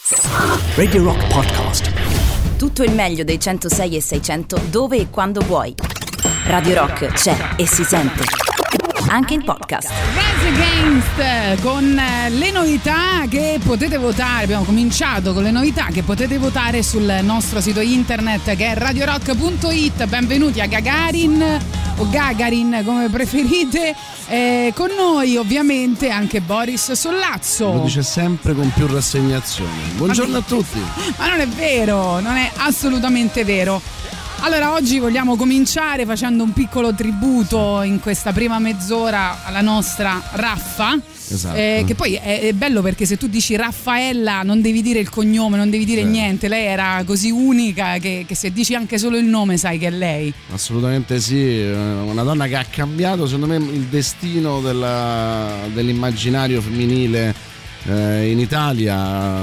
Radio Rock Podcast. Tutto il meglio dei 106 e 600 dove e quando vuoi. Radio Rock c'è e si sente anche in podcast. Rise Against con le novità che potete votare. Abbiamo cominciato con le novità che potete votare sul nostro sito internet che è radiorock.it. Benvenuti a Gagarin o Gagarin come preferite. Con noi ovviamente anche Boris Sollazzo. Lo dice sempre con più rassegnazione. Buongiorno a tutti. Ma non è vero, non è assolutamente vero. Allora, oggi vogliamo cominciare facendo un piccolo tributo in questa prima mezz'ora alla nostra Raffa. Esatto. Che poi è bello perché se tu dici Raffaella non devi dire il cognome, non devi dire niente. Lei era così unica che se dici anche solo il nome sai che è lei. Assolutamente sì, una donna che ha cambiato secondo me il destino dell'immaginario femminile in Italia,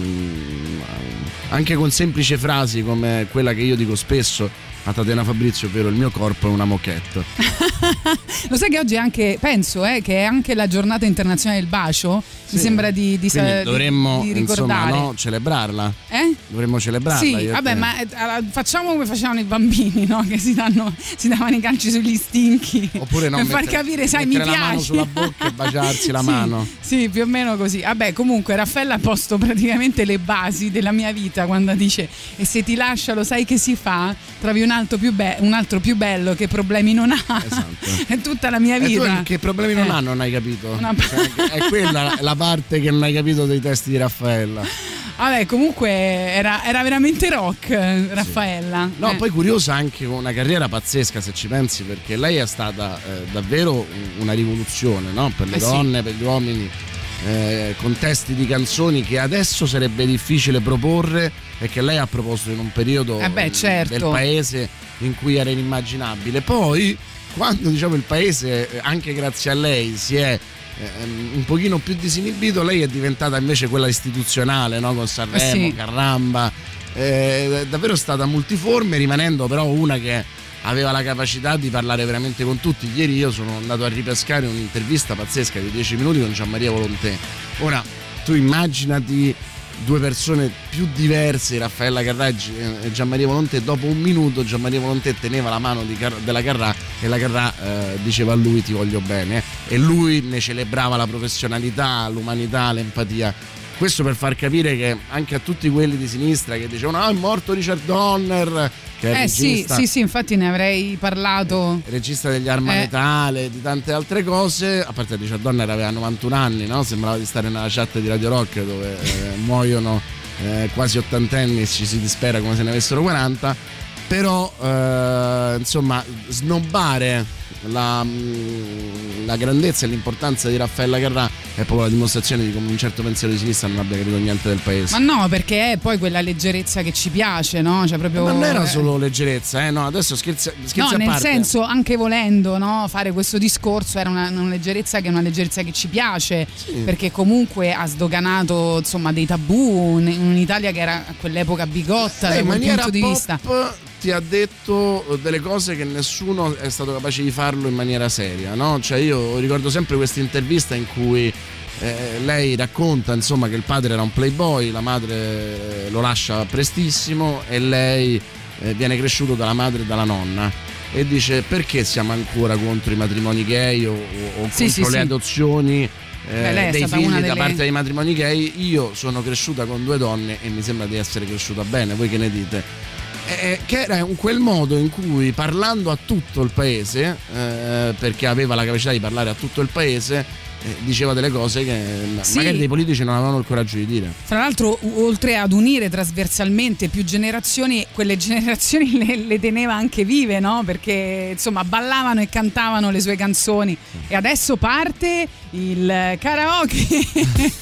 anche con semplici frasi come quella che io dico spesso a Tatiana Fabrizio, ovvero il mio corpo è una moquette. Lo sai che oggi è anche, penso che è anche la giornata internazionale del bacio? Sì. Mi sembra di dovremmo di ricordare. Insomma, no, celebrarla. Dovremmo celebrarla. Sì, vabbè, ma facciamo come facevano i bambini, no? Che si davano i calci sugli stinchi. Oppure no, per far capire, sai, mi piace. La mano sulla bocca e baciarsi la mano. Sì, più o meno così. Vabbè, comunque Raffaella ha posto praticamente le basi della mia vita quando dice: e se ti lascia lo sai che si fa? Trovi un altro più bello, che problemi non ha. Esatto. È tutta la mia vita. E tu che problemi non ha, non hai capito? È quella la parte che non hai capito dei testi di Raffaella. Vabbè, comunque era veramente rock Raffaella. Sì. No, poi curiosa, anche con una carriera pazzesca se ci pensi, perché lei è stata davvero una rivoluzione, no? Per le donne, per gli uomini, con testi di canzoni che adesso sarebbe difficile proporre e che lei ha proposto in un periodo certo, del paese in cui era inimmaginabile. Poi quando il paese, anche grazie a lei, si è un pochino più disinibito, lei è diventata invece quella istituzionale, no? Con Sanremo, Carramba, è davvero stata multiforme, rimanendo però una che aveva la capacità di parlare veramente con tutti. Ieri io sono andato a ripescare un'intervista pazzesca di 10 minuti con Gianmaria Volontè. Ora tu immaginati due persone più diverse, Raffaella Carrà e Gianmaria Volontè. Dopo un minuto Gianmaria Volontè teneva la mano della Carrà e la Carrà diceva a lui: ti voglio bene, e lui ne celebrava la professionalità, l'umanità, l'empatia. Questo per far capire che anche a tutti quelli di sinistra che dicevano: è morto Richard Donner, che è regista, sì, infatti ne avrei parlato, regista degli Arma Letale, di tante altre cose. A parte Richard Donner aveva 91 anni, no? Sembrava di stare nella chat di Radio Rock dove muoiono quasi ottantenni e ci si dispera come se ne avessero 40. Però insomma, snobbare la grandezza e l'importanza di Raffaella Carrà è proprio la dimostrazione di come un certo pensiero di sinistra non abbia capito niente del paese. Ma no, perché è poi quella leggerezza che ci piace, no? Cioè proprio, ma non era solo leggerezza, no? Adesso scherzi no, a nel parte. senso, anche volendo, no, fare questo discorso era una leggerezza che è una leggerezza che ci piace, sì, perché comunque ha sdoganato, insomma, dei tabù in un'Italia che era a quell'epoca bigotta da quel punto di vista. Ti ha detto delle cose che nessuno è stato capace di farlo in maniera seria, no? Cioè io ricordo sempre questa intervista in cui lei racconta, insomma, che il padre era un playboy, la madre lo lascia prestissimo e lei viene cresciuto dalla madre e dalla nonna, e dice: perché siamo ancora contro i matrimoni gay o contro le adozioni dei figli da parte dei matrimoni gay? Io sono cresciuta con 2 donne e mi sembra di essere cresciuta bene, voi che ne dite? Che era quel modo in cui, parlando a tutto il paese, perché aveva la capacità di parlare a tutto il paese, diceva delle cose che magari dei politici non avevano il coraggio di dire. Fra l'altro, oltre ad unire trasversalmente più generazioni, quelle generazioni le teneva anche vive, no? Perché insomma ballavano e cantavano le sue canzoni. E adesso parte il karaoke.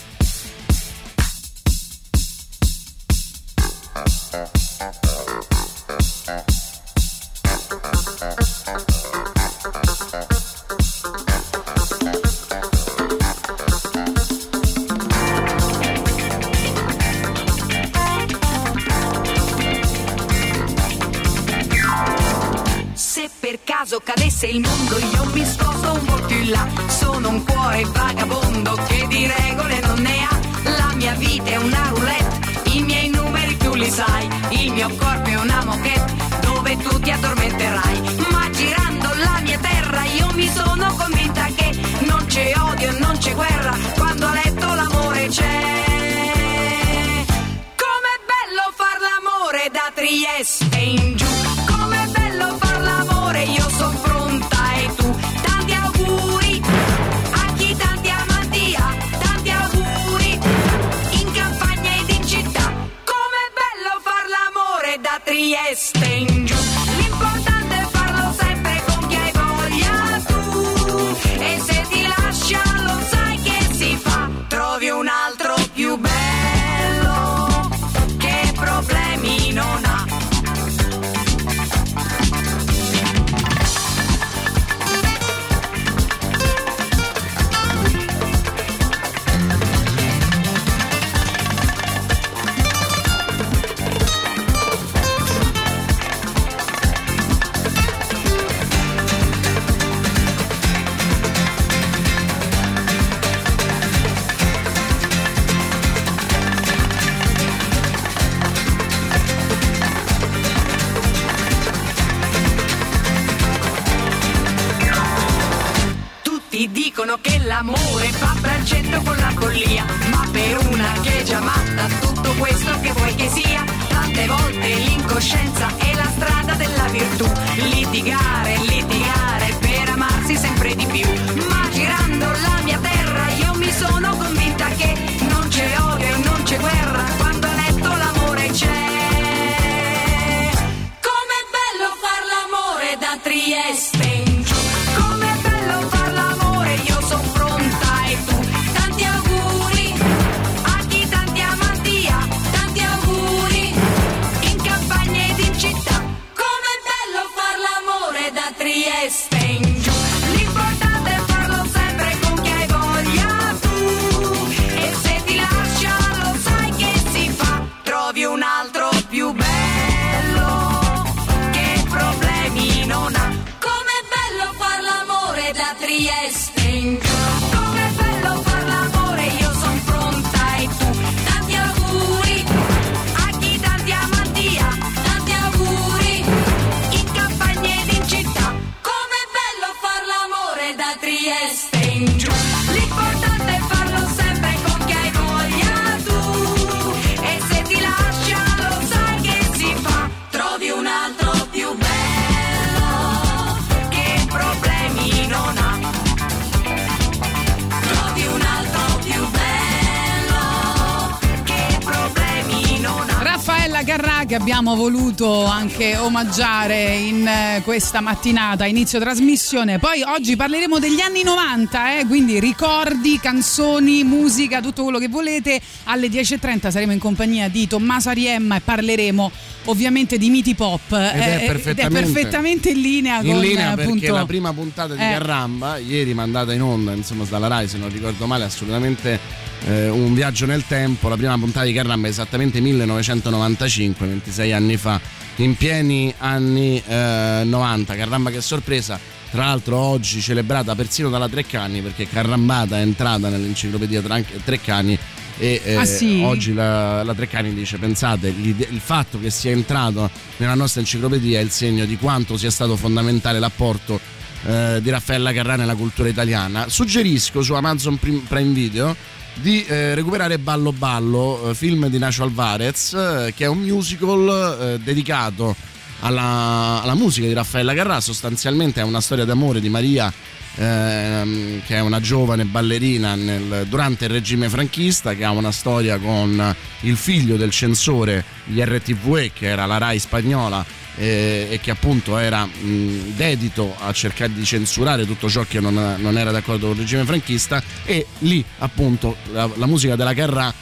Caso cadesse il mondo, io mi sposto un po' più in là. Sono un cuore vagabondo che di regole non ne ha. La mia vita è una roulette mio corpo è una moquette dove tu ti addormenterai, ma girando la mia terra io mi sono convinta che non c'è odio e non c'è guerra, quando a letto l'amore c'è. Com'è bello far l'amore da Trieste in giù, com'è bello far l'amore, io sono pronta e tu. Tanti auguri a chi tanti amanti ha, tanti auguri in campagna ed in città. Com'è bello far l'amore da Trieste in giù, l'importante è farlo sempre con chi hai voglia tu, e se ti lascia lo sai che si fa, trovi un altro più bello che problemi non ha. Dicono che l'amore fa braccetto con la follia, ma per una che è già matta tutto questo che vuoi che sia. Tante volte l'incoscienza è la strada della virtù, litigare, litigare per amarsi sempre di più, ma girando la mia terra io mi sono convinta che non c'è odio e non c'è guerra, quando a letto l'amore c'è. Com'è bello far l'amore da Trieste in giù, com'è bello far l'amore, io sono pronta e tu. Tanti auguri a chi tanti amanti ha, tanti auguri in campagna ed in città. Com'è bello far l'amore da Trieste in giù, l'importante è farlo sempre con chi hai voglia tu, e se ti lascia lo sai che si fa, trovi un altro più bello che problemi non ha. Com'è bello far l'amore da Trieste in giù, com'è bello far l'amore, io son pronta e tu. Tanti auguri a chi tanti amanti ha, tanti auguri in campagna ed in città. Com'è bello far l'amore da Trieste in giù, l'importante è farlo sempre con chi hai voglia tu, e se ti lascia lo sai che si fa, trovi un altro più bello che problemi non ha. Trovi un altro più bello che problemi non ha. Raffaella Carrà, che abbiamo voluto anche omaggiare in questa mattinata, inizio trasmissione. Poi oggi parleremo degli anni 90, quindi ricordi, canzoni, musica, tutto quello che volete. Alle 10.30 saremo in compagnia di Tommaso Ariemma e parleremo ovviamente di miti pop, ed è perfettamente in linea con perché appunto la prima puntata di Carramba, ieri mandata in onda insomma dalla Rai, se non ricordo male, assolutamente un viaggio nel tempo. La prima puntata di Carramba è esattamente 1995, 26 anni fa, in pieni anni 90. Carramba, che sorpresa, tra l'altro oggi celebrata persino dalla Treccani, perché Carrambata è entrata nell'enciclopedia Treccani. E sì? Oggi la Treccani dice: pensate, il fatto che sia entrato nella nostra enciclopedia è il segno di quanto sia stato fondamentale l'apporto di Raffaella Carrà nella cultura italiana. Suggerisco su Amazon Prime Video di recuperare Ballo Ballo, film di Nacho Alvarez, che è un musical dedicato alla musica di Raffaella Carrà. Sostanzialmente è una storia d'amore di Maria, che è una giovane ballerina durante il regime franchista, che ha una storia con il figlio del censore di RTVE, che era la Rai spagnola, e che appunto era dedito a cercare di censurare tutto ciò che non era d'accordo con il regime franchista. E lì appunto la musica della Carrà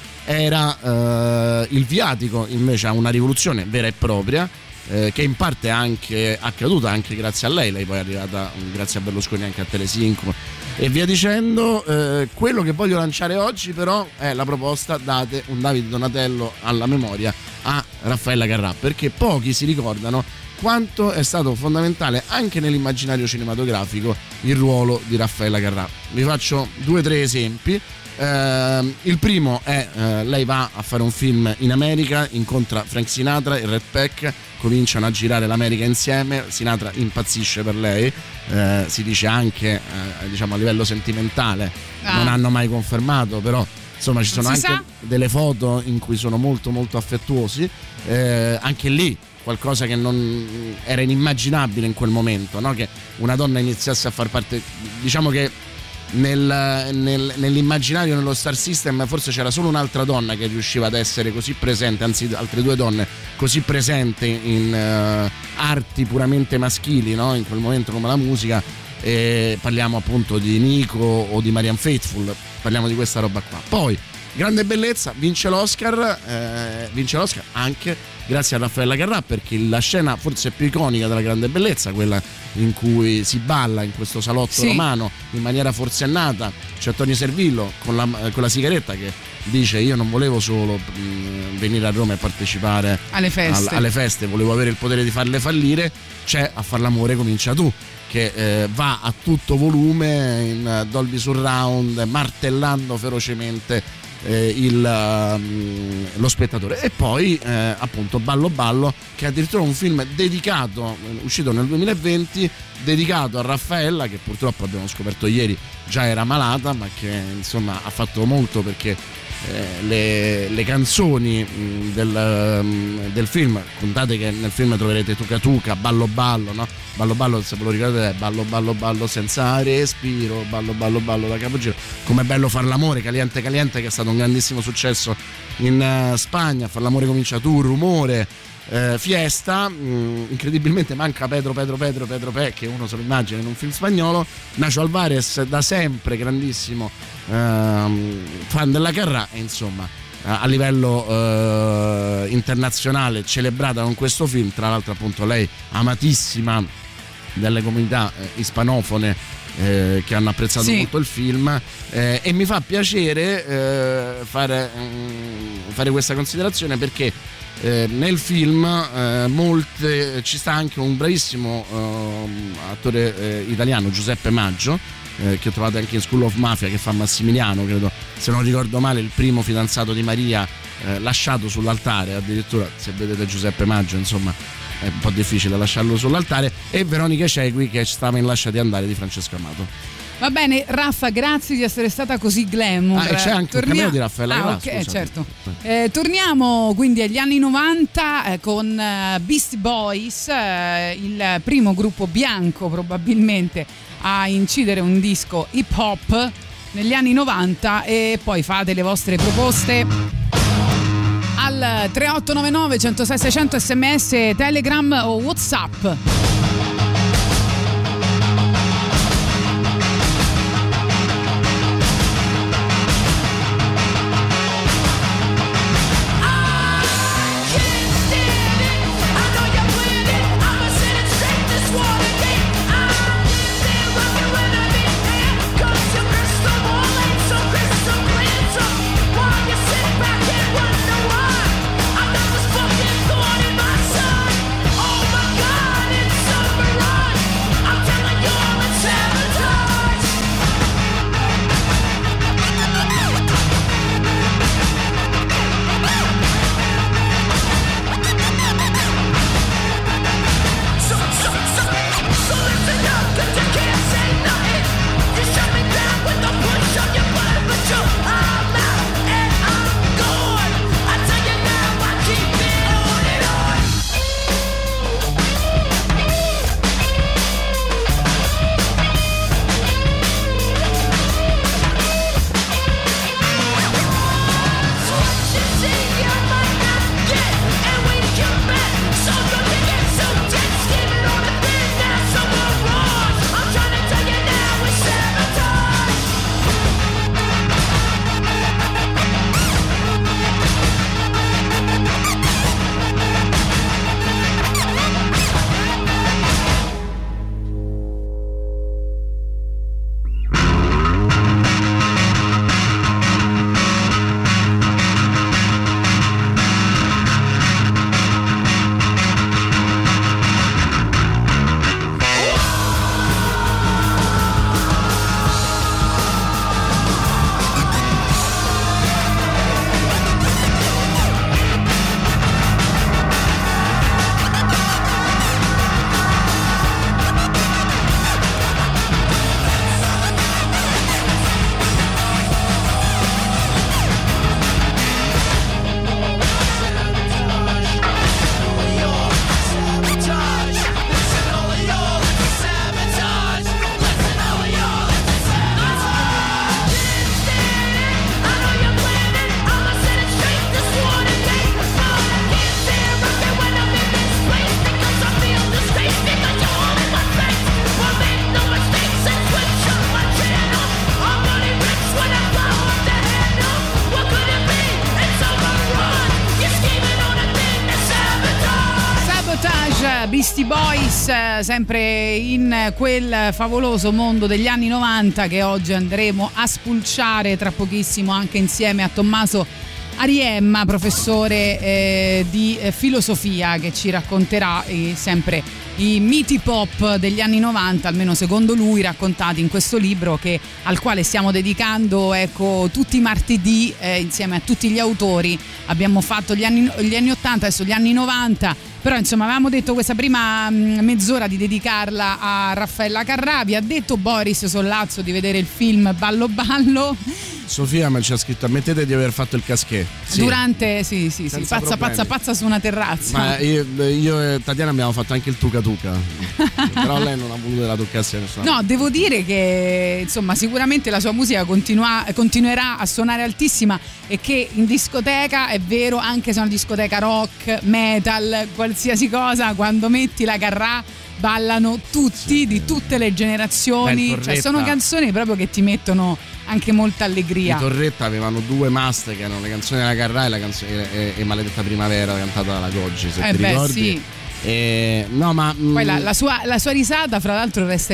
era il viatico invece a una rivoluzione vera e propria, che in parte è anche accaduta anche grazie a lei poi è arrivata grazie a Berlusconi anche a Telesinco e via dicendo. Quello che voglio lanciare oggi però è la proposta: date un Davide Donatello alla memoria a Raffaella Carrà, perché pochi si ricordano quanto è stato fondamentale anche nell'immaginario cinematografico il ruolo di Raffaella Carrà. Vi faccio 2 o 3 esempi. Il primo è lei va a fare un film in America, incontra Frank Sinatra, il Rat Pack, cominciano a girare l'America insieme, Sinatra impazzisce per lei, si dice anche diciamo a livello sentimentale, non hanno mai confermato, però insomma ci sono anche delle foto in cui sono molto molto affettuosi, anche lì qualcosa che non era inimmaginabile in quel momento, no? Che una donna iniziasse a far parte, diciamo che nell'immaginario, nello Star System forse c'era solo un'altra donna che riusciva ad essere così presente, anzi altre due donne così presenti in arti puramente maschili, no? In quel momento come la musica, e parliamo appunto di Nico o di Marianne Faithfull, parliamo di questa roba qua. Poi grande bellezza, vince l'Oscar anche grazie a Raffaella Carrà, perché la scena forse più iconica della grande bellezza, quella in cui si balla in questo salotto romano in maniera forsennata, c'è Antonio Servillo con la sigaretta che dice: io non volevo solo venire a Roma e partecipare alle feste, volevo avere il potere di farle fallire. C'è A far l'amore comincia tu, che va a tutto volume in Dolby Surround, martellando ferocemente lo spettatore. E poi appunto Ballo Ballo, che è addirittura un film dedicato, uscito nel 2020, dedicato a Raffaella, che purtroppo abbiamo scoperto ieri già era malata, ma che insomma ha fatto molto perché le canzoni del film, contate che nel film troverete Tuca Tuca, Ballo Ballo, no? Ballo Ballo, se ve lo ricordate, è ballo ballo ballo senza respiro, ballo ballo ballo da capogiro, Com'è bello far l'amore, Caliente Caliente, che è stato un grandissimo successo in Spagna, Far l'amore comincia tu, Rumore, Fiesta, incredibilmente manca Pedro Pe, che uno se lo immagina in un film spagnolo. Nacho Alvarez, da sempre grandissimo fan della Carrà, e insomma a livello internazionale celebrata con questo film, tra l'altro appunto lei amatissima delle comunità ispanofone che hanno apprezzato molto il film, e mi fa piacere fare questa considerazione perché nel film ci sta anche un bravissimo attore italiano, Giuseppe Maggio, che ho trovato anche in School of Mafia, che fa Massimiliano, credo, se non ricordo male, il primo fidanzato di Maria, lasciato sull'altare. Addirittura, se vedete Giuseppe Maggio, insomma è un po' difficile lasciarlo sull'altare. E Veronica Cegui, che stava in Lasciati andare di Francesco Amato. Va bene, Raffa, grazie di essere stata così glamour. E c'è anche un cameo di Raffaella Carrà, ok, certo. Torniamo quindi agli anni 90 con Beastie Boys, il primo gruppo bianco probabilmente a incidere un disco hip hop negli anni 90, e poi fate le vostre proposte al 3899 106 600 SMS, Telegram o WhatsApp. Summer Beastie Boys, sempre in quel favoloso mondo degli anni 90 che oggi andremo a spulciare tra pochissimo anche insieme a Tommaso Ariemma, professore di filosofia, che ci racconterà sempre i miti pop degli anni 90, almeno secondo lui, raccontati in questo libro al quale stiamo dedicando tutti i martedì insieme a tutti gli autori. Abbiamo fatto gli anni 80, adesso gli anni 90, però insomma avevamo detto questa prima mezz'ora di dedicarla a Raffaella Carrà. Vi ha detto Boris Sollazzo di vedere il film Ballo Ballo. Sofia ma ci ha scritto: ammettete di aver fatto il casquet. Sì. Durante sì, pazza su una terrazza. Ma io e Tatiana abbiamo fatto anche il tuca tuca. Però lei non ha voluto la toccarsi a nessuno. No, devo dire che insomma sicuramente la sua musica continuerà a suonare altissima, e che in discoteca, è vero, anche se è una discoteca rock, metal, qualsiasi cosa, quando metti la Carrà ballano tutti, di tutte le generazioni. Cioè sono canzoni proprio che ti mettono anche molta allegria. I Torretta avevano due must, che erano le canzoni della Carrà e Maledetta Primavera, cantata dalla Goggi, se ti ricordi. Sì. No, ma poi la sua risata, fra l'altro, resta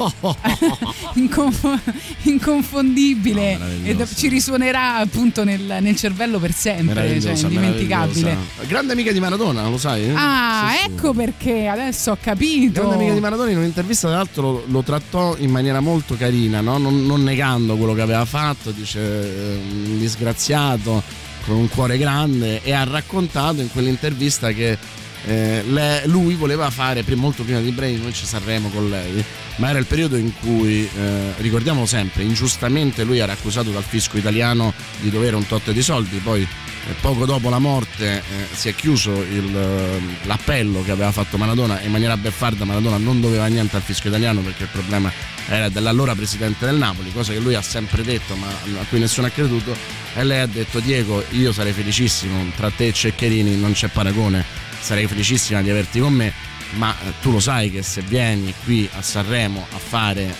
inconfondibile, e ci risuonerà appunto nel cervello per sempre, cioè indimenticabile. Grande amica di Maradona, lo sai? Sì, ecco perché adesso ho capito. Grande amica di Maradona, in un'intervista tra l'altro lo trattò in maniera molto carina, no? Non negando quello che aveva fatto, dice un disgraziato con un cuore grande, e ha raccontato in quell'intervista che lui voleva fare molto prima di Brainwatch Sanremo con lei, ma era il periodo in cui ricordiamolo sempre, ingiustamente lui era accusato dal fisco italiano di dovere un tot di soldi. Poi poco dopo la morte si è chiuso l'appello che aveva fatto Maradona, in maniera beffarda. Maradona non doveva niente al fisco italiano perché il problema era dell'allora presidente del Napoli, cosa che lui ha sempre detto ma a cui nessuno ha creduto, e lei ha detto: Diego, io sarei felicissimo, tra te e Ceccherini non c'è paragone, sarei felicissima di averti con me, ma tu lo sai che se vieni qui a Sanremo a fare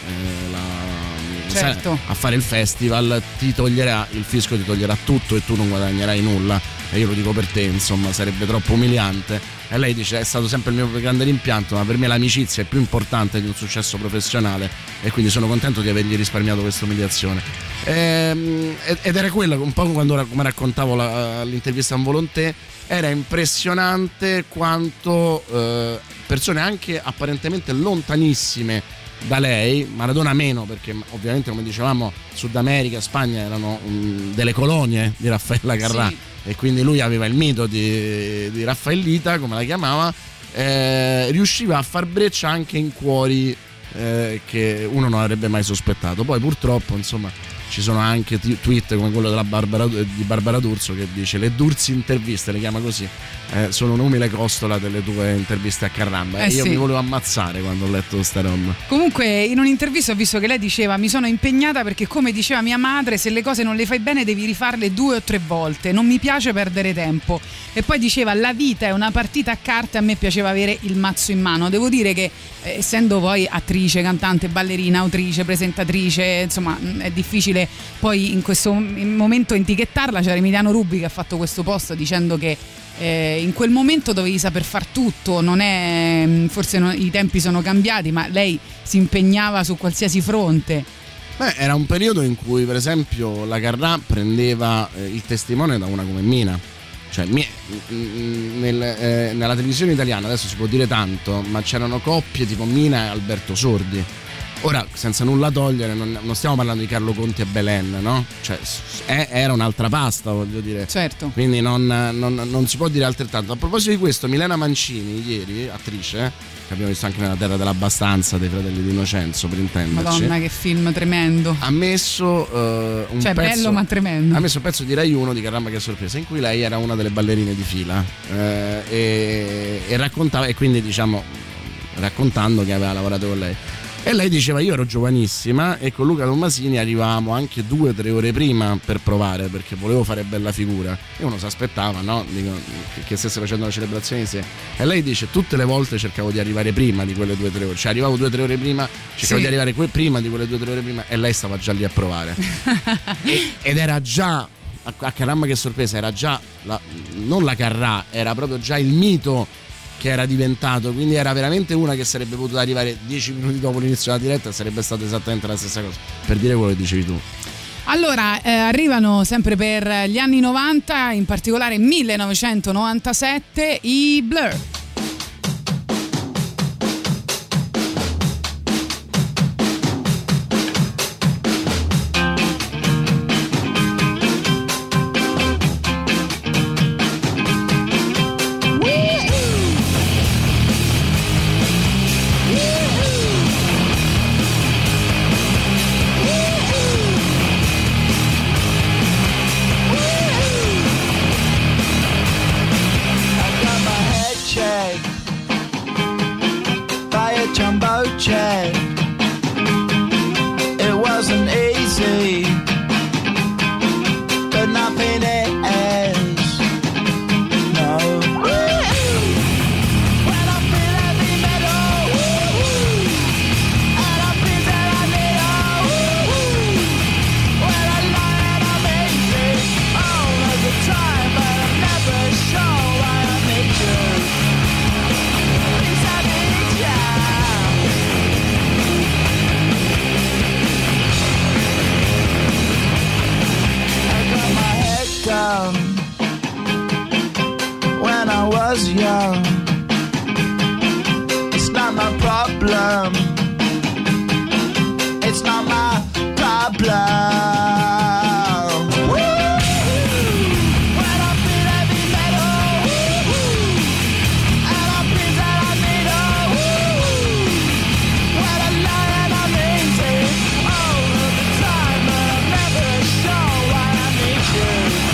a fare il festival, il fisco ti toglierà tutto e tu non guadagnerai nulla, e io lo dico per te, insomma, sarebbe troppo umiliante. E lei dice: è stato sempre il mio più grande rimpianto, ma per me l'amicizia è più importante di un successo professionale, e quindi sono contento di avergli risparmiato questa umiliazione. Ed era quella, un po' come raccontavo l'intervista a un Volonté, era impressionante quanto persone anche apparentemente lontanissime da lei, Maradona meno, perché ovviamente, come dicevamo, Sud America, Spagna erano delle colonie di Raffaella Carrà, sì. E quindi lui aveva il mito di Raffaellita, come la chiamava, riusciva a far breccia anche in cuori che uno non avrebbe mai sospettato. Poi purtroppo, insomma, ci sono anche tweet come quello di Barbara D'Urso, che dice: le Dursi interviste, le chiama così, sono un'umile costola delle tue interviste a Carramba. E io mi volevo ammazzare quando ho letto sta roba. Comunque in un'intervista ho visto che lei diceva: mi sono impegnata perché, come diceva mia madre, se le cose non le fai bene devi rifarle 2 o 3 volte, non mi piace perdere tempo. E poi diceva: la vita è una partita a carte, a me piaceva avere il mazzo in mano. Devo dire che essendo poi attrice, cantante, ballerina, autrice, presentatrice, insomma è difficile poi in questo momento etichettarla. C'era Emiliano Rubi che ha fatto questo post dicendo che in quel momento dovevi saper far tutto, i tempi sono cambiati, ma lei si impegnava su qualsiasi fronte. Era un periodo in cui, per esempio, la Carrà prendeva il testimone da una come Mina. Cioè, nella televisione italiana adesso si può dire tanto, ma c'erano coppie tipo Mina e Alberto Sordi. Ora, senza nulla togliere, non stiamo parlando di Carlo Conti e Belen, no? Cioè, era un'altra pasta, voglio dire. Certo. Quindi non si può dire altrettanto. A proposito di questo, Milena Mancini, ieri, attrice, che abbiamo visto anche nella Terra dell'Abbastanza dei Fratelli di Innocenzo, per intenderci. Madonna, che film tremendo. Ha messo un pezzo, bello ma tremendo. Ha messo un pezzo di Rai 1 di Caramba che sorpresa, in cui lei era una delle ballerine di fila e raccontava, e quindi diciamo raccontando che aveva lavorato con lei. E lei diceva: io ero giovanissima e con Luca Tommasini arrivavamo anche 2 o 3 ore prima per provare, perché volevo fare bella figura, e uno si aspettava, no? Che stesse facendo la celebrazione insieme. E lei dice: tutte le volte cercavo di arrivare prima di quelle 2 o 3 ore, cioè arrivavo 2 o 3 ore prima, cercavo di arrivare prima di quelle 2 o 3 ore prima, e lei stava già lì a provare. Ed era già, a Caramba che sorpresa, era già non la Carrà, era proprio già il mito che era diventato, quindi era veramente una che sarebbe potuta arrivare 10 minuti dopo l'inizio della diretta e sarebbe stata esattamente la stessa cosa, per dire quello che dicevi tu. Allora, arrivano sempre per gli anni 90, in particolare 1997, i Blur. It wasn't easy, but nothing is. No. When I feel heavy metal, and I feel that I need when I lie and I'm easy all of the time, but I'm never sure why I need you. Please I need you. Down when I was young. It's not my problem. It's not my problem. When I feel heavy metal, and I feel that I need when I lie and I'm easy all of the time, but I'm never sure why I need you.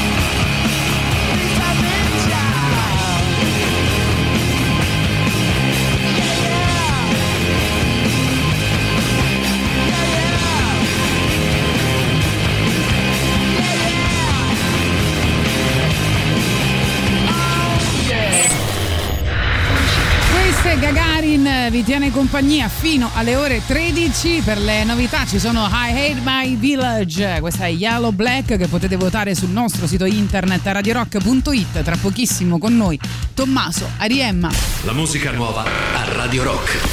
Gagarin vi tiene compagnia fino alle ore 13. Per le novità ci sono I Hate My Village, questa è Yellow Black, che potete votare sul nostro sito internet radiorock.it. Tra pochissimo con noi Tommaso Ariemma. La musica nuova a Radio Rock.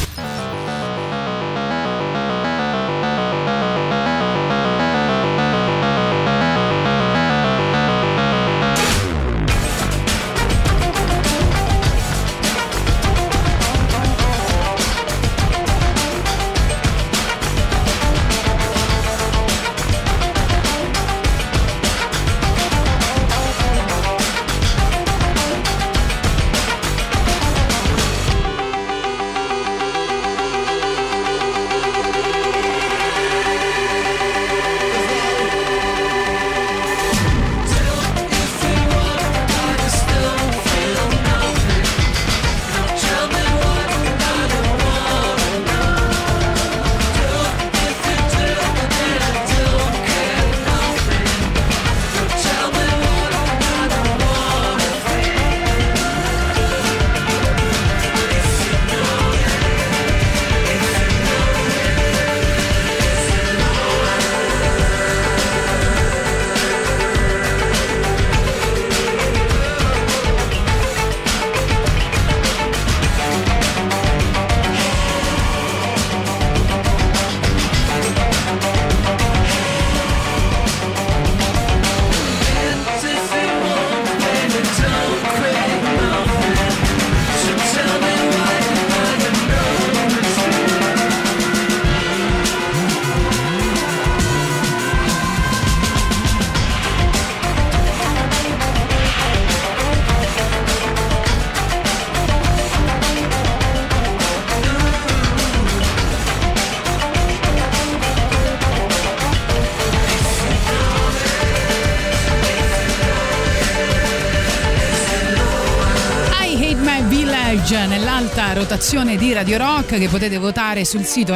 Nell'alta rotazione di Radio Rock, che potete votare sul sito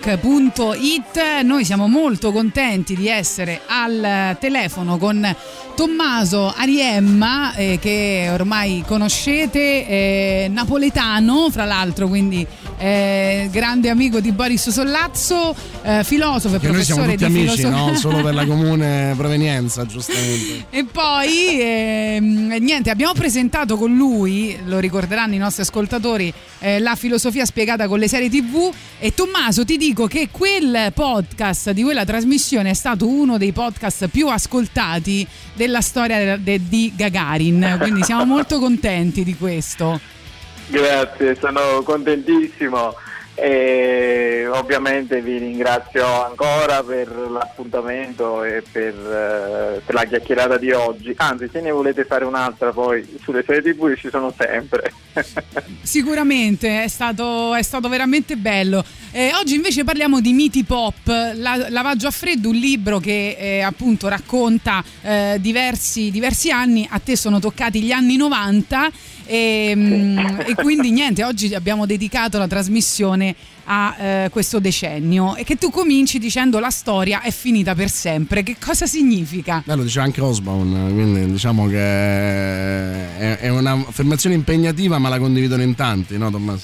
radiorock.it. Noi siamo molto contenti di essere al telefono con Tommaso Ariemma, che ormai conoscete, napoletano fra l'altro, quindi grande amico di Boris Sollazzo, filosofo e che noi siamo professore tutti di amici, filosofia. no? Solo per la comune provenienza, giustamente. E poi niente, abbiamo presentato con lui, lo ricorderanno i nostri ascoltatori, la filosofia spiegata con le serie TV. E Tommaso, ti dico che quel podcast di quella trasmissione è stato uno dei podcast più ascoltati della storia di Gagarin, quindi siamo molto contenti di questo. Grazie, sono contentissimo e ovviamente vi ringrazio ancora per l'appuntamento e per la chiacchierata di oggi. Anzi, se ne volete fare un'altra poi sulle serie TV ci sono sempre. Sicuramente è stato veramente bello. Oggi invece parliamo di miti pop, Lavaggio a freddo, un libro che appunto racconta diversi anni. A te sono toccati gli anni 90 e quindi niente, oggi abbiamo dedicato la trasmissione a questo decennio, e che tu cominci dicendo la storia è finita per sempre. Che cosa significa? Lo diceva anche Osborne, quindi diciamo che è un'affermazione impegnativa, ma la condividono in tanti, no Tommaso?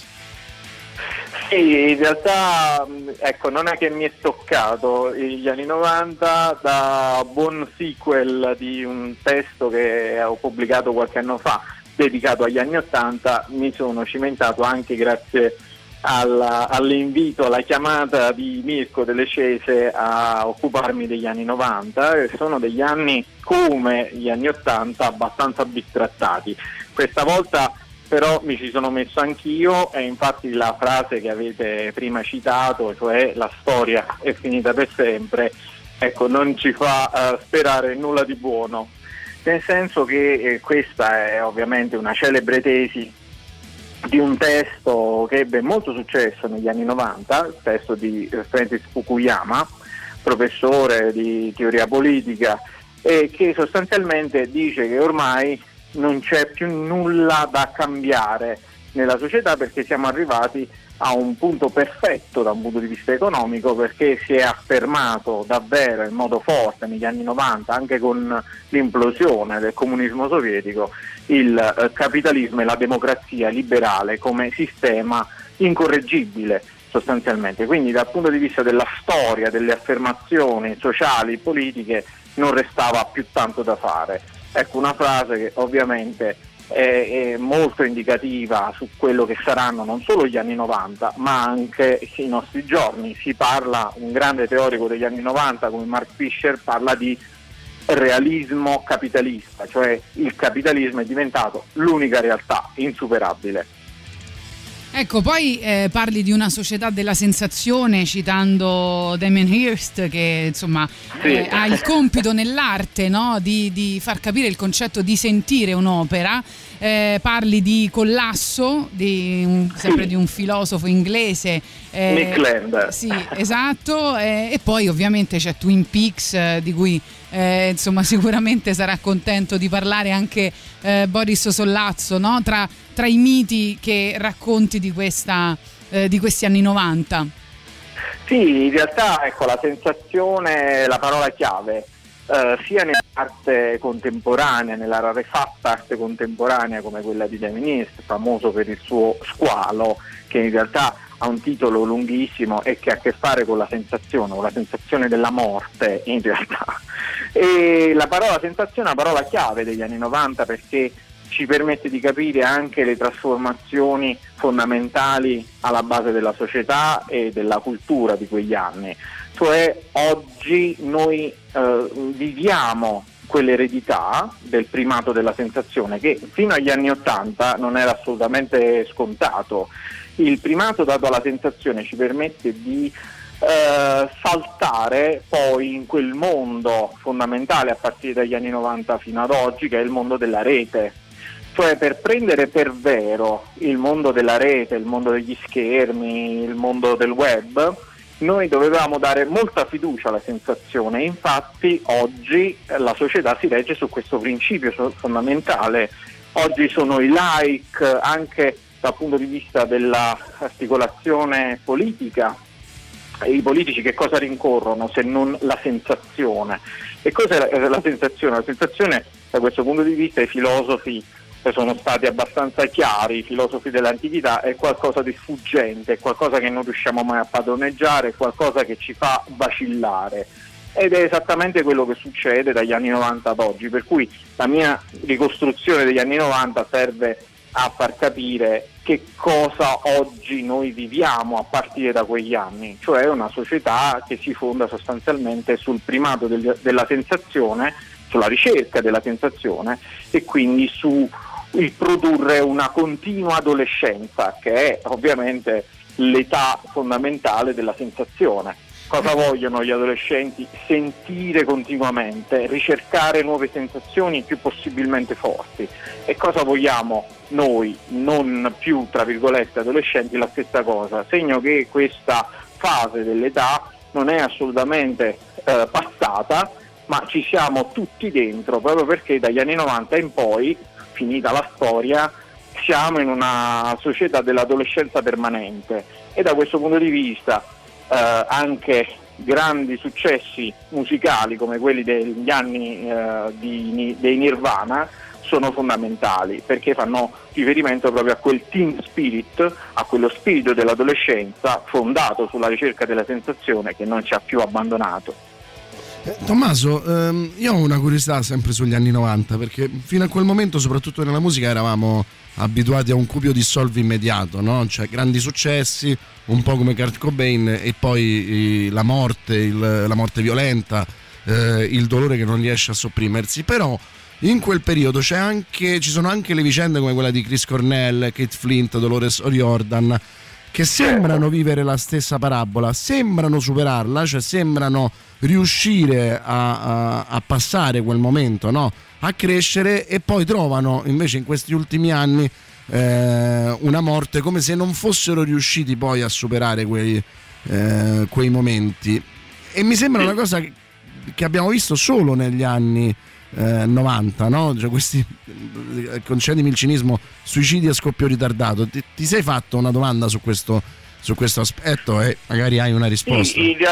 Sì, in realtà ecco, non è che mi è toccato gli anni 90, da buon sequel di un testo che ho pubblicato qualche anno fa dedicato agli anni 80, mi sono cimentato anche grazie all'invito, alla chiamata di Mirko Delle Cese a occuparmi degli anni 90, e sono degli anni, come gli anni 80, abbastanza bistrattati. Questa volta però mi ci sono messo anch'io, e infatti la frase che avete prima citato, cioè la storia è finita per sempre, ecco, non ci fa sperare nulla di buono, nel senso che questa è ovviamente una celebre tesi di un testo che ebbe molto successo negli anni 90, il testo di Francis Fukuyama, professore di teoria politica, e che sostanzialmente dice che ormai non c'è più nulla da cambiare nella società, perché siamo arrivati a un punto perfetto da un punto di vista economico, perché si è affermato davvero in modo forte negli anni 90, anche con l'implosione del comunismo sovietico, il capitalismo e la democrazia liberale come sistema incorreggibile sostanzialmente. Quindi dal punto di vista della storia, delle affermazioni sociali, politiche, non restava più tanto da fare. Ecco, una frase che ovviamente è molto indicativa su quello che saranno non solo gli anni 90 ma anche i nostri giorni. Si parla, un grande teorico degli anni 90 come Mark Fisher parla di realismo capitalista, cioè il capitalismo è diventato l'unica realtà insuperabile. Ecco, poi parli di una società della sensazione, citando Damien Hirst, che insomma Sì. ha il compito nell'arte, no? di far capire il concetto di sentire un'opera. Parli di Collasso, sempre di un filosofo inglese, Nick Land. Sì, esatto, e poi ovviamente c'è Twin Peaks, di cui insomma sicuramente sarà contento di parlare anche Boris Sollazzo, no? Tra i miti che racconti di questi anni 90. Sì, in realtà ecco, la sensazione è la parola chiave, sia nell'arte contemporanea, nella rarefatta arte contemporanea come quella di Damien Hirst, famoso per il suo Squalo, che in realtà ha un titolo lunghissimo e che ha a che fare con la sensazione della morte in realtà. E la parola sensazione è una parola chiave degli anni 90, perché ci permette di capire anche le trasformazioni fondamentali alla base della società e della cultura di quegli anni. Cioè oggi noi viviamo quell'eredità del primato della sensazione che fino agli anni 80 non era assolutamente scontato. Il primato dato alla sensazione ci permette di saltare poi in quel mondo fondamentale a partire dagli anni 90 fino ad oggi, che è il mondo della rete. Cioè, per prendere per vero il mondo della rete, il mondo degli schermi, il mondo del web, noi dovevamo dare molta fiducia alla sensazione. Infatti oggi la società si regge su questo principio fondamentale. Oggi sono i like, anche dal punto di vista dell'articolazione politica. I politici che cosa rincorrono se non la sensazione? E cos'è la sensazione? La sensazione, da questo punto di vista, i filosofi sono stati abbastanza chiari i filosofi dell'antichità, è qualcosa di sfuggente, è qualcosa che non riusciamo mai a padroneggiare, è qualcosa che ci fa vacillare. Ed è esattamente quello che succede dagli anni 90 ad oggi, per cui la mia ricostruzione degli anni 90 serve a far capire che cosa oggi noi viviamo a partire da quegli anni, cioè una società che si fonda sostanzialmente sul primato della sensazione, sulla ricerca della sensazione e quindi su il produrre una continua adolescenza, che è ovviamente l'età fondamentale della sensazione. Cosa vogliono gli adolescenti? Sentire continuamente, ricercare nuove sensazioni più possibilmente forti. E cosa vogliamo noi, non più tra virgolette adolescenti? La stessa cosa, segno che questa fase dell'età non è assolutamente passata, ma ci siamo tutti dentro, proprio perché dagli anni 90 in poi, finita la storia, siamo in una società dell'adolescenza permanente, e da questo punto di vista anche grandi successi musicali come quelli degli anni dei Nirvana sono fondamentali, perché fanno riferimento proprio a quel teen spirit, a quello spirito dell'adolescenza fondato sulla ricerca della sensazione che non ci ha più abbandonato. Tommaso, io ho una curiosità sempre sugli anni 90, perché fino a quel momento, soprattutto nella musica, eravamo abituati a un cupio dissolvi immediato, no? Cioè grandi successi, un po' come Kurt Cobain, e poi la morte violenta, il dolore che non riesce a sopprimersi. Però in quel periodo ci sono anche le vicende come quella di Chris Cornell, Kate Flint, Dolores O'Riordan, che sembrano vivere la stessa parabola, sembrano superarla, cioè sembrano riuscire a passare quel momento, no? A crescere, e poi trovano invece in questi ultimi anni una morte, come se non fossero riusciti poi a superare quei momenti. E mi sembra una cosa che abbiamo visto solo negli anni 90, no? Cioè questi, concedimi il cinismo, suicidi a scoppio ritardato. Ti sei fatto una domanda su questo aspetto e magari hai una risposta? Sì, in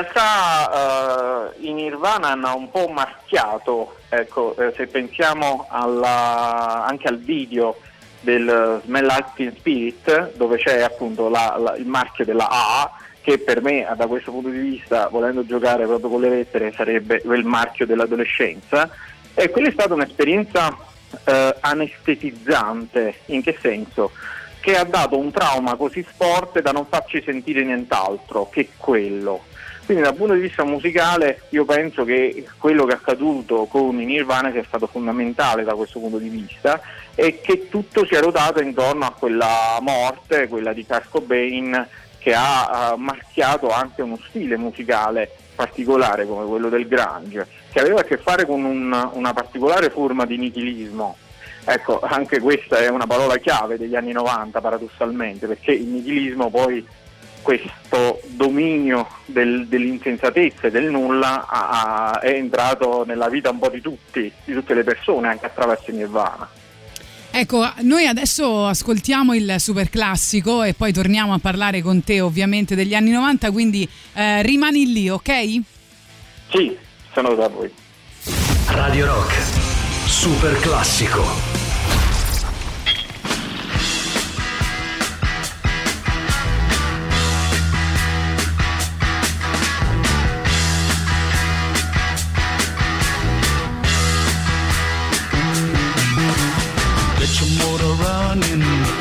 realtà i Nirvana hanno un po' marchiato, ecco, se pensiamo anche al video del Smell Like Teen Spirit, dove c'è appunto il marchio della A, che per me da questo punto di vista, volendo giocare proprio con le lettere, sarebbe il marchio dell'adolescenza. E quella è stata un'esperienza anestetizzante. In che senso? Che ha dato un trauma così forte da non farci sentire nient'altro che quello. Quindi dal punto di vista musicale io penso che quello che è accaduto con i Nirvana sia stato fondamentale da questo punto di vista, e che tutto si è ruotato intorno a quella morte, quella di Kurt Cobain, che ha marchiato anche uno stile musicale particolare come quello del grunge, che aveva a che fare con una particolare forma di nichilismo. Ecco, anche questa è una parola chiave degli anni 90 paradossalmente, perché il nichilismo, poi questo dominio dell'insensatezza e del nulla è entrato nella vita un po' di tutte le persone, anche attraverso il Nirvana. Ecco, noi adesso ascoltiamo il super classico e poi torniamo a parlare con te ovviamente degli anni 90, quindi rimani lì, ok? Sì, sono da voi. Radio Rock, super classico. Get your motor running,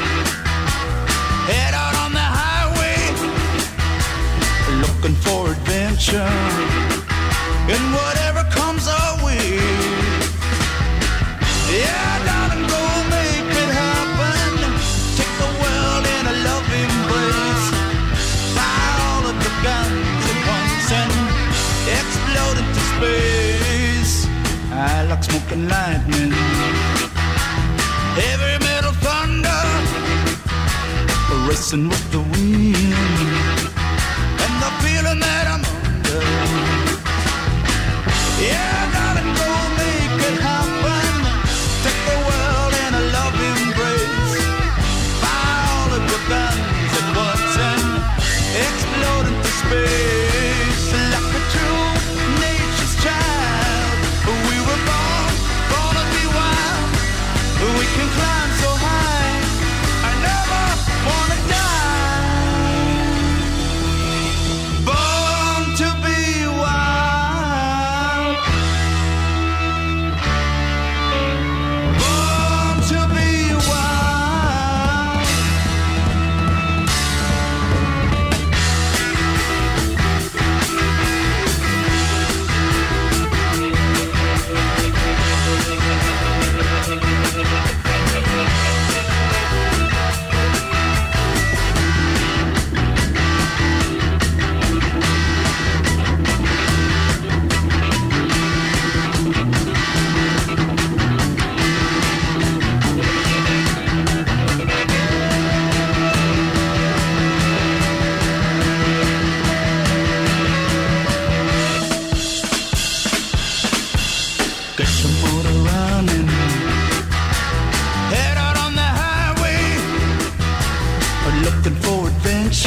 head out on the highway, looking for adventure, and whatever comes our way. Yeah, darling, go make it happen. Take the world in a love embrace. Fire all of the guns at once and explode into space. I like smoking lightning, heavy metal thunder, racing with the wind, and the feeling that I'm under. Yeah, darling, go make it happen. Take the world in a love embrace. Fire all of your guns at once and explode into space. Like a true nature's child, we were born to be wild. We can climb so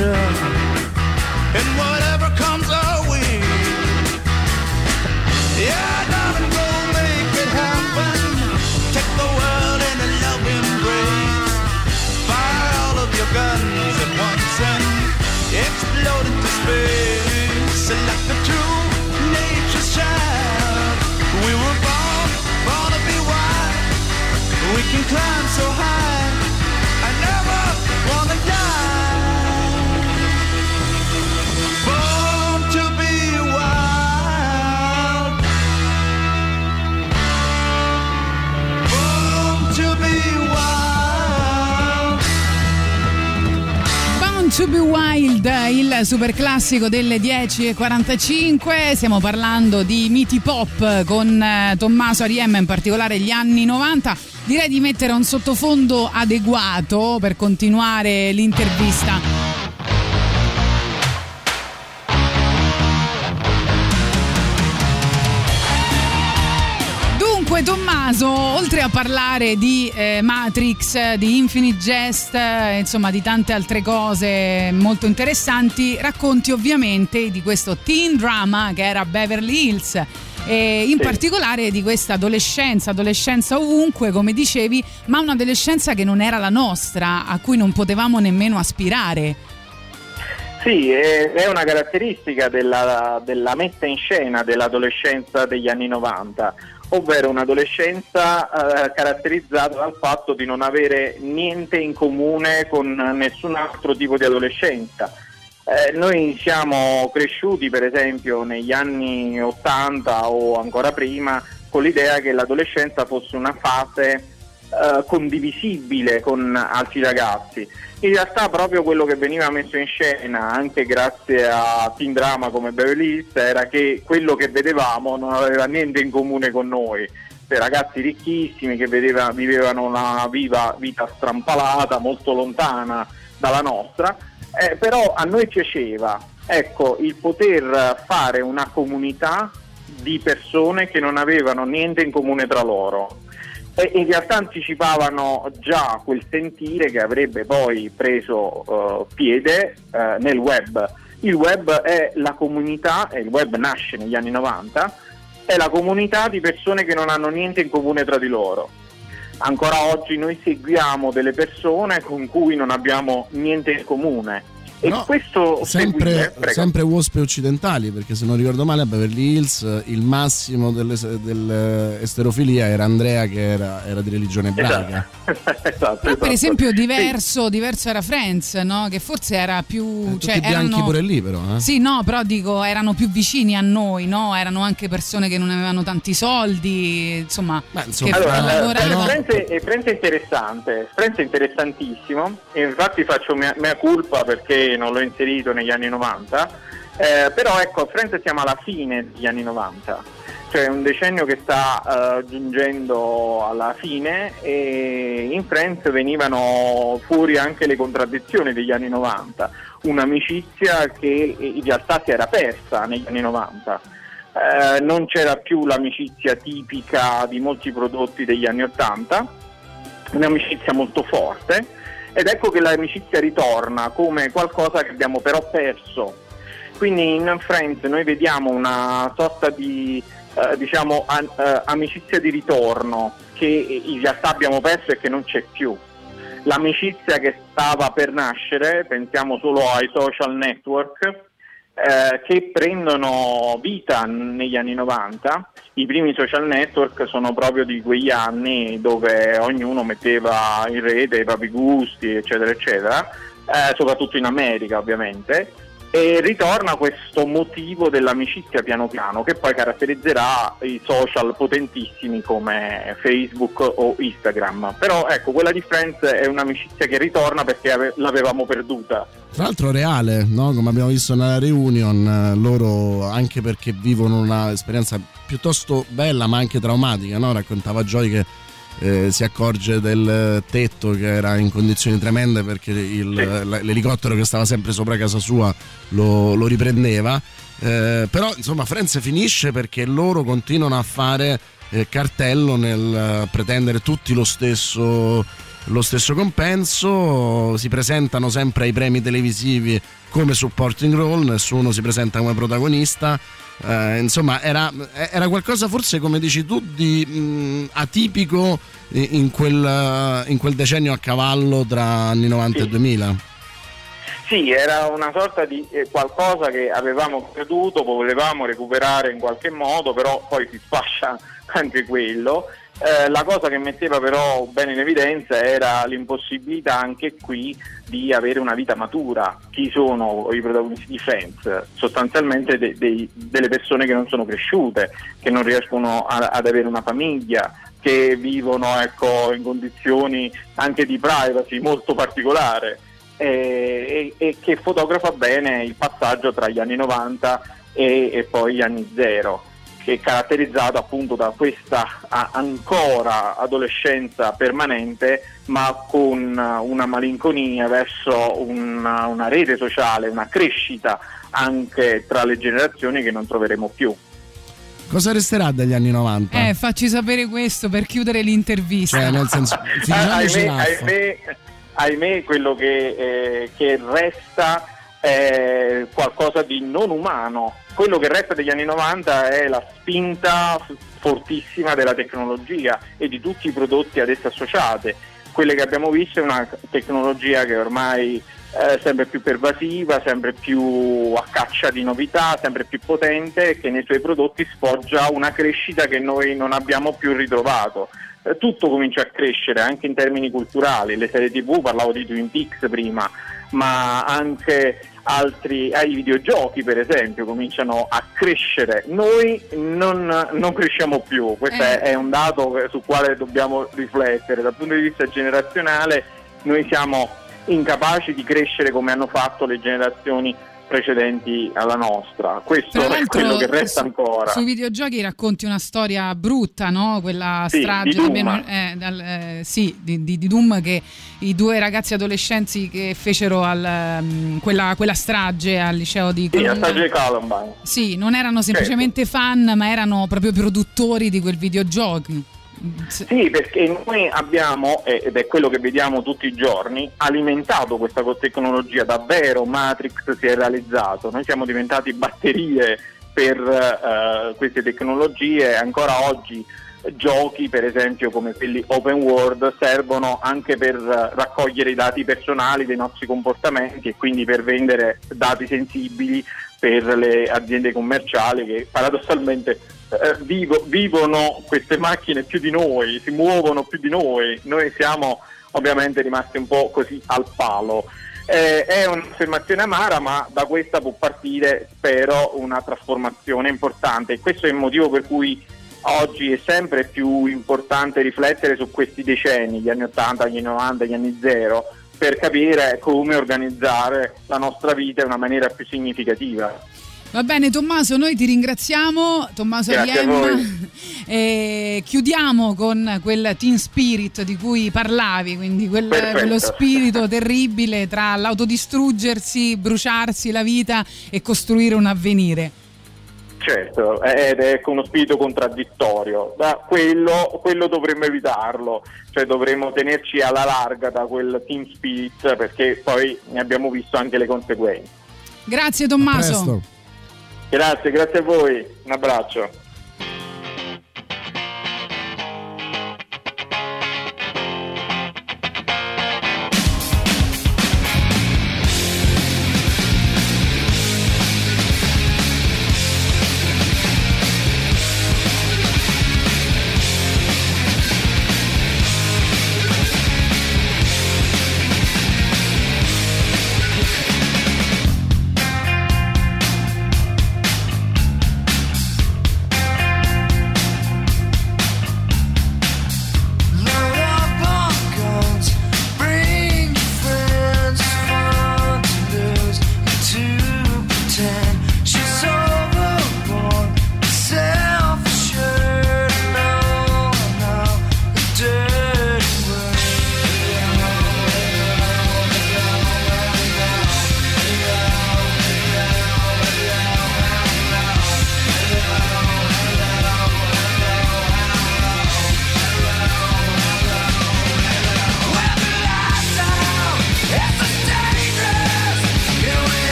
future and whatever comes our way. Yeah, darling, go make it happen. Take the world in a love embrace. Fire all of your guns at once and explode into space. Like the true nature's child, we were born to be wild. We can climb so high, I never wanna die. Born to be wild. Born to be wild. Born to be Wild, il super classico delle 10:45. Stiamo parlando di miti pop con Tommaso Ariemma, in particolare gli anni 90. Direi di mettere un sottofondo adeguato per continuare l'intervista. Dunque Tommaso, oltre a parlare di Matrix, di Infinite Jest, insomma di tante altre cose molto interessanti, racconti ovviamente di questo teen drama che era Beverly Hills e in particolare di questa adolescenza ovunque, come dicevi, ma un'adolescenza che non era la nostra, a cui non potevamo nemmeno aspirare. Sì, è una caratteristica della messa in scena dell'adolescenza degli anni 90, ovvero un'adolescenza caratterizzata dal fatto di non avere niente in comune con nessun altro tipo di adolescenza. Noi siamo cresciuti, per esempio, negli anni 80 o ancora prima, con l'idea che l'adolescenza fosse una fase condivisibile con altri ragazzi. In realtà proprio quello che veniva messo in scena, anche grazie a teen drama come Beverly Hills, era che quello che vedevamo non aveva niente in comune con noi. Cioè, ragazzi ricchissimi che vivevano una vita strampalata, molto lontana dalla nostra, però a noi piaceva, ecco, il poter fare una comunità di persone che non avevano niente in comune tra loro. E in realtà anticipavano già quel sentire che avrebbe poi preso piede nel web. Il web è la comunità, e il web nasce negli anni 90, è la comunità di persone che non hanno niente in comune tra di loro. Ancora oggi noi seguiamo delle persone con cui non abbiamo niente in comune. E no, questo sempre WOSP occidentali, perché se non ricordo male a Beverly Hills il massimo dell'esterofilia era Andrea, che era di religione ebraica. Esatto. Per esempio diverso era Friends, no? Che forse era più, tutti bianchi pure lì, però Sì, no, però dico, erano più vicini a noi, no? Erano anche persone che non avevano tanti soldi, insomma. Friends è interessante, Friends è interessantissimo, e infatti faccio mea culpa perché non l'ho inserito negli anni 90, però ecco, a Friends siamo alla fine degli anni 90, cioè un decennio che sta giungendo alla fine, e in Friends venivano fuori anche le contraddizioni degli anni 90, un'amicizia che in realtà si era persa negli anni 90. Non c'era più l'amicizia tipica di molti prodotti degli anni 80, un'amicizia molto forte. Ed ecco che l'amicizia ritorna come qualcosa che abbiamo però perso. Quindi in Friends noi vediamo una sorta di amicizia di ritorno che in realtà abbiamo perso e che non c'è più. L'amicizia che stava per nascere, pensiamo solo ai social network che prendono vita negli anni 90. I primi social network sono proprio di quegli anni dove ognuno metteva in rete i propri gusti, eccetera eccetera, soprattutto in America ovviamente, e ritorna questo motivo dell'amicizia piano piano, che poi caratterizzerà i social potentissimi come Facebook o Instagram. Però ecco, quella di Friends è un'amicizia che ritorna perché l'avevamo perduta. Tra l'altro reale, no? Come abbiamo visto nella reunion, loro, anche perché vivono un'esperienza piuttosto bella ma anche traumatica, no? Raccontava Joy che si accorge del tetto che era in condizioni tremende perché l'elicottero che stava sempre sopra casa sua lo riprendeva, però insomma Friends finisce perché loro continuano a fare cartello nel pretendere tutti lo stesso lo stesso compenso, si presentano sempre ai premi televisivi come supporting role, nessuno si presenta come protagonista. Insomma era qualcosa forse, come dici tu, di atipico in quel decennio a cavallo tra anni 90 e 2000. Sì, era una sorta di qualcosa che avevamo creduto, volevamo recuperare in qualche modo, però poi si sfascia anche quello. La cosa che metteva però bene in evidenza era l'impossibilità anche qui di avere una vita matura. Chi sono i protagonisti di Friends? Sostanzialmente delle persone che non sono cresciute, che non riescono ad avere una famiglia, che vivono in condizioni anche di privacy molto particolare, e che fotografa bene il passaggio tra gli anni 90 e poi gli anni 0, che è caratterizzato appunto da questa ancora adolescenza permanente, ma con una malinconia verso una rete sociale, una crescita anche tra le generazioni che non troveremo più. Cosa resterà dagli anni 90? Facci sapere questo per chiudere l'intervista. Cioè, nel senso, ahimè, quello che resta è qualcosa di non umano. Quello che resta degli anni 90 è la spinta fortissima della tecnologia e di tutti i prodotti ad essa associate. Quelle che abbiamo visto è una tecnologia che ormai è sempre più pervasiva, sempre più a caccia di novità, sempre più potente, che nei suoi prodotti sfoggia una crescita che noi non abbiamo più ritrovato. Tutto comincia a crescere anche in termini culturali, le serie TV, parlavo di Twin Peaks prima, ma anche ai videogiochi per esempio cominciano a crescere. Noi non cresciamo più, questo è un dato sul quale dobbiamo riflettere. Dal punto di vista generazionale noi siamo incapaci di crescere come hanno fatto le generazioni precedenti alla nostra. Questo è quello che resta ancora. Sui videogiochi racconti una storia brutta, no? Quella strage di Doom, che i due ragazzi adolescenti che fecero quella strage al liceo di Columbine. Sì, la strage di Columbine. Sì, non erano semplicemente fan, ma erano proprio produttori di quel videogioco. Sì, perché noi abbiamo, ed è quello che vediamo tutti i giorni, alimentato questa tecnologia. Davvero Matrix si è realizzato, noi siamo diventati batterie per queste tecnologie. Ancora oggi giochi, per esempio come quelli open world, servono anche per raccogliere i dati personali dei nostri comportamenti e quindi per vendere dati sensibili per le aziende commerciali che paradossalmente vivono queste macchine più di noi, si muovono più di noi siamo ovviamente rimasti un po' così al palo. È un'affermazione amara, ma da questa può partire, spero, una trasformazione importante, e questo è il motivo per cui oggi è sempre più importante riflettere su questi decenni, gli anni 80, gli anni 90, gli anni 0, per capire come organizzare la nostra vita in una maniera più significativa. Va bene Tommaso, noi ti ringraziamo, Tommaso Riem, e chiudiamo con quel teen spirit di cui parlavi, quindi quello spirito terribile tra l'autodistruggersi, bruciarsi la vita e costruire un avvenire. Certo, ed è uno spirito contraddittorio. Da quello dovremmo evitarlo, cioè dovremmo tenerci alla larga da quel teen spirit, perché poi ne abbiamo visto anche le conseguenze. Grazie Tommaso. Grazie a voi, un abbraccio.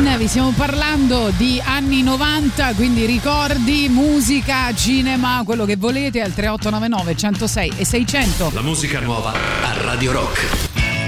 Queen, vi stiamo parlando di anni 90, quindi ricordi, musica, cinema, quello che volete al 3899 106 e 600. La musica nuova a Radio Rock.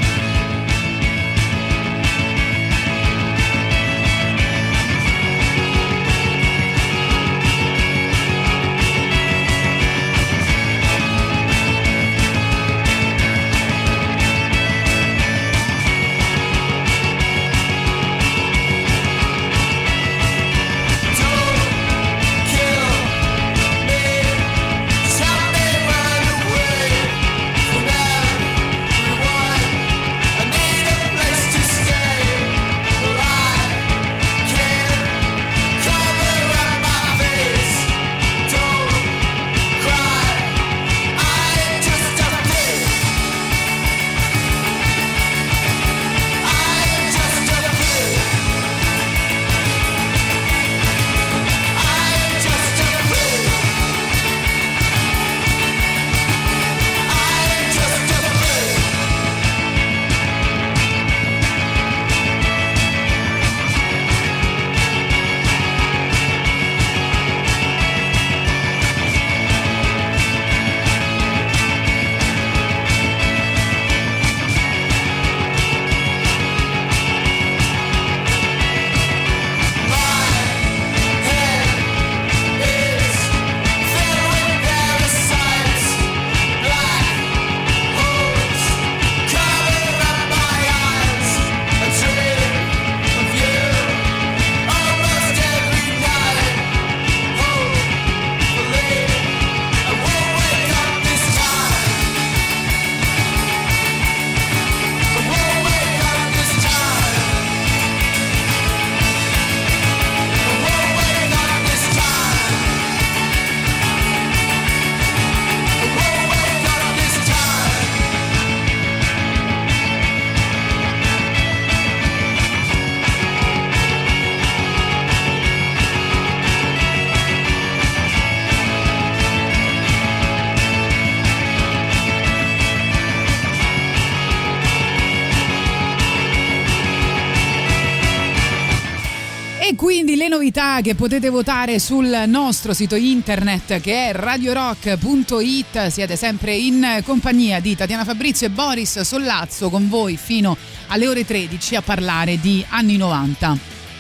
Quindi le novità che potete votare sul nostro sito internet che è radiorock.it. Siete sempre in compagnia di Tatiana Fabrizio e Boris Sollazzo con voi fino alle ore 13 a parlare di anni 90.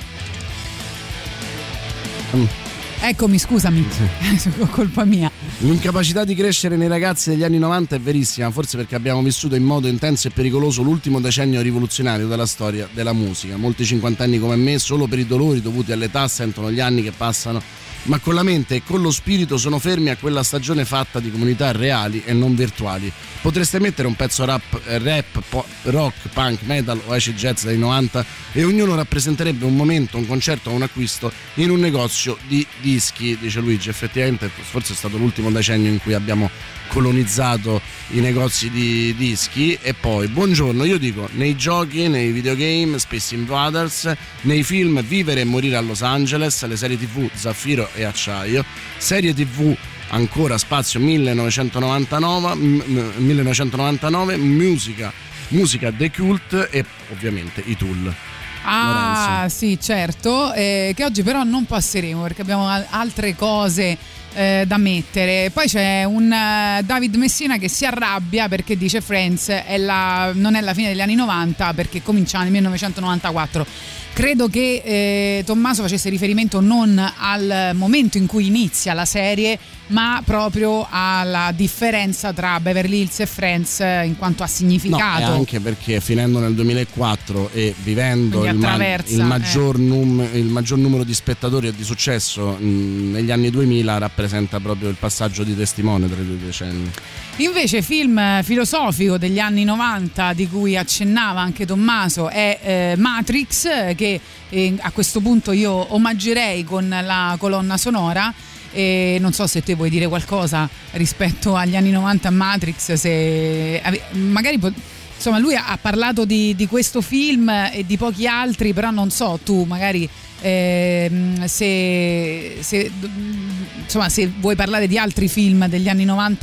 Eccomi, scusami, colpa mia. L'incapacità di crescere nei ragazzi degli anni 90 è verissima, forse perché abbiamo vissuto in modo intenso e pericoloso l'ultimo decennio rivoluzionario della storia della musica. Molti cinquantenni come me, solo per i dolori dovuti all'età, sentono gli anni che passano, ma con la mente e con lo spirito sono fermi a quella stagione fatta di comunità reali e non virtuali. Potreste mettere un pezzo rap, rock, punk, metal o acid jazz dai 90 e ognuno rappresenterebbe un momento, un concerto o un acquisto in un negozio di dischi, dice Luigi. Effettivamente forse è stato l'ultimo decennio in cui abbiamo colonizzato i negozi di dischi. E poi, buongiorno, io dico, nei giochi, nei videogame, Space Invaders, nei film Vivere e morire a Los Angeles, le serie TV Zaffiro e Acciaio, serie TV ancora spazio 1999, musica The Cult e ovviamente i Tool. Ah, Lorenzo. sì, certo, che oggi però non passeremo perché abbiamo altre cose da mettere. Poi c'è un David Messina che si arrabbia perché dice Friends non è la fine degli anni 90 perché comincia nel 1994. Credo che Tommaso facesse riferimento non al momento in cui inizia la serie, ma proprio alla differenza tra Beverly Hills e Friends in quanto a significato. No, anche perché finendo nel 2004 e vivendo il maggior numero di spettatori e di successo negli anni 2000 rappresenta proprio il passaggio di testimone tra i due decenni. Invece film filosofico degli anni 90 di cui accennava anche Tommaso è Matrix, che a questo punto io omaggerei con la colonna sonora. E non so se te vuoi dire qualcosa rispetto agli anni 90 a Matrix, se magari insomma lui ha parlato di questo film e di pochi altri, però non so tu magari se vuoi parlare di altri film degli anni 90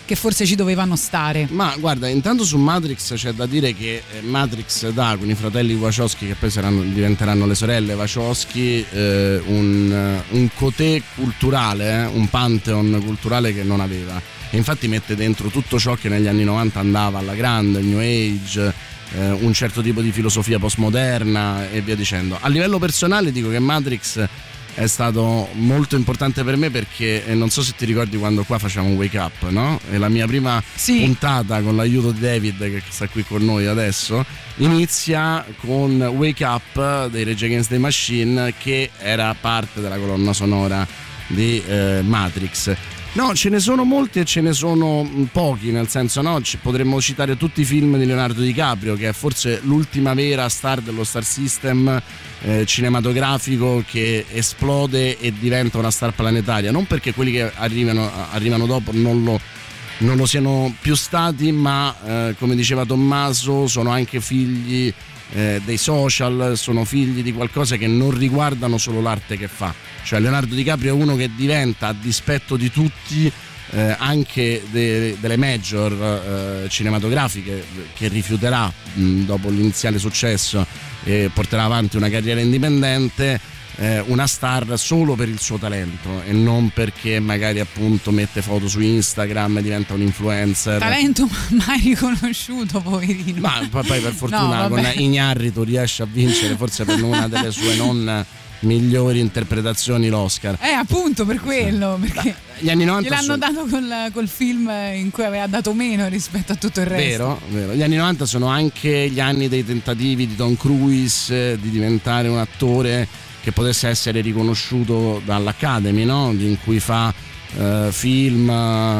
che forse ci dovevano stare. Ma guarda, intanto su Matrix c'è da dire che Matrix dà con i fratelli Wachowski, che poi diventeranno le sorelle Wachowski, un cotè culturale, un pantheon culturale che non aveva, e infatti mette dentro tutto ciò che negli anni 90 andava alla grande, il New Age, un certo tipo di filosofia postmoderna e via dicendo. A livello personale dico che Matrix è stato molto importante per me perché non so se ti ricordi quando qua facciamo un Wake Up, no? E la mia prima puntata, con l'aiuto di David che sta qui con noi adesso, inizia con Wake Up dei Rage Against the Machine, che era parte della colonna sonora di Matrix. No, ce ne sono molti e ce ne sono pochi, nel senso, no, potremmo citare tutti i film di Leonardo DiCaprio, che è forse l'ultima vera star dello Star System cinematografico, che esplode e diventa una star planetaria, non perché quelli che arrivano dopo non lo siano più stati, ma come diceva Tommaso, sono anche figli dei social, sono figli di qualcosa che non riguardano solo l'arte che fa. Cioè Leonardo DiCaprio è uno che diventa, a dispetto di tutti, anche delle major cinematografiche, che rifiuterà dopo l'iniziale successo e porterà avanti una carriera indipendente, una star solo per il suo talento e non perché magari appunto mette foto su Instagram e diventa un influencer. Talento mai riconosciuto, poverino. Ma poi per fortuna con Iñárritu riesce a vincere, forse per una delle sue non migliori interpretazioni, l'Oscar. Appunto per quello, perché gli anni 90 gliel'hanno dato col film in cui aveva dato meno rispetto a tutto il resto. Vero. Gli anni 90 sono anche gli anni dei tentativi di Tom Cruise di diventare un attore che potesse essere riconosciuto dall'Academy, no? In cui fa film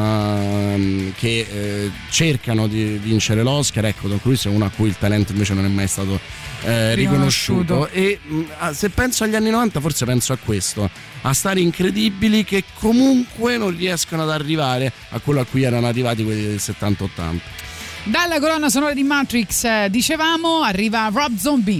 che cercano di vincere l'Oscar. Ecco, Tom Cruise è uno a cui il talento invece non è mai stato riconosciuto. E se penso agli anni 90 forse penso a questo, a stare incredibili che comunque non riescono ad arrivare a quello a cui erano arrivati quelli del 70-80. Dalla colonna sonora di Matrix, dicevamo, arriva Rob Zombie.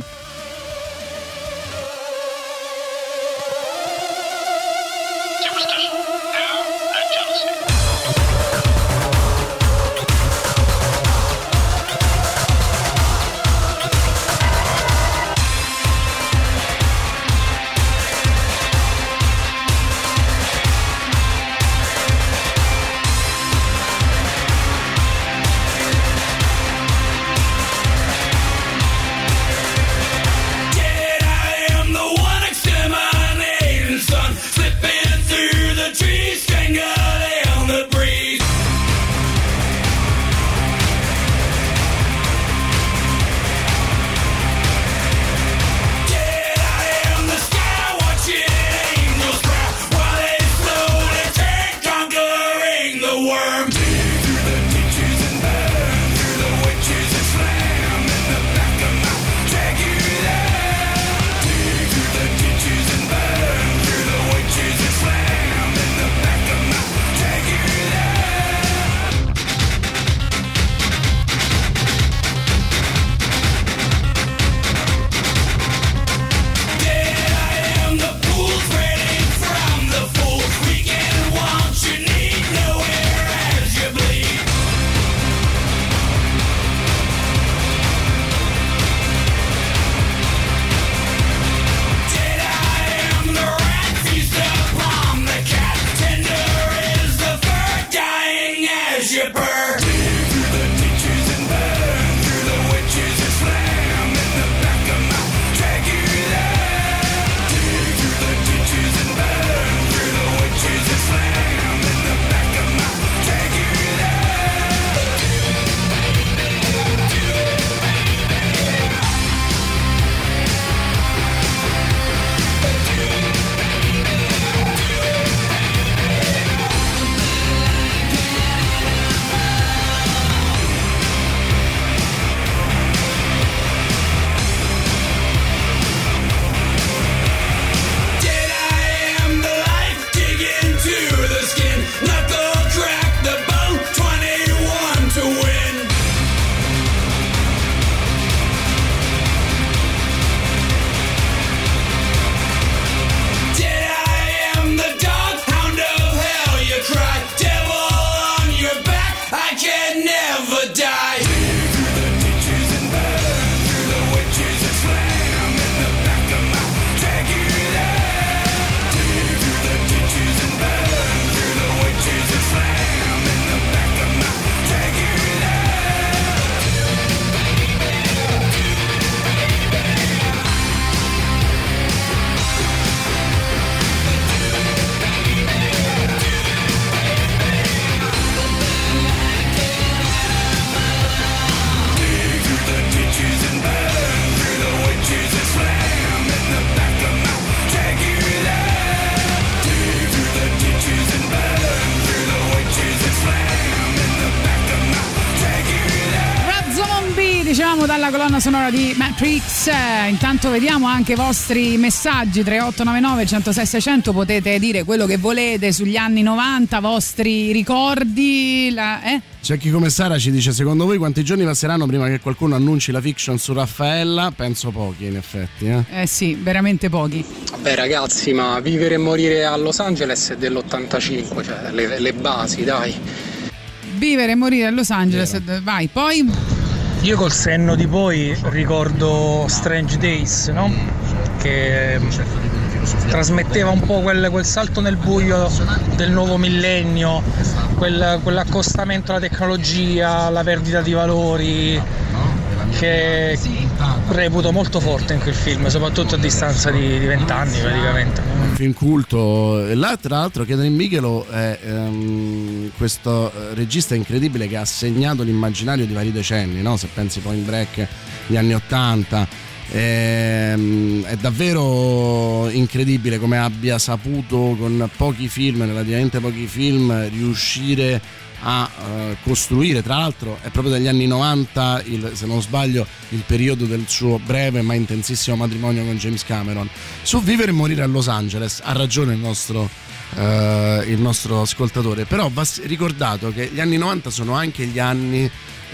dalla colonna sonora di Matrix. Intanto vediamo anche i vostri messaggi 3899 106 600, potete dire quello che volete sugli anni 90, vostri ricordi. C'è chi come Sara ci dice: secondo voi quanti giorni passeranno prima che qualcuno annunci la fiction su Raffaella? Penso pochi, in effetti. Sì, veramente pochi. Vabbè ragazzi, ma Vivere e morire a Los Angeles è dell'85, cioè le basi, dai. Vivere e morire a Los Angeles, vai, poi. Io col senno di poi ricordo Strange Days, no? Che trasmetteva un po' quel salto nel buio del nuovo millennio, quell'accostamento alla tecnologia, alla perdita di valori, che reputo molto forte in quel film, soprattutto a distanza di 20 anni praticamente. Un film culto. E là tra l'altro Catherine Bigelow è questo regista incredibile che ha segnato l'immaginario di vari decenni, no? Se pensi Point Break, gli anni 80, è davvero incredibile come abbia saputo con pochi film, relativamente pochi film, riuscire a costruire. Tra l'altro è proprio dagli anni 90, se non sbaglio, il periodo del suo breve ma intensissimo matrimonio con James Cameron. Su Vivere e morire a Los Angeles ha ragione il nostro ascoltatore, però va ricordato che gli anni 90 sono anche gli anni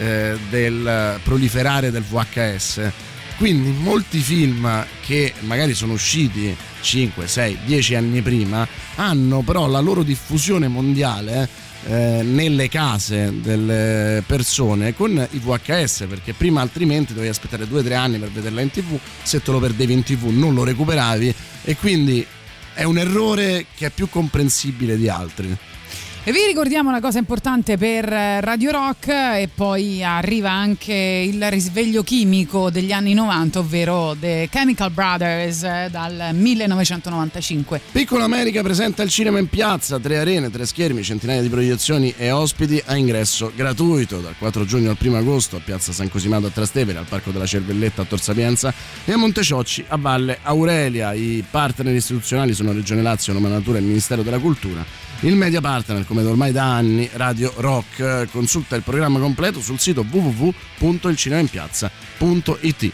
del proliferare del VHS, quindi molti film che magari sono usciti 5, 6, 10 anni prima hanno però la loro diffusione mondiale nelle case delle persone con i VHS, perché prima altrimenti dovevi aspettare 2-3 anni per vederla in TV, se te lo perdevi in TV non lo recuperavi, e quindi è un errore che è più comprensibile di altri. E vi ricordiamo una cosa importante per Radio Rock, e poi arriva anche il risveglio chimico degli anni 90, ovvero The Chemical Brothers dal 1995. Piccola America presenta il cinema in piazza, 3 arene, 3 schermi, centinaia di proiezioni e ospiti a ingresso gratuito dal 4 giugno al 1 agosto a Piazza San Cosimato a Trastevere, al Parco della Cervelletta a Tor Sapienza e a Monteciocci a Valle Aurelia. I partner istituzionali sono Regione Lazio, Noma Natura e il Ministero della Cultura. Il media partner, come ormai da anni, Radio Rock. Consulta il programma completo sul sito www.ilcinemainpiazza.it.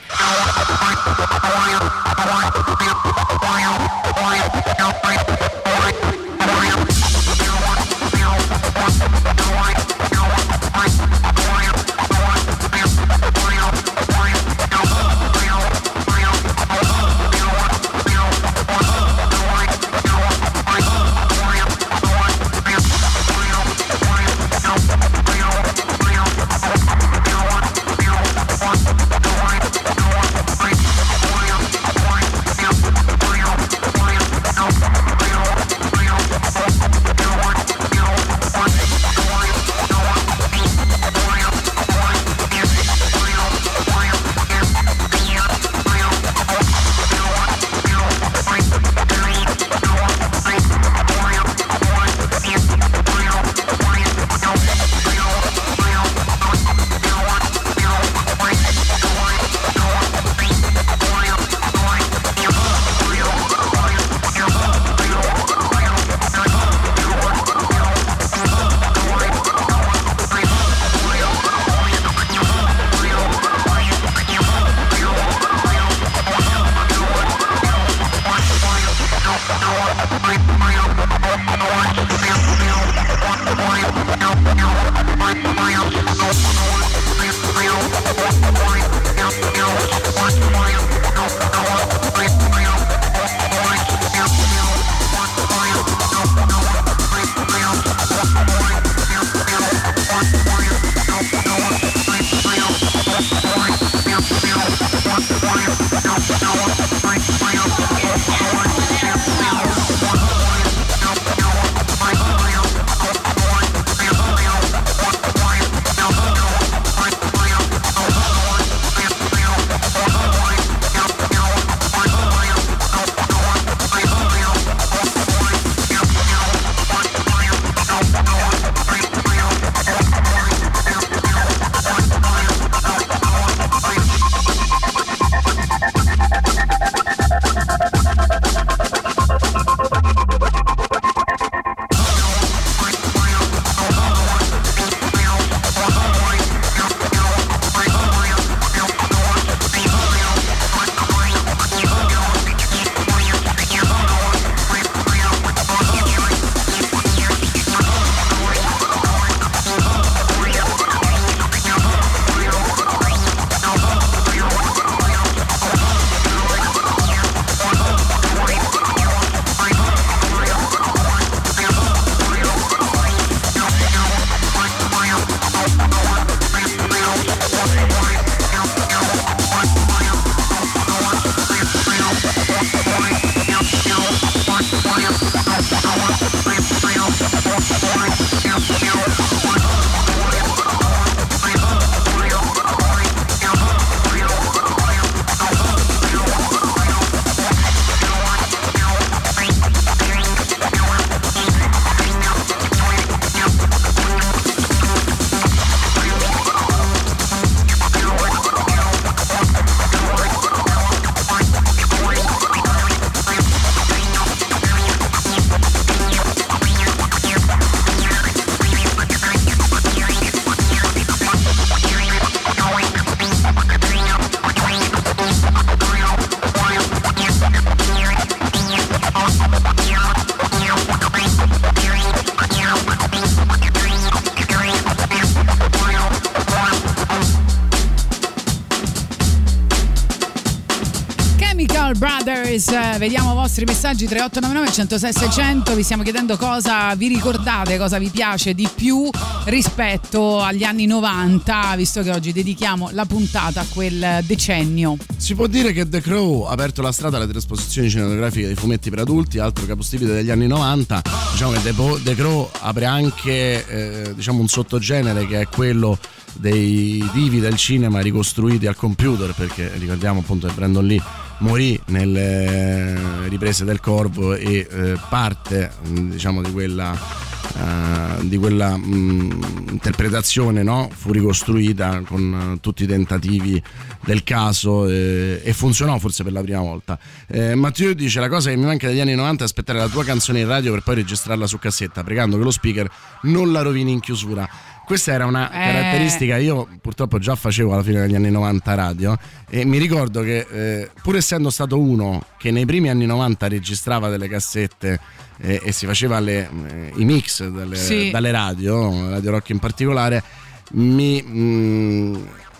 Chemical Brothers. Vediamo i vostri messaggi 3899 106 600. Vi stiamo chiedendo cosa vi ricordate, cosa vi piace di più rispetto agli anni 90, visto che oggi dedichiamo la puntata a quel decennio. Si può dire che The Crow ha aperto la strada alle trasposizioni cinematografiche dei fumetti per adulti, altro capostipite degli anni 90. Diciamo che The Crow apre anche diciamo un sottogenere che è quello dei divi del cinema ricostruiti al computer, perché ricordiamo appunto che Brandon Lee morì nelle riprese del Corvo e parte diciamo di quella interpretazione, no? Fu ricostruita con tutti i tentativi del caso e funzionò forse per la prima volta. Matteo dice: la cosa che mi manca degli anni 90 è aspettare la tua canzone in radio per poi registrarla su cassetta, pregando che lo speaker non la rovini in chiusura. Questa era una caratteristica, io purtroppo già facevo alla fine degli anni 90 radio e mi ricordo che pur essendo stato uno che nei primi anni 90 registrava delle cassette e si faceva i mix dalle radio Rock in particolare, mi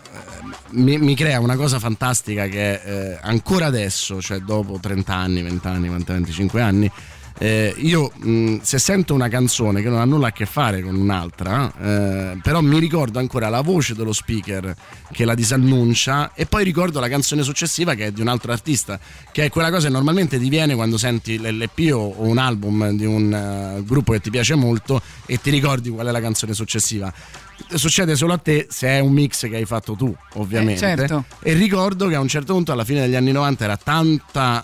crea una cosa fantastica che ancora adesso, cioè dopo 30 anni, 20 anni, 25 anni, io se sento una canzone che non ha nulla a che fare con un'altra, però mi ricordo ancora la voce dello speaker che la disannuncia e poi ricordo la canzone successiva che è di un altro artista, che è quella cosa che normalmente ti viene quando senti l'LP o un album di un gruppo che ti piace molto e ti ricordi qual è la canzone successiva. Succede solo a te se è un mix che hai fatto tu, ovviamente. Certo. E ricordo che a un certo punto alla fine degli anni 90 era tanta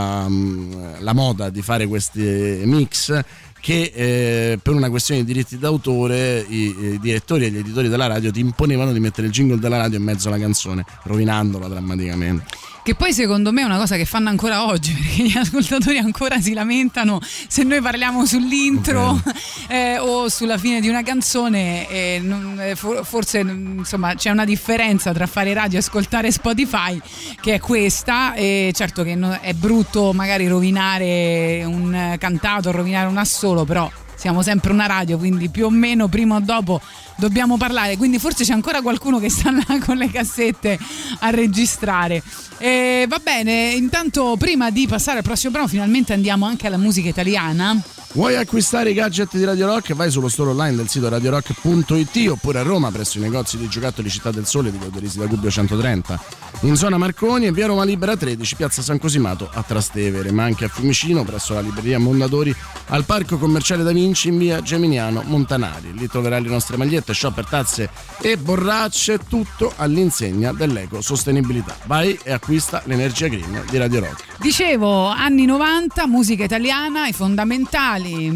la moda di fare questi mix che per una questione di diritti d'autore i direttori e gli editori della radio ti imponevano di mettere il jingle della radio in mezzo alla canzone, rovinandola drammaticamente. Che poi secondo me è una cosa che fanno ancora oggi, perché gli ascoltatori ancora si lamentano se noi parliamo sull'intro o sulla fine di una canzone, forse insomma c'è una differenza tra fare radio e ascoltare Spotify, che è questa, e certo che è brutto magari rovinare un cantato, rovinare un assolo, però siamo sempre una radio, quindi più o meno prima o dopo dobbiamo parlare, quindi forse c'è ancora qualcuno che sta là con le cassette a registrare. Va bene, intanto prima di passare al prossimo brano finalmente andiamo anche alla musica italiana. Vuoi acquistare i gadget di Radio Rock? Vai sullo store online del sito radiorock.it oppure a Roma presso i negozi di giocattoli Città del Sole di Teodorisi da Gubbio 130, in zona Marconi e via Roma Libera 13, piazza San Cosimato a Trastevere, ma anche a Fiumicino presso la libreria Mondadori, al parco commerciale Da Vinci in via Geminiano Montanari. Lì troverai le nostre magliette, shopper, tazze e borracce, tutto all'insegna dell'ecosostenibilità. Vai e acquista l'energia green di Radio Rock. Dicevo, anni 90, musica italiana, i fondamentali,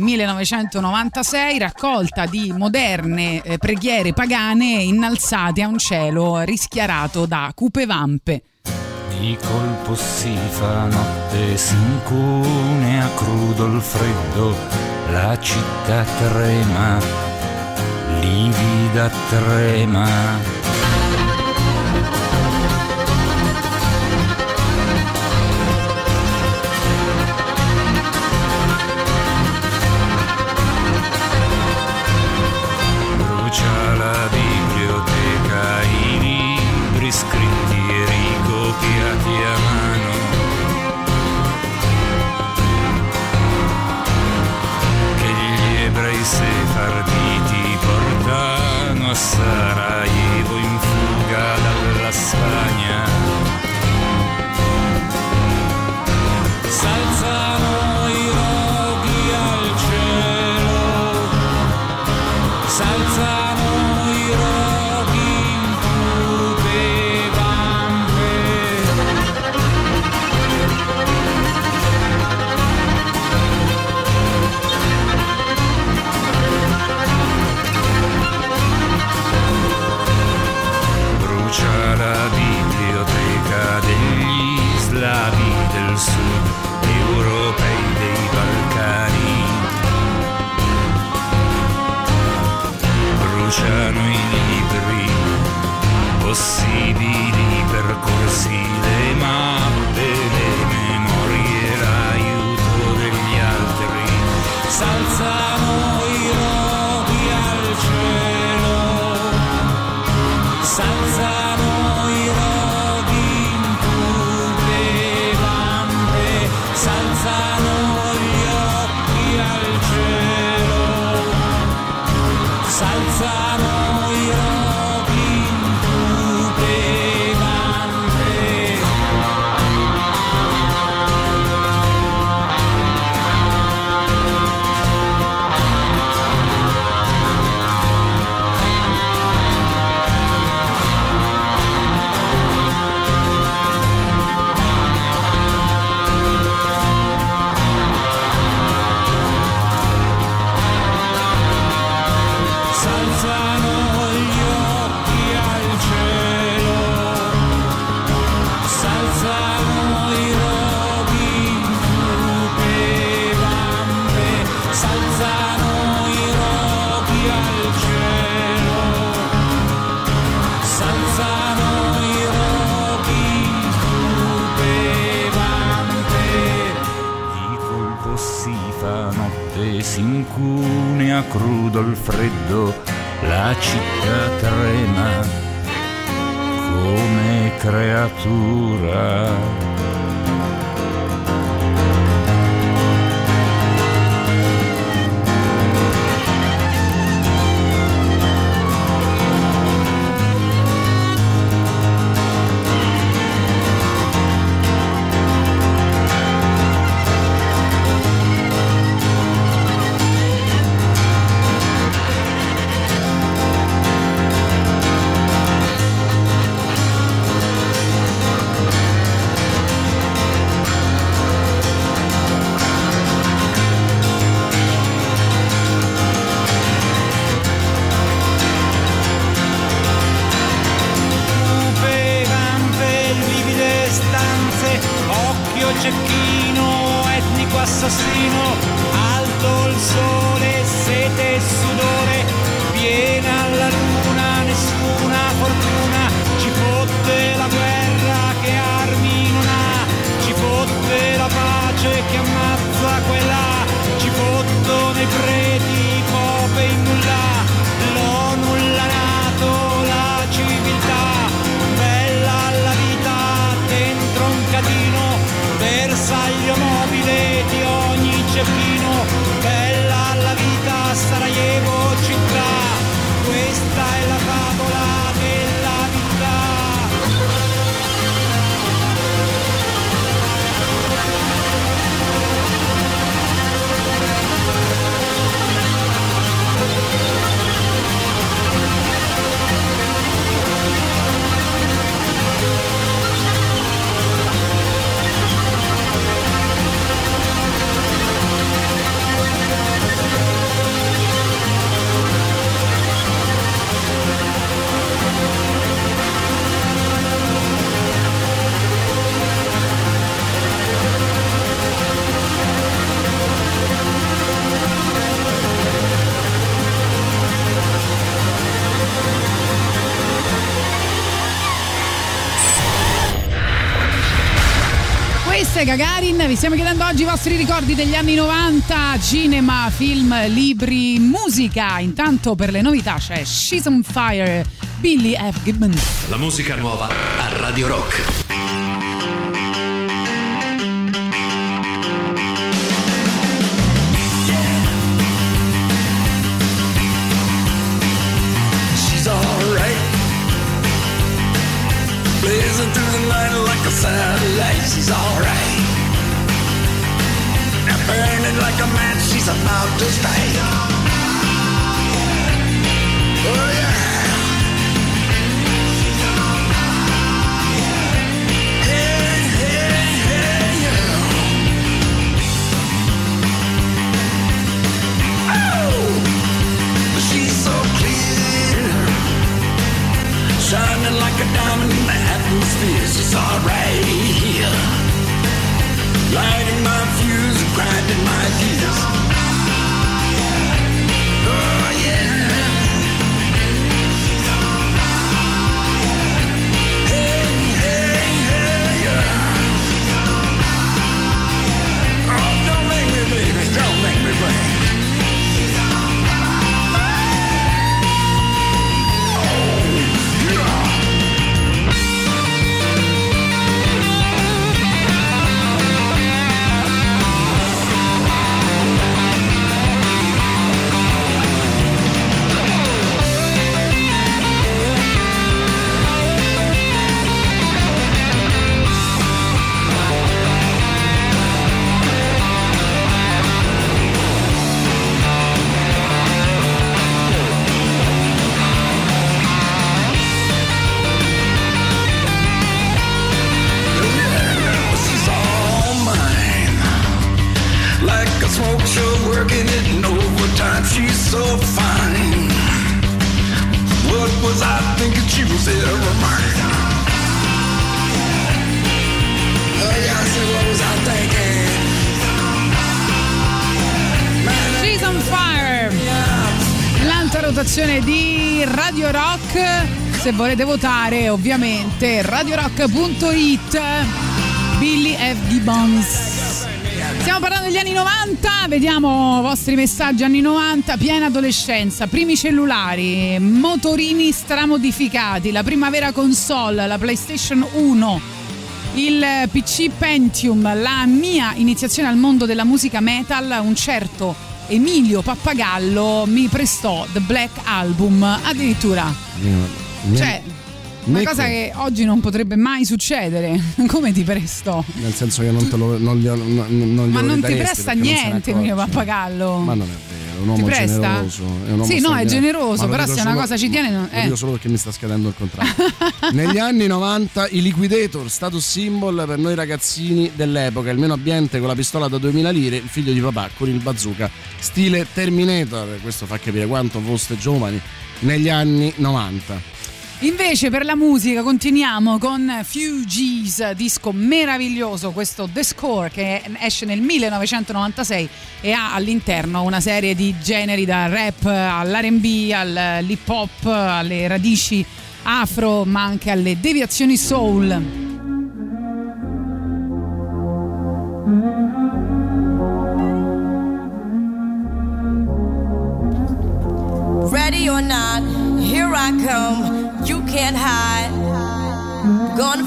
1996, raccolta di moderne preghiere pagane innalzate a un cielo rischiarato da cupe vampe. Di colpo si fa notte, si incunea crudo il freddo, la città trema, livida trema. La biblioteca, i libri scritti e ricopiati a mano, che gli ebrei sefarditi portano a Sarajevo in fuga dalla Spagna. S'alzano i roghi al cielo, s'alzano la biblioteca degli slavi del sud, europei dei Balcani. Bruciano i libri, possibili percorsi, le mappe, le memorie, l'aiuto degli altri. S'alzano i roghi al cielo, s'alzano i roghi in cupe s'alzano i roghi, lupe vampe, s'alzano i roghi al cielo, s'alzano i roghi, lupe vampe, di colpo si fa notte, si incunea crudo il freddo, la città trema come creatura. cecchino, etnico assassino, alto il sole, sete e sudore, piena la luna, nessuna fortuna, ci fotte la guerra che armi non ha, ci fotte la pace che ammazza quella, ci fottono i preti, pope in nulla, l'ONU, la NATO, la civiltà, bella la vita dentro un catino, bersaglio mobile di ogni cecchino, bella la vita Sarajevo città, questa è la favola della vita. Questa è Gagarin, vi stiamo chiedendo oggi i vostri ricordi degli anni 90, cinema, film, libri, musica. Intanto per le novità c'è She's on Fire, Billy F. Gibbons. La musica nuova a Radio Rock. Blazing through the night like a satellite, she's alright. Now burning like a match, she's about to strike. Oh yeah. Hey, hey, hey, yeah. Oh, she's so clear, shining like a diamond in the atmosphere. She's alright, lighting my fuse and grinding my gears. Oh yeah. Hey, hey, hey, yeah. Oh, don't make me, baby, don't make me break. Smoke show, working it in overtime. She's so fine. What was I thinking? She was ever mine. votazione di Radio Rock. Se volete votare, ovviamente radiorock.it. Billy F. Gibbons. Stiamo parlando degli anni 90, vediamo i vostri messaggi. Anni 90, piena adolescenza, primi cellulari, motorini stramodificati, la prima vera console, la PlayStation 1, il PC Pentium, la mia iniziazione al mondo della musica metal. Un certo Emilio Pappagallo mi prestò The Black Album, addirittura. Cioè, una cosa che oggi non potrebbe mai succedere. Come ti prestò? Nel senso che non te lo ma non ti presta niente Emilio Pappagallo. Ma non è vero, è un uomo generoso, è un uomo sì, no, è generoso, però se una cosa ci tiene lo dico solo perché mi sta scadendo il contratto. Negli anni 90 i Liquidator, status symbol per noi ragazzini dell'epoca, il meno abbiente con la pistola da 2000 lire, il figlio di papà con il bazooka stile Terminator. Questo fa capire quanto foste giovani negli anni 90. Invece per la musica continuiamo con Fugees, disco meraviglioso, questo The Score, che esce nel 1996 e ha all'interno una serie di generi, da rap all'R&B, all'hip hop, alle radici afro, ma anche alle deviazioni soul. Ready or not, here I come. You can't hide. Gonna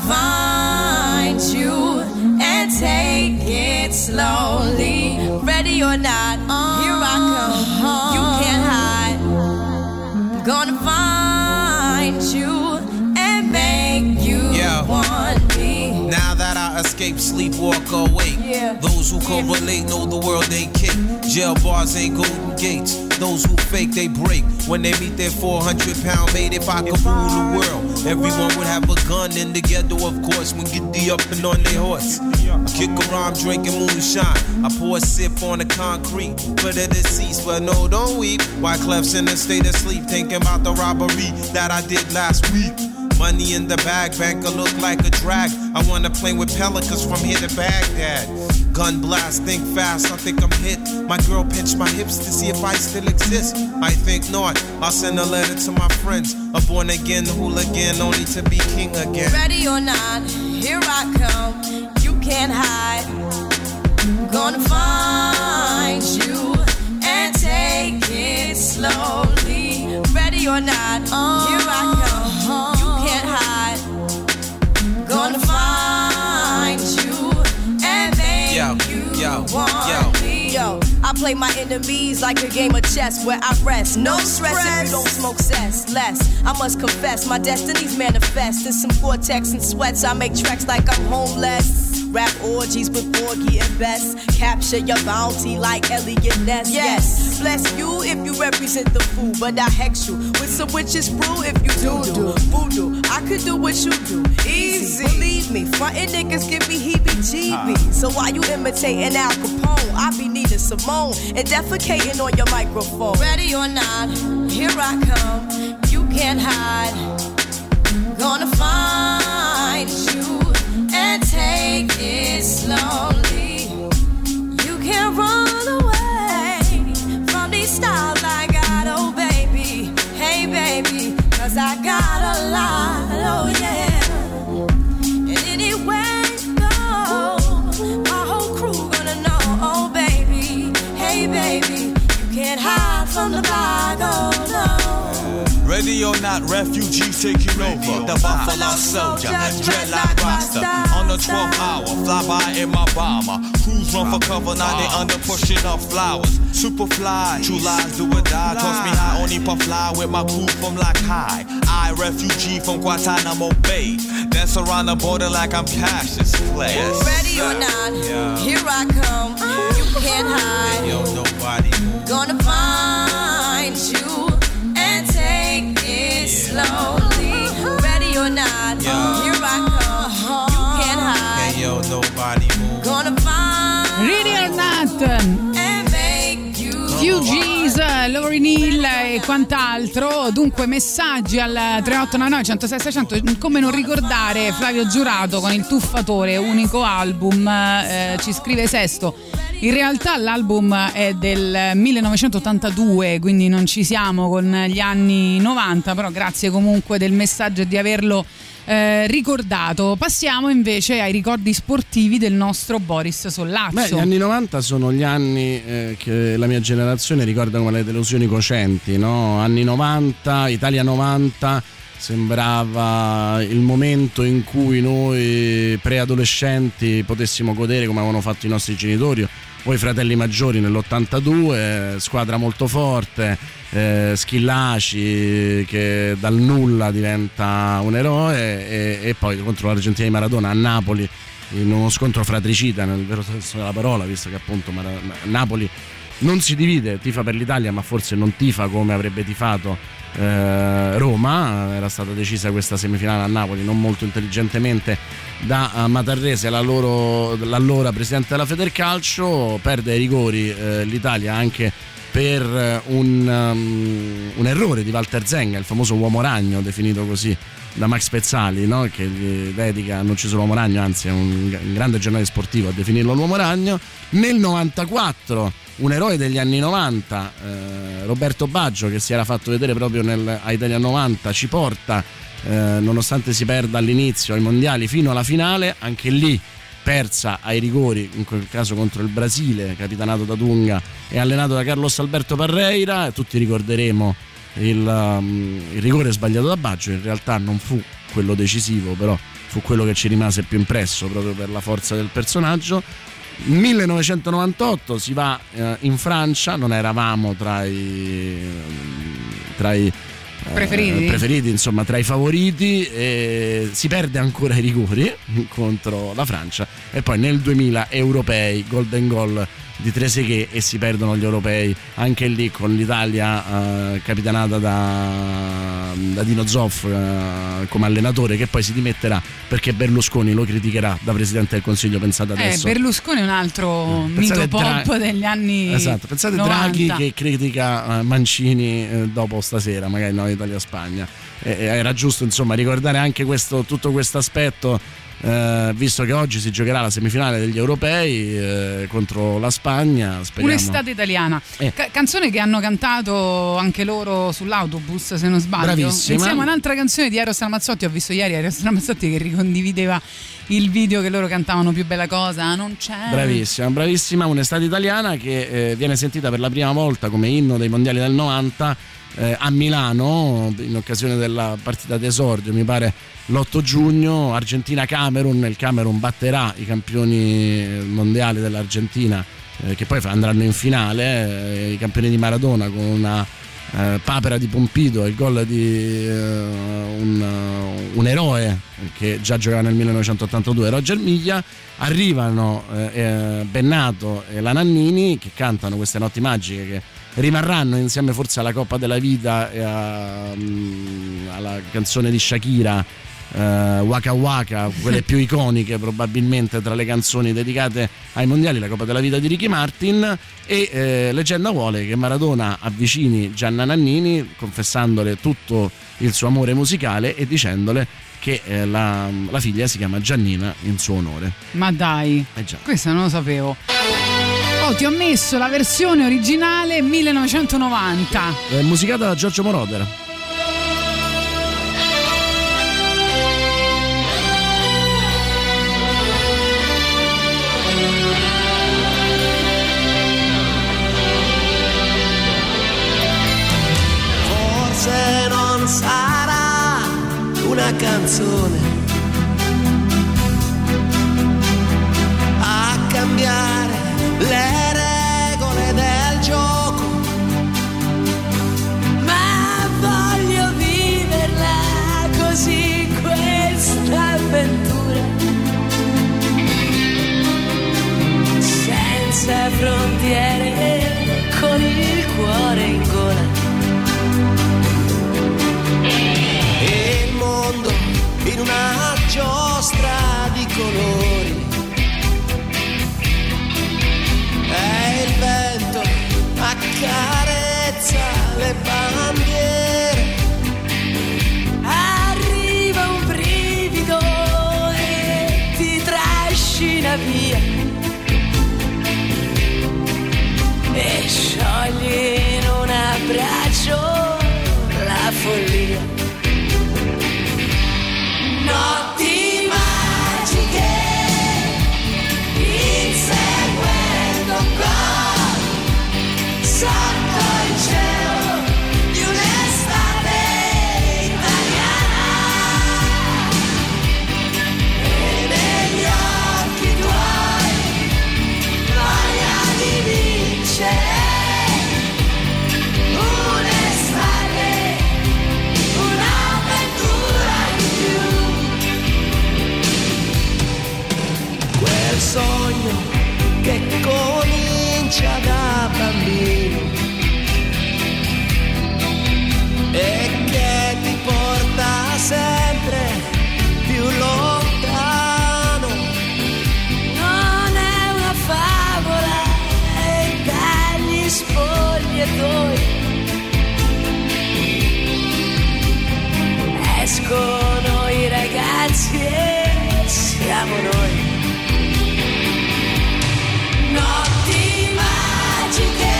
find you and take it slowly. Ready or not, here I come. You can't hide. Gonna find you and make you want me. Now that I escape, sleep, walk awake. Those who correlate know the world ain't kick. Jail bars ain't golden gates. Those who fake, they break when they meet their 400-pound mate. If I could rule the world, everyone would have a gun in the ghetto, of course, when get the up and on their horse. I kick around drinking moonshine. I pour a sip on the concrete for the deceased, but no, don't weep. Wyclef's in a state of sleep, thinking about the robbery that I did last week. Money in the bag, banker look like a drag. I wanna play with pelicans from here to Baghdad. Gun blast, think fast, I think I'm hit. My girl pinched my hips to see if I still exist. I think not, I'll send a letter to my friends. A born again hooligan, only to be king again. Ready or not, here I come. You can't hide. Gonna find you and take it slowly. Ready or not, here I come. You can't hide. Gonna find you and make you want me. Yo, I play my enemies like a game of chess where I rest. No stress if you don't smoke cess. Less, I must confess, my destinies manifest. In some Gore-Tex and sweats, I make tracks like I'm homeless. Rap orgies with Porgy and Bess. Capture your bounty like Elliot Ness. Yes, bless you if you represent the fool, but I hex you with some witches brew if you do voodoo. I could do what you do, easy. Believe me, frontin' niggas give me heebie-jeebies. So why you imitating Al Capone? I be needing Simone and defecating on your microphone. Ready or not, here I come. You can't hide. Gonna find you and take it slowly. You can't run away from these styles I got, oh baby. Hey baby, 'cause I got a lot, oh yeah. And anywhere you go, my whole crew gonna know, oh baby. Hey baby, you can't hide from the block, oh no. Ready or not, refugees taking over. The Buffalo Soldier, dreadlock roster. On the 12th hour, fly by in my bomber. Crews run for cover, now they under pushing up flowers. Superfly, true lies do or die. Toss me high, only puff fly with my crew from like high. I, refugee from Guantanamo Bay. Dance around the border like I'm Cassius Clay. Ready or not, here I come. You can't hide. Yo, nobody move. Gonna find you and take it slowly. Ready or not, here I come. You can't hide. Hey, yo, nobody move. Gonna find Ready or not, and make you Fugees, Lauryn Hill e quant'altro. Dunque messaggi al 3899 106 600. Come non ricordare Flavio Giurato con Il Tuffatore, unico album. Ci scrive Sesto, in realtà l'album è del 1982, quindi non ci siamo con gli anni 90, però grazie comunque del messaggio e di averlo ricordato. Passiamo invece ai ricordi sportivi del nostro Boris Sollazzo. Gli anni 90 sono gli anni che la mia generazione ricorda come le delusioni cocenti, no? Anni 90, Italia 90 sembrava il momento in cui noi preadolescenti potessimo godere come avevano fatto i nostri genitori o i fratelli maggiori nell'82, squadra molto forte, Schillaci che dal nulla diventa un eroe e poi contro l'Argentina di Maradona a Napoli in uno scontro fratricida nel vero senso della parola, visto che appunto Napoli non si divide, tifa per l'Italia ma forse non tifa come avrebbe tifato Roma. Era stata decisa questa semifinale a Napoli non molto intelligentemente da Matarrese, l'allora presidente della Federcalcio. Perde ai rigori l'Italia anche per un errore di Walter Zenga, il famoso uomo ragno definito così da Max Pezzali, no? Che gli dedica non ci sono l'uomo ragno, anzi è un grande giornale sportivo a definirlo l'uomo ragno. Nel 94 un eroe degli anni 90, Roberto Baggio, che si era fatto vedere proprio a Italia 90, ci porta nonostante si perda all'inizio ai mondiali fino alla finale, anche lì persa ai rigori, in quel caso contro il Brasile, capitanato da Dunga e allenato da Carlos Alberto Parreira. Tutti ricorderemo il rigore sbagliato da Baggio, in realtà non fu quello decisivo, però fu quello che ci rimase più impresso proprio per la forza del personaggio. 1998 si va in Francia, non eravamo tra i preferiti, insomma tra i favoriti, e si perde ancora ai rigori contro la Francia e poi nel 2000 europei, golden goal di Trezeguet e si perdono gli europei anche lì con l'Italia capitanata da Dino Zoff come allenatore, che poi si dimetterà perché Berlusconi lo criticherà da presidente del Consiglio. Pensate adesso, Berlusconi è un altro mito pop degli anni, esatto, pensate 90. Draghi che critica Mancini dopo stasera magari no, Italia-Spagna, era giusto insomma ricordare anche tutto questo aspetto. Visto che oggi si giocherà la semifinale degli europei contro la Spagna, speriamo. Un'estate italiana, canzone che hanno cantato anche loro sull'autobus, se non sbaglio. Bravissima. Insieme a un'altra canzone di Eros Ramazzotti. Ho visto ieri Eros Ramazzotti che ricondivideva il video che loro cantavano Più bella cosa non c'è. Bravissima, un'estate italiana che viene sentita per la prima volta come inno dei mondiali del 90 a Milano in occasione della partita d'esordio, mi pare l'8 giugno, Argentina-Camerun. Il Camerun batterà i campioni mondiali dell'Argentina che poi andranno in finale, i campioni di Maradona con una papera di Pompidou, il gol di un eroe che già giocava nel 1982, Roger Miglia. Arrivano Bennato e la Nannini che cantano queste notti magiche che rimarranno insieme forse alla Coppa della Vita e alla canzone di Shakira, Waka Waka, quelle più iconiche probabilmente tra le canzoni dedicate ai mondiali, la Coppa della Vita di Ricky Martin. E leggenda vuole che Maradona avvicini Gianna Nannini confessandole tutto il suo amore musicale e dicendole che la figlia si chiama Giannina in suo onore. Ma dai, già. Questo non lo sapevo. Ti ho messo la versione originale 1990, musicata da Giorgio Moroder. Forse non sarà una canzone a cambiare le regole del gioco, ma voglio viverla così questa avventura, senza frontiere, con il cuore in gola. E il mondo in una giostra di colori, e il vento accarezza via via e sciogli in un abbraccio la follia. Notti magiche, inseguendo un gol sotto il cielo di un'estate italiana, e negli occhi tuoi voglia di vincere. Un'estate, un'avventura in più. Quel sogno che comincia da bambino e che ti porta sempre più lontano. Non è una favola e dagli spogliatoi escono i ragazzi e siamo noi. Notti magiche,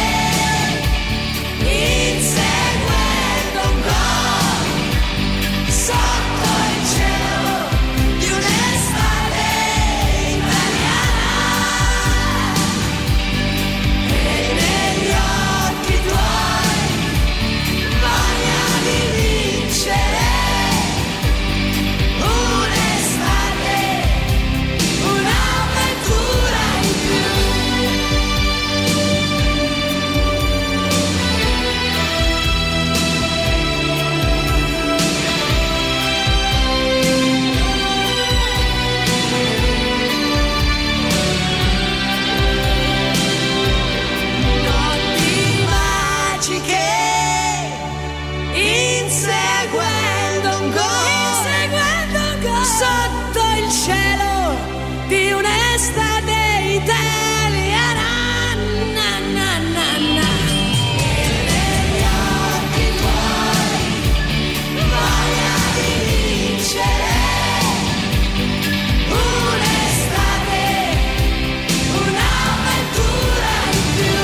inseguendo un gol sotto il cielo di un'estate italiana, e negli occhi tuoi voglia di vincere. Un'estate, un'avventura in più. Notti magiche, inseguendo un gol sotto il cielo di un'estate italiana. Na, na, na, na. E negli occhi tuoi voglia di vincere. Un'estate, un'avventura in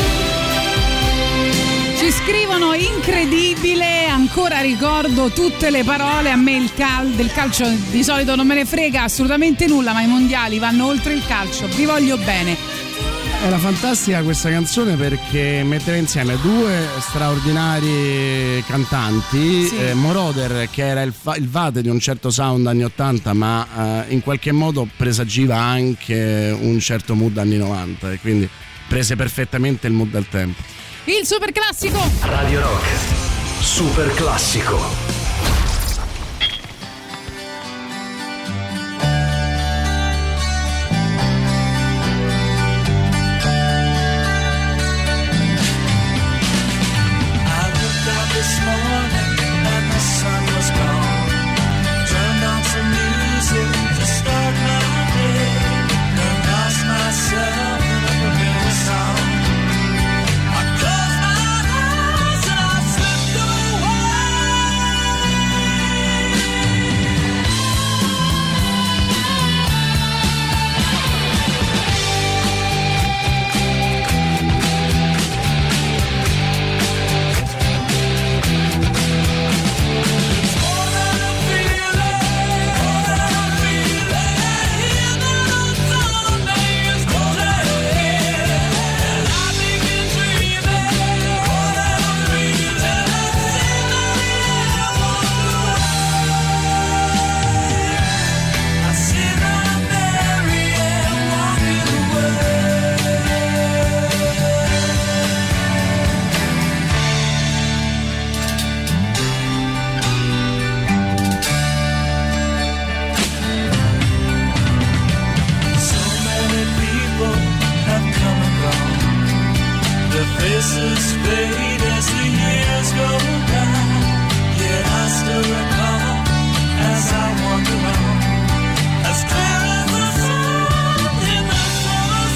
più. Ci scrivono incredibile, ancora ricordo tutte le parole, a me del calcio di solito non me ne frega assolutamente nulla, ma i mondiali vanno oltre il calcio, vi voglio bene. Era fantastica questa canzone perché metteva insieme due straordinari cantanti, Sì. Moroder, che era il vate di un certo sound anni 80, ma in qualche modo presagiva anche un certo mood anni 90, e quindi prese perfettamente il mood del tempo. Il super classico Radio Rock, super classico. I looked out this morning and the sun was gone. Turned on some music to start my day and lost myself in a familiar song. I closed my eyes and I slipped faces fade as the years go by. Yet I still recall as I wander on, as clear as the sun in the summer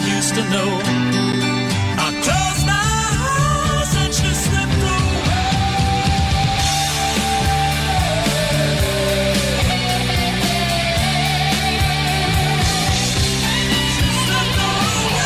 used to know. I closed my eyes and she slipped away. She slipped away.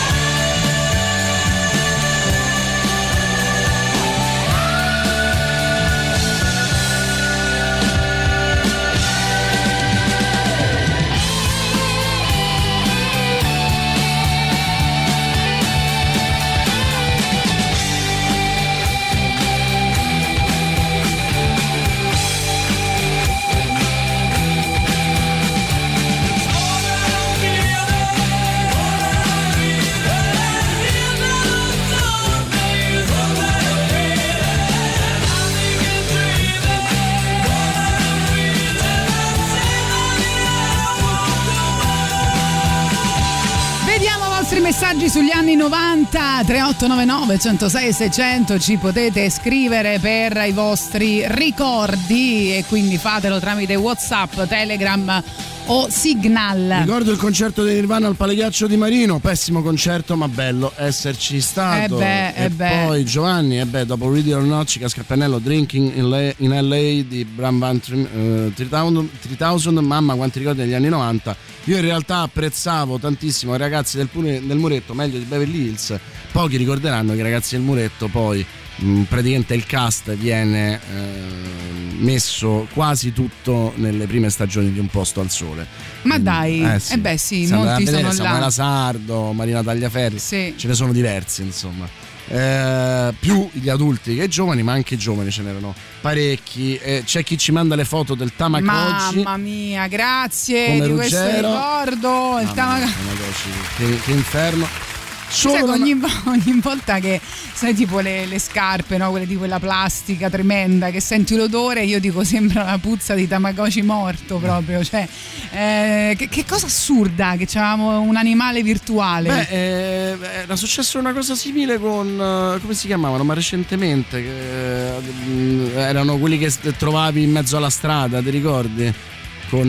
Messaggi sugli anni 90, 3899 106 600, ci potete scrivere per i vostri ricordi e quindi fatelo tramite WhatsApp, Telegram o Signal. Ricordo il concerto di Nirvana al Paleghiaccio di Marino, pessimo concerto ma bello esserci stato. Poi Giovanni, dopo Ready or Not ci casca il pennello, Drinking in LA di Bram Van 3000, mamma quanti ricordi degli anni 90. Io in realtà apprezzavo tantissimo i ragazzi del Muretto, meglio di Beverly Hills. Pochi ricorderanno che i ragazzi del Muretto poi praticamente il cast viene messo quasi tutto nelle prime stagioni di Un posto al sole. Ma dai, sì. Sì, molti sono là. Samuela Sardo, Marina Tagliaferri, sì. Ce ne sono diversi insomma. Più gli adulti che i giovani, ma anche i giovani ce n'erano parecchi. C'è chi ci manda le foto del Tamagotchi. Mamma mia, grazie come di Ruggero. questo ricordo. Il Tamagotchi, che inferno. Sai, ogni volta che sai tipo le scarpe, no? Quelle di quella plastica tremenda, che senti l'odore, io dico sembra la puzza di Tamagotchi morto proprio, cioè che cosa assurda che c'avevamo un animale virtuale. Era successo una cosa simile con come si chiamavano, ma recentemente erano quelli che trovavi in mezzo alla strada, ti ricordi? Con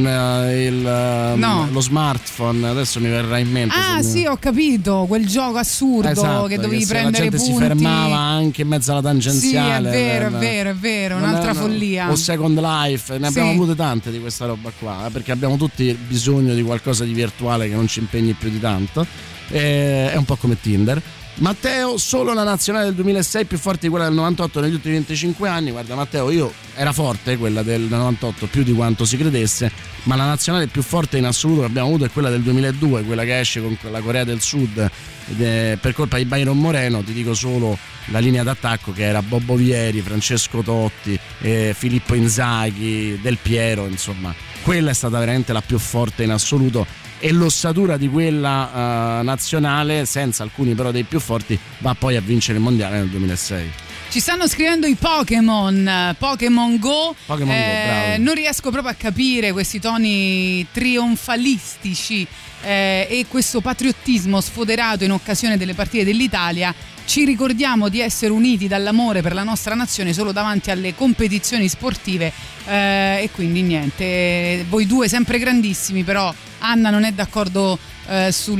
lo smartphone, adesso mi verrà in mente. Sì, ho capito, quel gioco assurdo che dovevi prendere la gente punti. si fermava anche in mezzo alla tangenziale. Sì, è vero, un'altra follia. O Second Life, ne abbiamo avute tante di questa roba qua, perché abbiamo tutti bisogno di qualcosa di virtuale che non ci impegni più di tanto. È un po' come Tinder. Matteo, solo la nazionale del 2006 più forte di quella del 98 negli ultimi 25 anni. Guarda Matteo, era forte quella del 98 più di quanto si credesse, ma la nazionale più forte in assoluto che abbiamo avuto è quella del 2002, quella che esce con la Corea del Sud per colpa di Byron Moreno. Ti dico solo la linea d'attacco che era Bobo Vieri, Francesco Totti, Filippo Inzaghi, Del Piero, insomma quella è stata veramente la più forte in assoluto. E l'ossatura di quella nazionale, senza alcuni però dei più forti, va poi a vincere il mondiale nel 2006. Ci stanno scrivendo i Pokémon Go. Bravo. Non riesco proprio a capire questi toni trionfalistici e questo patriottismo sfoderato in occasione delle partite dell'Italia. Ci ricordiamo di essere uniti dall'amore per la nostra nazione solo davanti alle competizioni sportive e quindi niente, voi due sempre grandissimi, però Anna non è d'accordo sul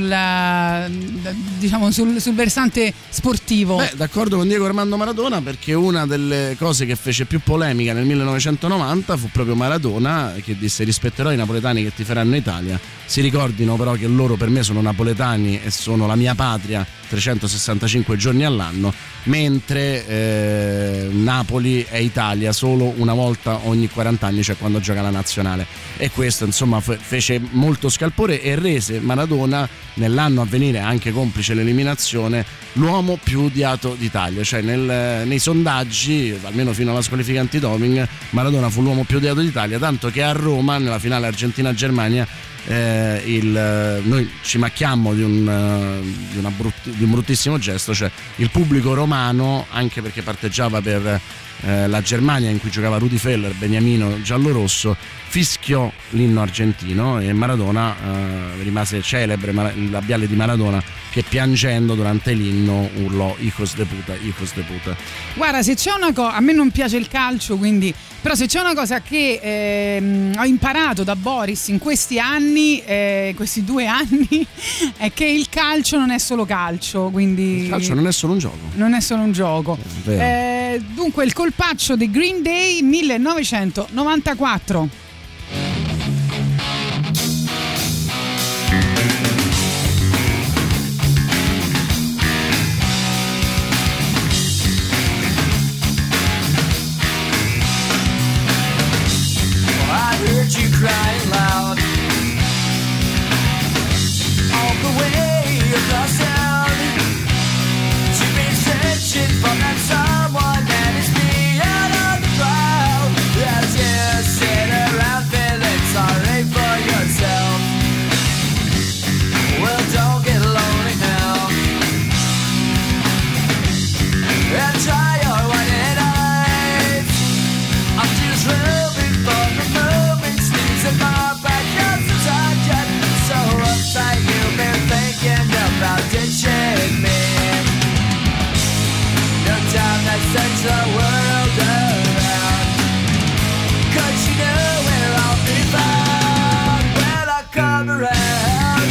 versante sportivo. D'accordo con Diego Armando Maradona, perché una delle cose che fece più polemica nel 1990 fu proprio Maradona, che disse: rispetterò i napoletani che tiferanno Italia, si ricordino però che loro per me sono napoletani e sono la mia patria 365 giorni all'anno, mentre Napoli è Italia solo una volta ogni 40 anni, cioè quando gioca la nazionale. E questo insomma fece molto scalpore e rese Maradona nell'anno a venire, anche complice l'eliminazione, l'uomo più odiato d'Italia. Cioè nei sondaggi, almeno fino alla squalifica antidoping, Maradona fu l'uomo più odiato d'Italia, tanto che a Roma nella finale Argentina-Germania noi ci macchiammo di un bruttissimo gesto, cioè il pubblico romano, anche perché parteggiava per la Germania, in cui giocava Rudi Feller, beniamino giallorosso, fischiò l'inno argentino e Maradona rimase celebre il labiale di Maradona che piangendo durante l'inno urlò "Hijos de puta, hijos de puta". Guarda, se c'è una cosa, a me non piace il calcio, quindi, però se c'è una cosa che ho imparato da Boris in questi anni, questi 2 anni, è che il calcio non è solo calcio, quindi il calcio non è solo un gioco. Non è solo un gioco. Dunque il colpaccio di Green Day 1994. You crying loud all the way across town. You've been searching for that someone that is beyond on the crowd. As you sit around feeling sorry for yourself. Well, don't get lonely now and try your white eyes. I'm just hoping for the moment in my backyard to touch it. So uptight you've been thinking about ditching me. No time to search the world around, 'cause you know where I'll be found when I come around.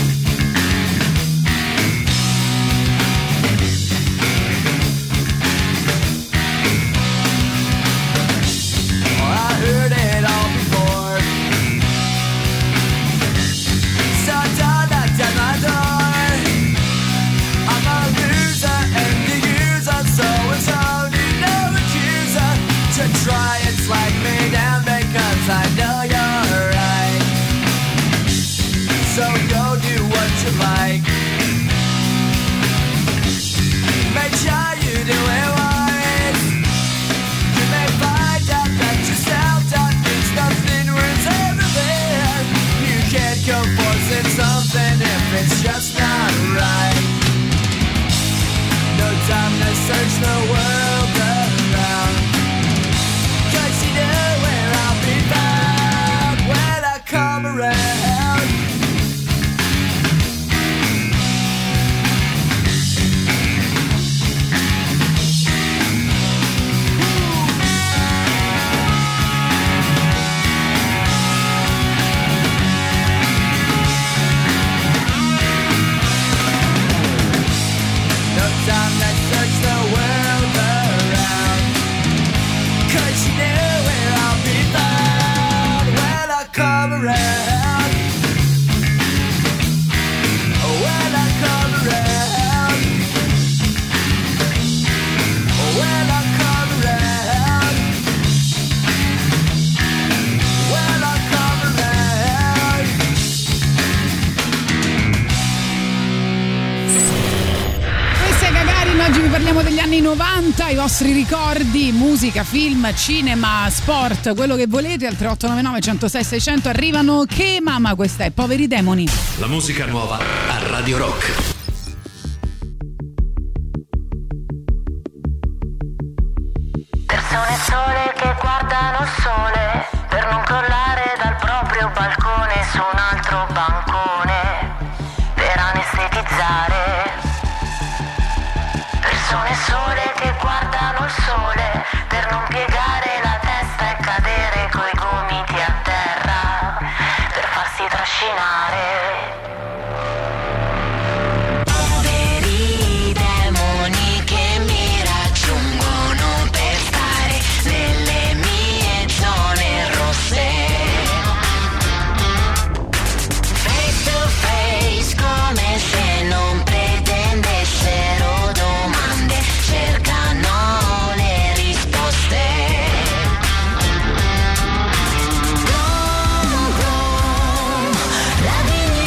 Oh, I heard it all before. At my door, I'm a loser and the user, so it's only no accuser to try and slag me down because I know you're right. So go do what you like. Make sure you do it wise. You may find out that yourself done means nothing worth everything. You can't go forcing something if it's just not right. No time to search the world around, 'cause you know where I'll be found when I come around. Time to search the world around, 'cause you know where I'll be found when I come around. When I come around. When I come around. When I come around. Gagarin, oggi vi parliamo degli anni 90, i vostri ricordi, musica, film, cinema, sport, quello che volete. Al 3899 106 600 arrivano Che Mamma, questa è Poveri Demoni. La musica nuova a Radio Rock. Persone sole che guardano il sole per non crollare dal proprio balcone su un altro bancone per anestetizzare. Persone sole che guardano il sole per non piegare la testa e cadere coi gomiti a terra per farsi trascinare. Poveri demoni che mi raggiungono per stare nelle mie zone rosse. Face to face come se non pretendessero domande, cercano le risposte. Brum, brum, la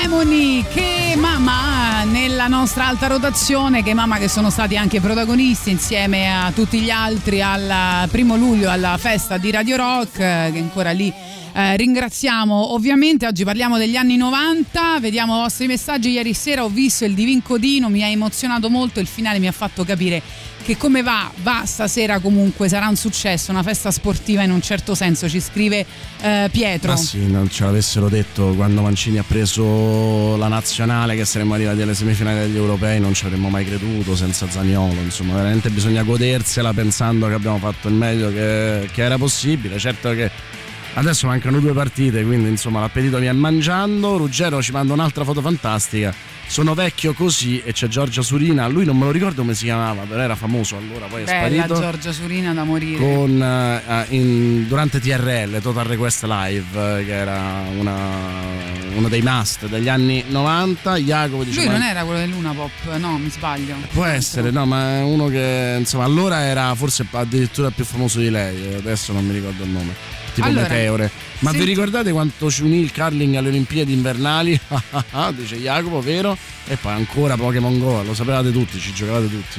Lemony, Che Mamma nella nostra alta rotazione, Che Mamma che sono stati anche protagonisti insieme a tutti gli altri al 1 luglio alla festa di Radio Rock, che ancora lì ringraziamo. Ovviamente oggi parliamo degli anni 90, vediamo i vostri messaggi. Ieri sera ho visto il Divin Codino, mi ha emozionato molto, il finale mi ha fatto capire che come va stasera comunque sarà un successo, una festa sportiva in un certo senso, ci scrive Pietro. Ma sì, non ce l'avessero detto quando Mancini ha preso la nazionale che saremmo arrivati alle semifinali degli europei, non ci avremmo mai creduto senza Zaniolo. Insomma, veramente bisogna godersela pensando che abbiamo fatto il meglio che era possibile. Certo che adesso mancano 2 partite, quindi insomma l'appetito mi è mangiando. Ruggero ci manda un'altra foto fantastica. Sono vecchio così, e c'è Giorgia Surina, lui non me lo ricordo come si chiamava, però era famoso allora, poi è bella sparito. Giorgia Surina da morire. Con durante TRL, Total Request Live, che era uno dei must degli anni 90. Jacopo dice: lui non era quello del Luna Pop, no, mi sbaglio. Può essere, no, ma è uno che insomma allora era forse addirittura più famoso di lei, adesso non mi ricordo il nome. Tipo allora, Meteore. Ma sì. Vi ricordate quanto ci unì il curling alle Olimpiadi invernali? Dice Jacopo, vero? E poi ancora Pokémon Go, lo sapevate tutti, ci giocavate tutti.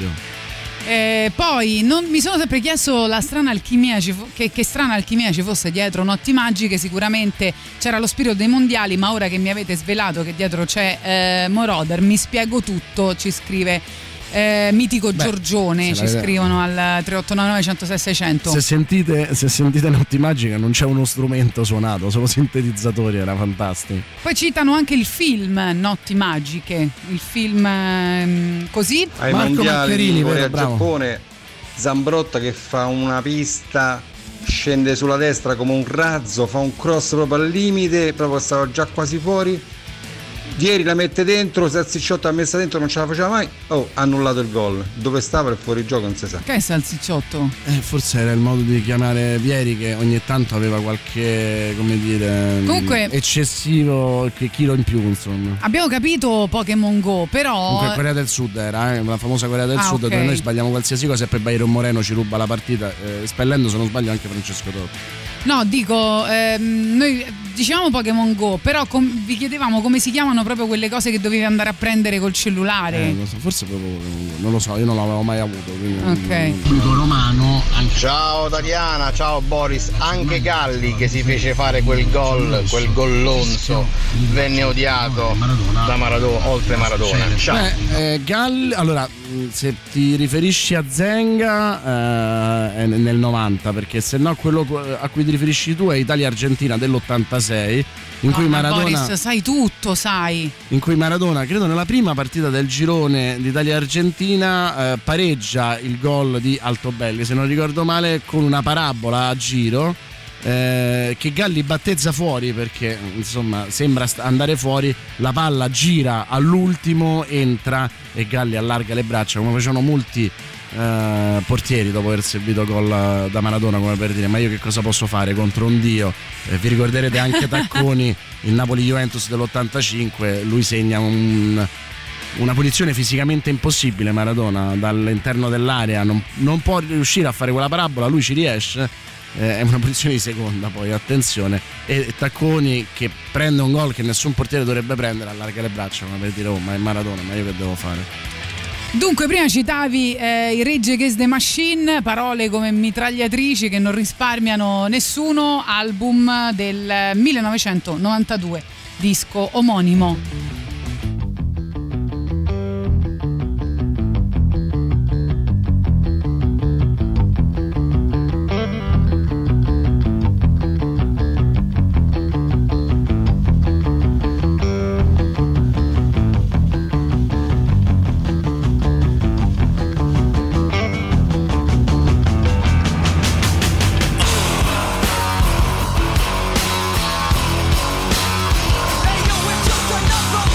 Poi mi sono sempre chiesto la strana alchimia che strana alchimia ci fosse dietro Notti Magiche. Sicuramente c'era lo spirito dei mondiali, ma ora che mi avete svelato che dietro c'è Moroder, mi spiego tutto, ci scrive Mitico Giorgione, ci scrivono al 3899 106 600. Se sentite Notti Magiche non c'è uno strumento suonato, solo sintetizzatori, era fantastico. Poi citano anche il film Notti Magiche, il film così ai Marco mondiali di Corea bravo. Giappone, Zambrotta che fa una pista, scende sulla destra come un razzo, fa un cross proprio al limite, proprio stava già quasi fuori. Ieri la mette dentro, Salsicciotto ha messa dentro, non ce la faceva mai. Ha annullato il gol. Dove stava il fuorigioco non si sa. Che è Salsicciotto? Forse era il modo di chiamare Vieri, che ogni tanto aveva qualche, come dire, comunque, eccessivo chilo in più, insomma. Abbiamo capito Pokémon Go, però comunque Corea del Sud era, la famosa Corea del Sud, okay, dove noi sbagliamo qualsiasi cosa e poi Byron Moreno ci ruba la partita, espellendo, se non sbaglio, anche Francesco Totti. No, dico, noi dicevamo Pokémon Go, però vi chiedevamo come si chiamano proprio quelle cose che dovevi andare a prendere col cellulare. Forse proprio non lo so, io non l'avevo mai avuto. Ok. Romano. Ciao Tatiana, ciao Boris. Anche Galli, che si fece fare quel gollonzo, venne odiato da Maradona, oltre Maradona. Ciao. Galli, allora, se ti riferisci a Zenga è nel 90, perché se no quello a cui ti riferisci tu è Italia-Argentina dell'86, in cui Maradona, Boris, sai tutto, sai. In cui Maradona, credo nella prima partita del girone d'Italia-Argentina, pareggia il gol di Altobelli, se non ricordo male, con una parabola a giro che Galli battezza fuori, perché insomma sembra andare fuori, la palla gira all'ultimo, entra e Galli allarga le braccia come facevano molti portieri dopo aver servito gol da Maradona, come per dire: ma io che cosa posso fare contro un dio? Vi ricorderete anche Tacconi, il Napoli-Juventus dell'85, lui segna una punizione fisicamente impossibile. Maradona dall'interno dell'area non può riuscire a fare quella parabola, lui ci riesce, è una punizione di seconda, poi attenzione, e Tacconi che prende un gol che nessun portiere dovrebbe prendere, allarga le braccia come per dire: oh, ma è Maradona, ma io che devo fare? Dunque, prima citavi i Rage Against the Machine, parole come mitragliatrici che non risparmiano nessuno, album del 1992, disco omonimo. Hey yo, it's just another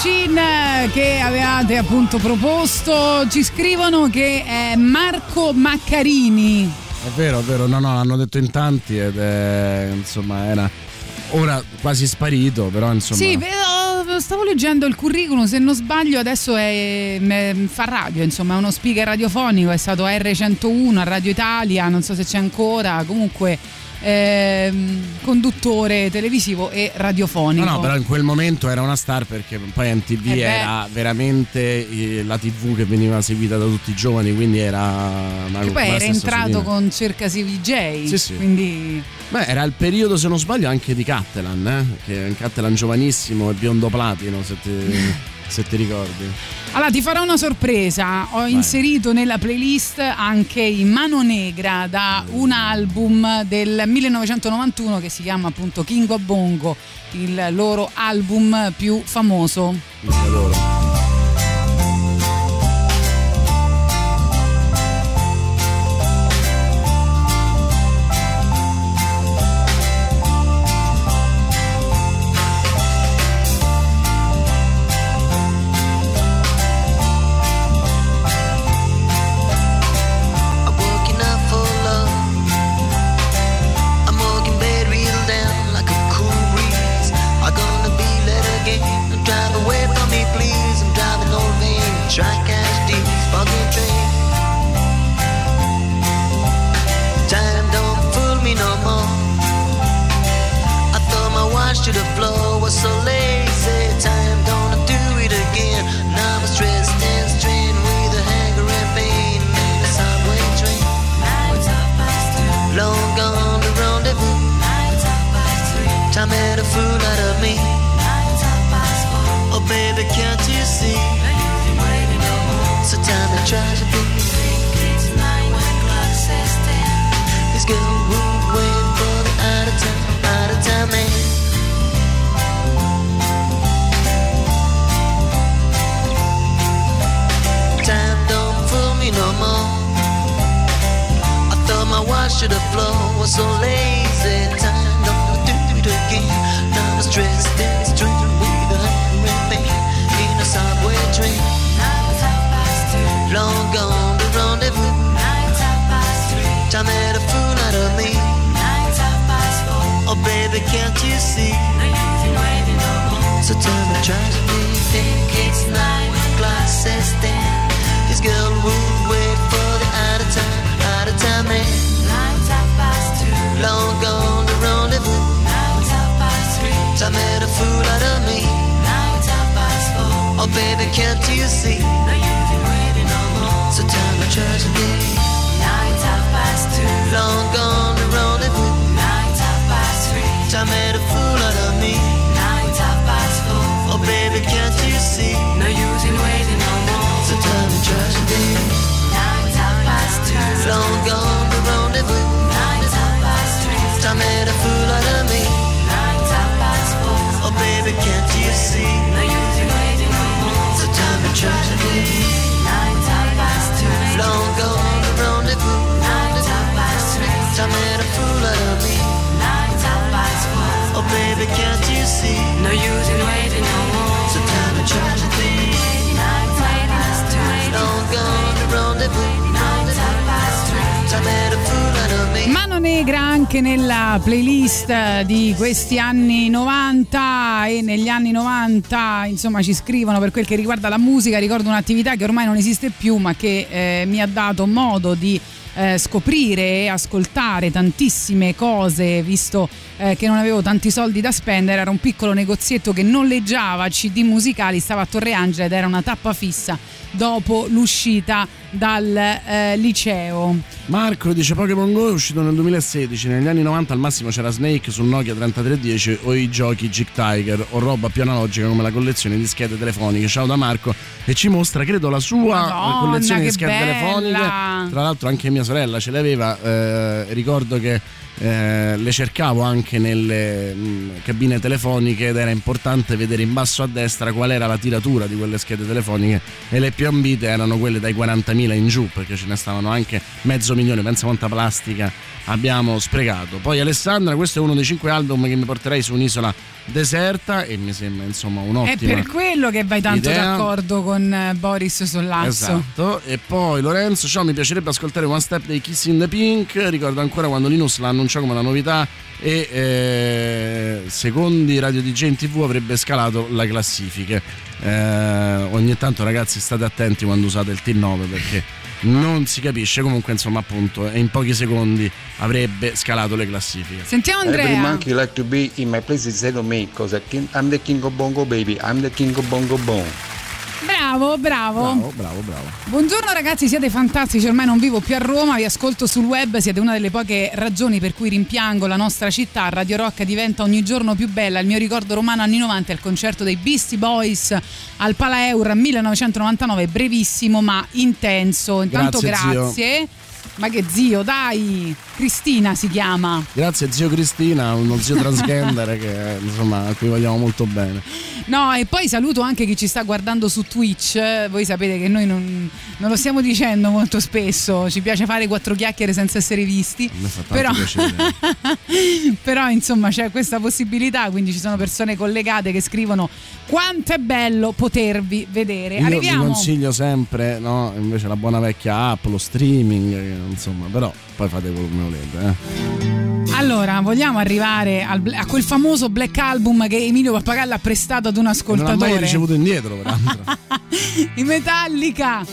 Machine che avevate appunto proposto. Ci scrivono che è Marco Maccarini. È vero, no, l'hanno detto in tanti ed è, insomma, era ora quasi sparito, però insomma. Sì, stavo leggendo il curriculum, se non sbaglio adesso fa radio, insomma, è uno speaker radiofonico, è stato a R101 a Radio Italia, non so se c'è ancora, comunque conduttore televisivo e radiofonico. No, però in quel momento era una star, perché poi MTV era veramente la TV che veniva seguita da tutti i giovani, quindi era che poi era entrato con Cercasi VJ, sì. Quindi era il periodo, se non sbaglio, anche di Cattelan, che è un Cattelan giovanissimo e biondo platino, se ti ricordi. Allora ti farò una sorpresa, ho inserito nella playlist anche In Mano Negra, da un album del 1991 che si chiama appunto King of Bongo, il loro album più famoso. Adoro. To the floor was so lazy. Time don't do it again. Now I'm stressed and strained with a hanger and pain in the subway train. Long gone the rendezvous. Time made a fool out of me. Oh baby, can't you see? So time to try to be. This girl won't wait for the out of time man. No more. I thought my watch to the floor was so lazy. Time don't do it again. Now I'm stressed and strained with a hanger and pain in a subway train. Long gone the rendezvous. Time made a fool out of me. Oh baby, can't you see? So tell me, try to be. Think it's 9 o'clock, says then. This girl would wait for the out of time man. Long gone the rendezvous. Time made a fool out of me. Oh baby, can't you see? So time to try to be. Long gone the rendezvous. Time made a fool out of me. Oh baby, can't you see? No use in waiting no more. So time to tragedy. Long gone the rendezvous. Time made a fool out of me. Oh baby, can't you see? No use in waiting no more. So time to tragedy. Long gone the rendezvous. Time made a fool out of me. Oh baby, can't you see? No use in waiting no more. So time to tragedy. Long gone the rendezvous. Time made a fool out of me. Mano Negra anche nella playlist di questi anni 90, e negli anni 90 insomma ci scrivono per quel che riguarda la musica. Ricordo un'attività che ormai non esiste più, ma che mi ha dato modo di scoprire e ascoltare tantissime cose, visto che non avevo tanti soldi da spendere. Era un piccolo negozietto che noleggiava CD musicali, stava a Torre Angela ed era una tappa fissa dopo l'uscita dal liceo. Marco dice Pokémon Go è uscito nel 2016, negli anni 90 al massimo c'era Snake sul Nokia 3310 o i giochi Jig Tiger o roba più analogica come la collezione di schede telefoniche. Ciao da Marco, e ci mostra credo la sua collezione di schede telefoniche. Tra l'altro anche mia sorella ce l'aveva, ricordo che le cercavo anche nelle cabine telefoniche ed era importante vedere in basso a destra qual era la tiratura di quelle schede telefoniche, e le più ambite erano quelle dai 40.000 in giù, perché ce ne stavano anche 500.000, pensa quanta plastica abbiamo sprecato. Poi Alessandra, questo è uno dei 5 album che mi porterei su un'isola deserta, e mi sembra insomma un'ottima. È per quello che vai tanto idea. d'accordo con Boris Sollazzo. Esatto. E poi Lorenzo, ciao, mi piacerebbe ascoltare One Step dei Kiss in the Pink. Ricordo ancora quando Linus l'ha annunciato come una novità e secondi Radio DJ in TV avrebbe scalato le classifiche. Ogni tanto, ragazzi, state attenti quando usate il T9 perché non si capisce. Comunque, insomma, appunto, in pochi secondi avrebbe scalato le classifiche. Sentiamo Andrea. Every monkey like to be in my place instead of me, cause I'm the king of bongo baby, I'm the king of bongo bone. Bravo. Bravo. Buongiorno ragazzi, siete fantastici, ormai non vivo più a Roma, vi ascolto sul web, siete una delle poche ragioni per cui rimpiango la nostra città. Radio Rock diventa ogni giorno più bella. Il mio ricordo romano anni 90 è il concerto dei Beastie Boys al Pala Eur 1999, brevissimo ma intenso. Intanto grazie. Ma che zio, dai! Cristina si chiama. Grazie zio Cristina, uno zio transgender che insomma a cui vogliamo molto bene. No, e poi saluto anche chi ci sta guardando su Twitch. Voi sapete che noi non lo stiamo dicendo molto spesso, ci piace fare 4 chiacchiere senza essere visti. Mi fa tanto piacere. Però insomma c'è questa possibilità, quindi ci sono persone collegate che scrivono quanto è bello potervi vedere. Io Arriviamo. vi consiglio sempre, no, invece la buona vecchia app, lo streaming, insomma, però poi fate quello che volete. Allora, vogliamo arrivare a quel famoso Black Album che Emilio Pappagallo ha prestato ad un ascoltatore. Non l'ha mai ricevuto indietro, peraltro. I Metallica.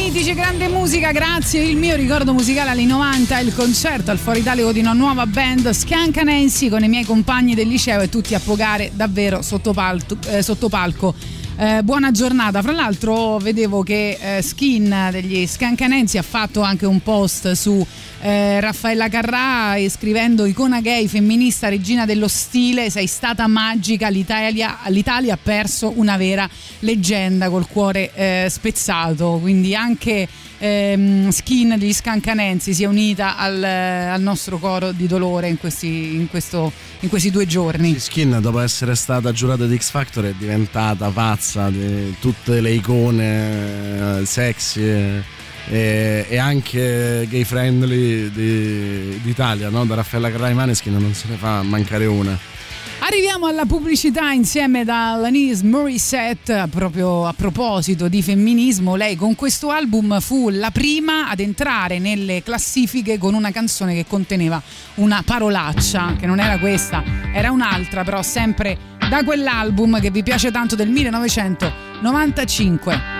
mitici, grande musica, grazie. Il mio ricordo musicale anni 90 è il concerto al Foro Italico di una nuova band, Skanka Nancy, con i miei compagni del liceo e tutti a pogare davvero sotto palco. Buona giornata. Fra l'altro vedevo che Skin degli Skanka Nancy ha fatto anche un post su Raffaella Carrà scrivendo: icona gay, femminista, regina dello stile, sei stata magica, l'Italia ha perso una vera leggenda, col cuore spezzato. Quindi anche Skin degli Skanka Nancy si è unita al nostro coro di dolore in questi 2 giorni. Skin, dopo essere stata giurata di X Factor, è diventata pazza di tutte le icone sexy e anche gay friendly d'Italia, no? Da Raffaella Carrà ai Maneskin non se ne fa mancare una. Arriviamo alla pubblicità insieme da Alanis Morissette. Proprio a proposito di femminismo, lei con questo album fu la prima ad entrare nelle classifiche con una canzone che conteneva una parolaccia, che non era questa, era un'altra, però sempre da quell'album che vi piace tanto, del 1995.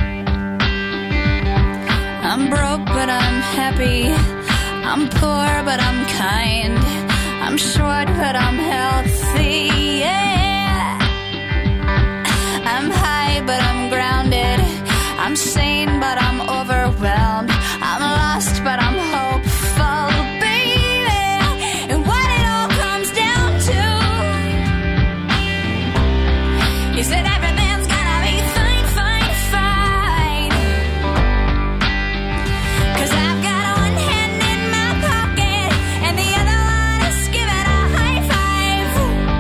I'm broke but I'm happy, I'm poor but I'm kind, I'm short but I'm healthy, yeah. I'm high but I'm grounded, I'm sane but I'm overwhelmed, I'm lost but I'm hopeful, baby. And what it all comes down to is that everything's gonna be fine, fine, fine. 'Cause I've got one hand in my pocket and the other one is giving a high five.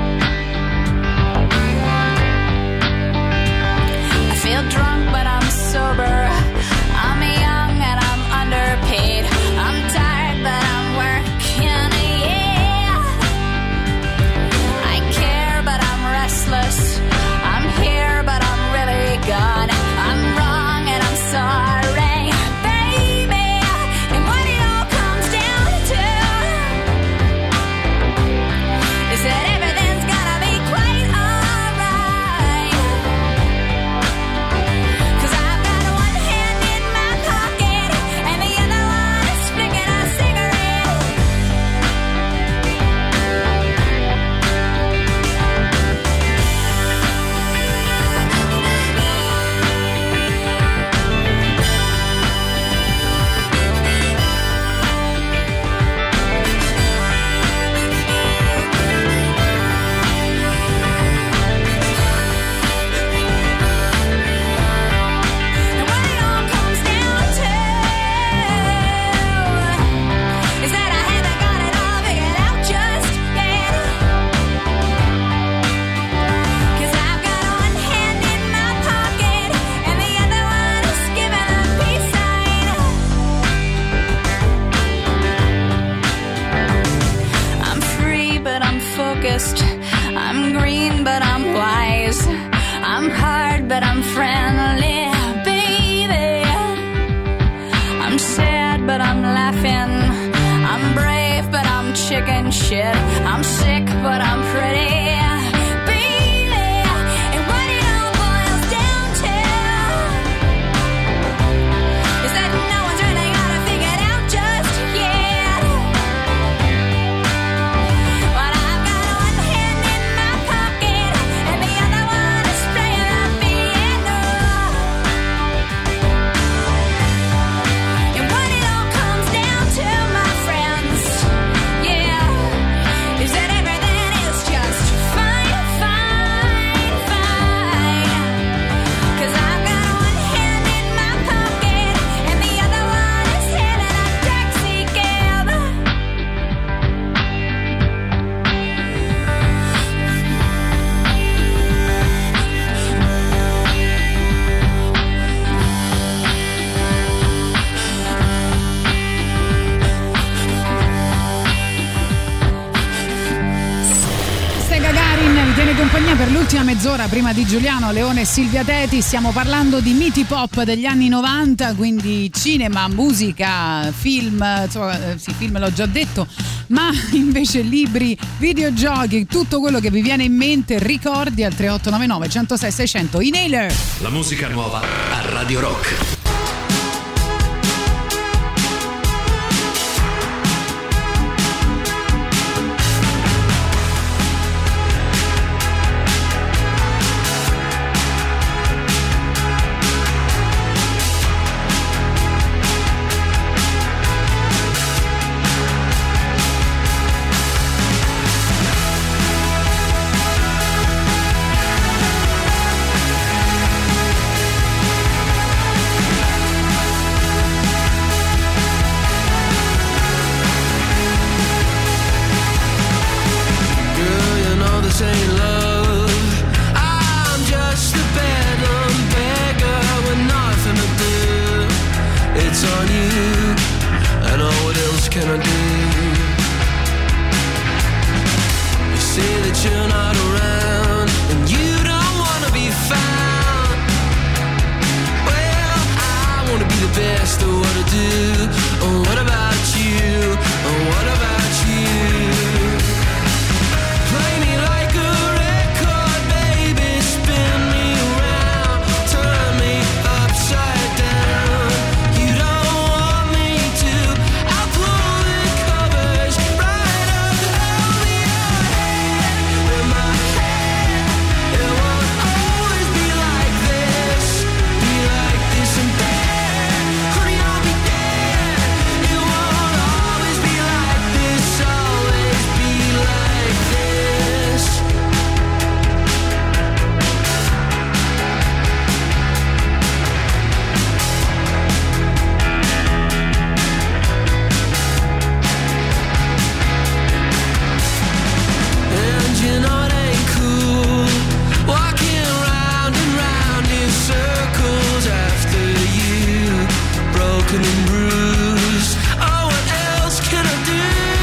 I feel drunk but I'm sober, I'm young and I'm underpaid, I'm tired but I'm working, yeah. I care but I'm restless, I'm here but I'm really gone, I'm wrong and I'm sorry, baby. And what it all comes down to is that everything's gonna be quite alright. 'Cause I've got one hand in my pocket and the other one is flicking a cigarette. And what it all comes down to is that I haven't got it all figured out just yet. 'Cause I've got one hand in my pocket and the other one is giving a peace sign. I'm free but I'm focused, I'm green but I'm wise, I'm hard but I'm friendly, baby. I'm sad but I'm laughing, I'm brave but I'm chicken shit, I'm sick but I'm pretty, baby. And what it all boils down to is that no one's really got it figured out just yet. But I've got one hand in my pocket and the other one is playing the piano. And what it all comes down to, my friends, yeah, is that everything is just fine, fine, fine. 'Cause I've got one hand in my pocket and the other one is hailing a taxi cab. Ste Gagarin vi tiene compagnia per l'ultima mezz'ora prima di Giuliano Leone e Silvia Teti. Stiamo parlando di miti pop degli anni 90, quindi cinema, musica, film, insomma, sì, film l'ho già detto, ma invece libri, videogiochi, tutto quello che vi viene in mente, ricordi al 3899 106 600. I Nailer. La musica nuova a Radio Rock. on you. I know what else can I do? You say that you're not around and you don't wanna be found. Well, I wanna be the best at what I do. Oh, what about you? Oh, what about you? Play me like a record, baby, spin me around, turn me upside down. You don't want me to, I'll pull the covers right up over your head. In my head, it won't always be like this and then, honey, I'll be dead. It won't always be like this, always be like this. And you know it ain't cool walking round and round in circles after you, broken and bruised. Oh, what else can I do?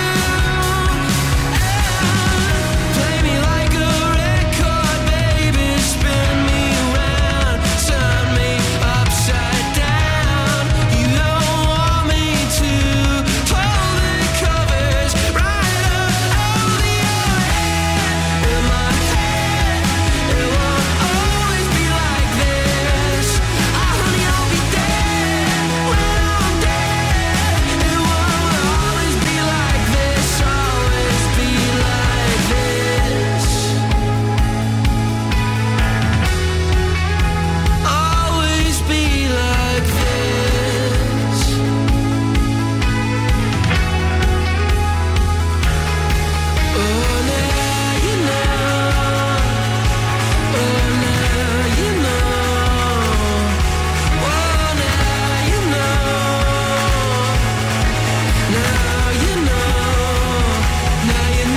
Play me like a record, baby, spin me around, turn me upside down. You don't want me to pull the covers right up over your head. In my head, it won't always be like this. Oh, honey, I'll be dead when I'm dead. It won't always be like this, always be like this. Always be like this. Oh, now you know. Oh, now you know. Oh, now you know. Now you know. Now you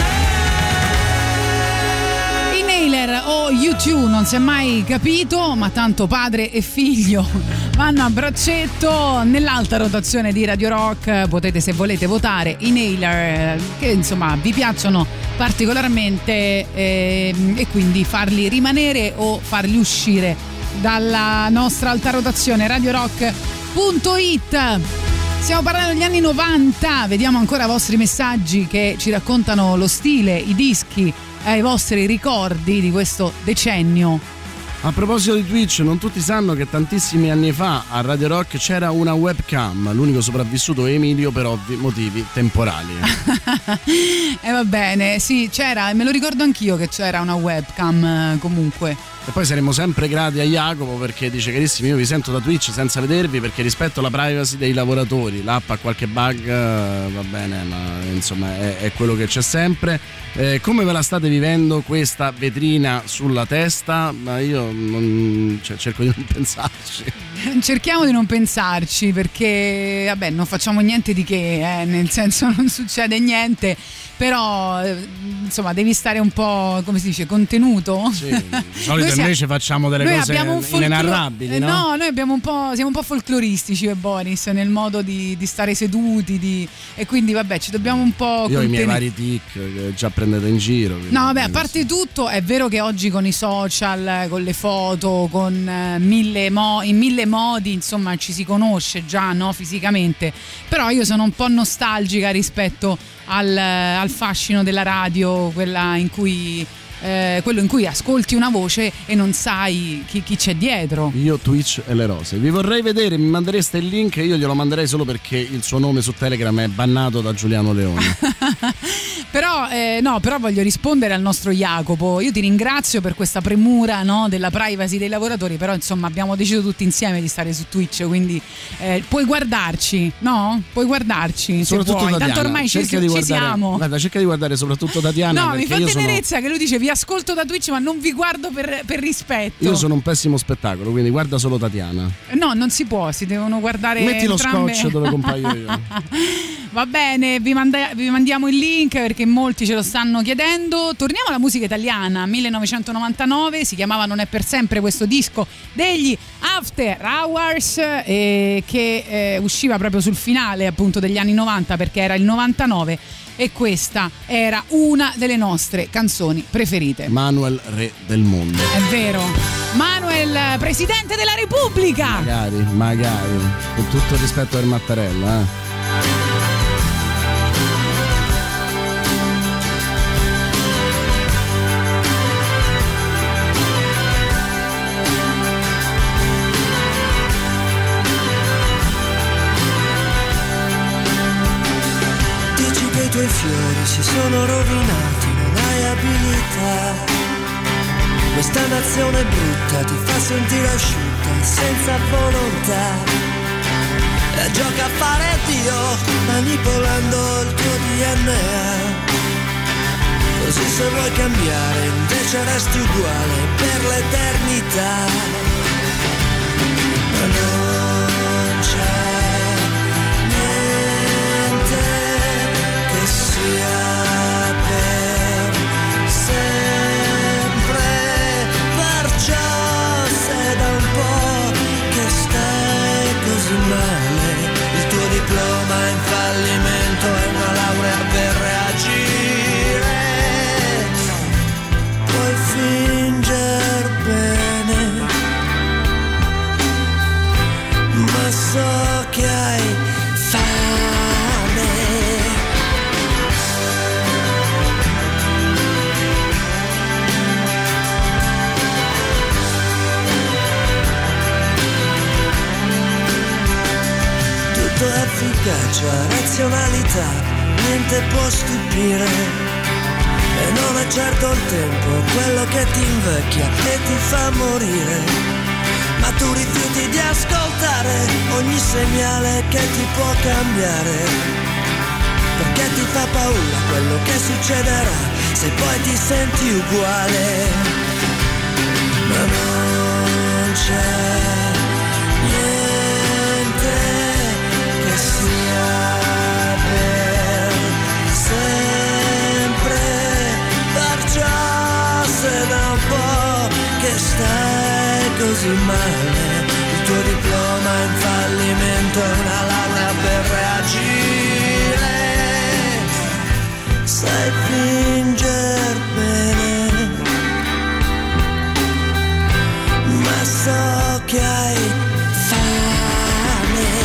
know. I Nailer o U2 non si è mai capito, ma tanto padre e figlio vanno a braccetto. Nell'alta rotazione di Radio Rock potete, se volete, votare i Nailer che insomma vi piacciono particolarmente e quindi farli rimanere o farli uscire dalla nostra alta rotazione radiorock.it. Stiamo parlando degli anni 90, vediamo ancora i vostri messaggi che ci raccontano lo stile, i dischi, i vostri ricordi di questo decennio. A proposito di Twitch, non tutti sanno che tantissimi anni fa a Radio Rock c'era una webcam, l'unico sopravvissuto è Emilio per ovvi motivi temporali. Va bene, sì, c'era, me lo ricordo anch'io che c'era una webcam comunque. E poi saremo sempre grati a Jacopo perché dice: carissimi, io vi sento da Twitch senza vedervi perché rispetto alla privacy dei lavoratori, l'app ha qualche bug, va bene, ma insomma è quello che c'è sempre. Come ve la state vivendo questa vetrina sulla testa? Ma io cerco di non pensarci. Cerchiamo di non pensarci perché vabbè, non facciamo niente di che, nel senso non succede niente, però insomma devi stare un po', come si dice, contenuto. Sì, di solito invece facciamo delle cose inenarrabili, no? No, noi siamo un po' folcloristici e Boris nel modo di stare seduti e quindi vabbè ci dobbiamo un po' io ho i miei vari tic che già prendete in giro. No vabbè, a parte tutto è vero che oggi con i social, con le foto, con in mille modi insomma ci si conosce già, no, fisicamente, però io sono un po' nostalgica rispetto al fascino della radio, quella in cui quello in cui ascolti una voce e non sai chi c'è dietro. Io Twitch e le rose vi vorrei vedere, mi mandereste il link e io glielo manderei solo perché il suo nome su Telegram è bannato da Giuliano Leoni. Però voglio rispondere al nostro Jacopo. Io ti ringrazio per questa premura, no, della privacy dei lavoratori, però insomma abbiamo deciso tutti insieme di stare su Twitch, quindi puoi guardarci, no? Puoi guardarci soprattutto se vuoi. Tatiana. Tanto ormai ci siamo. Guarda, cerca di guardare soprattutto Tatiana. No, mi fa io tenerezza che lui dice vi ascolto da Twitch ma non vi guardo per rispetto. Io sono un pessimo spettacolo, quindi guarda solo Tatiana. No, non si può, si devono guardare metti entrambe. Lo scotch dove compaio io. Va bene, vi mandiamo il link perché molti ce lo stanno chiedendo. Torniamo alla musica italiana. 1999 si chiamava Non è per sempre questo disco degli After Hours, che usciva proprio sul finale appunto degli anni 90 perché era il 99 e questa era una delle nostre canzoni preferite. Manuel, re del mondo. È vero. Manuel, presidente della Repubblica. Magari, con tutto il rispetto per Mattarella, Dici che i tuoi fiori si sono rovinati, non hai abilità. Questa nazione brutta ti fa sentire asciutta, senza volontà. E gioca a fare Dio, manipolando il tuo DNA. Così se vuoi cambiare, invece resti uguale per l'eternità. Ma non c'è niente che sia per sempre. Perciò se da un po' che stai così male, il tuo diploma è in fallimento e una laurea per reagire. Puoi fingere bene, ma so che hai fame. Tutto è efficacia, razionalità, niente può stupire. E non è certo il tempo quello che ti invecchia e ti fa morire. Ma tu rifiuti di ascoltare ogni segnale che ti può cambiare. Perché ti fa paura quello che succederà se poi ti senti uguale. Ma non c'è niente che sia per sempre. Perciò se da un po' che stai così male, il tuo diploma è in fallimento e una laurea per reagire. Sai finger bene, ma so che hai fame.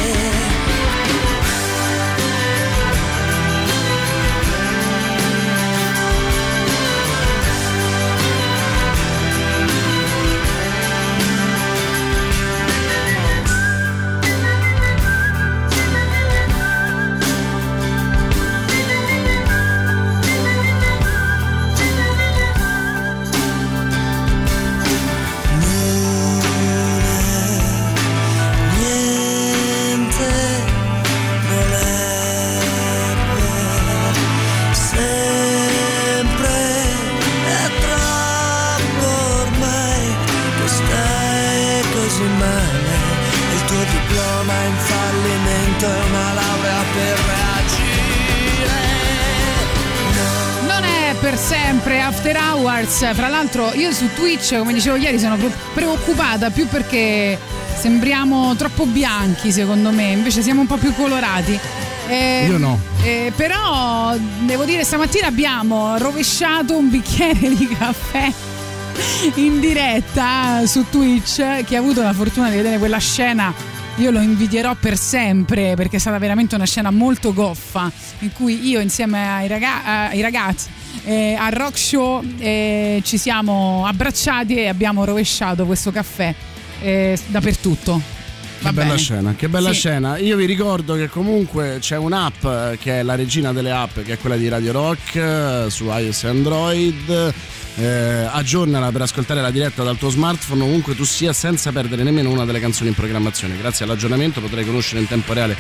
Per sempre After Hours. Fra l'altro io su Twitch, come dicevo ieri, sono preoccupata più perché sembriamo troppo bianchi secondo me, invece siamo un po' più colorati. Io no. Però devo dire, stamattina abbiamo rovesciato un bicchiere di caffè in diretta su Twitch. Chi ha avuto la fortuna di vedere quella scena, io lo invidierò per sempre, perché è stata veramente una scena molto goffa in cui io insieme ai ragazzi al rock show ci siamo abbracciati e abbiamo rovesciato questo caffè dappertutto. Che bella scena, che bella Sì. scena. Io vi ricordo che comunque c'è un'app che è la regina delle app, che è quella di Radio Rock su iOS e Android. Aggiornala per ascoltare la diretta dal tuo smartphone ovunque tu sia, senza perdere nemmeno una delle canzoni in programmazione. Grazie all'aggiornamento potrai conoscere in tempo reale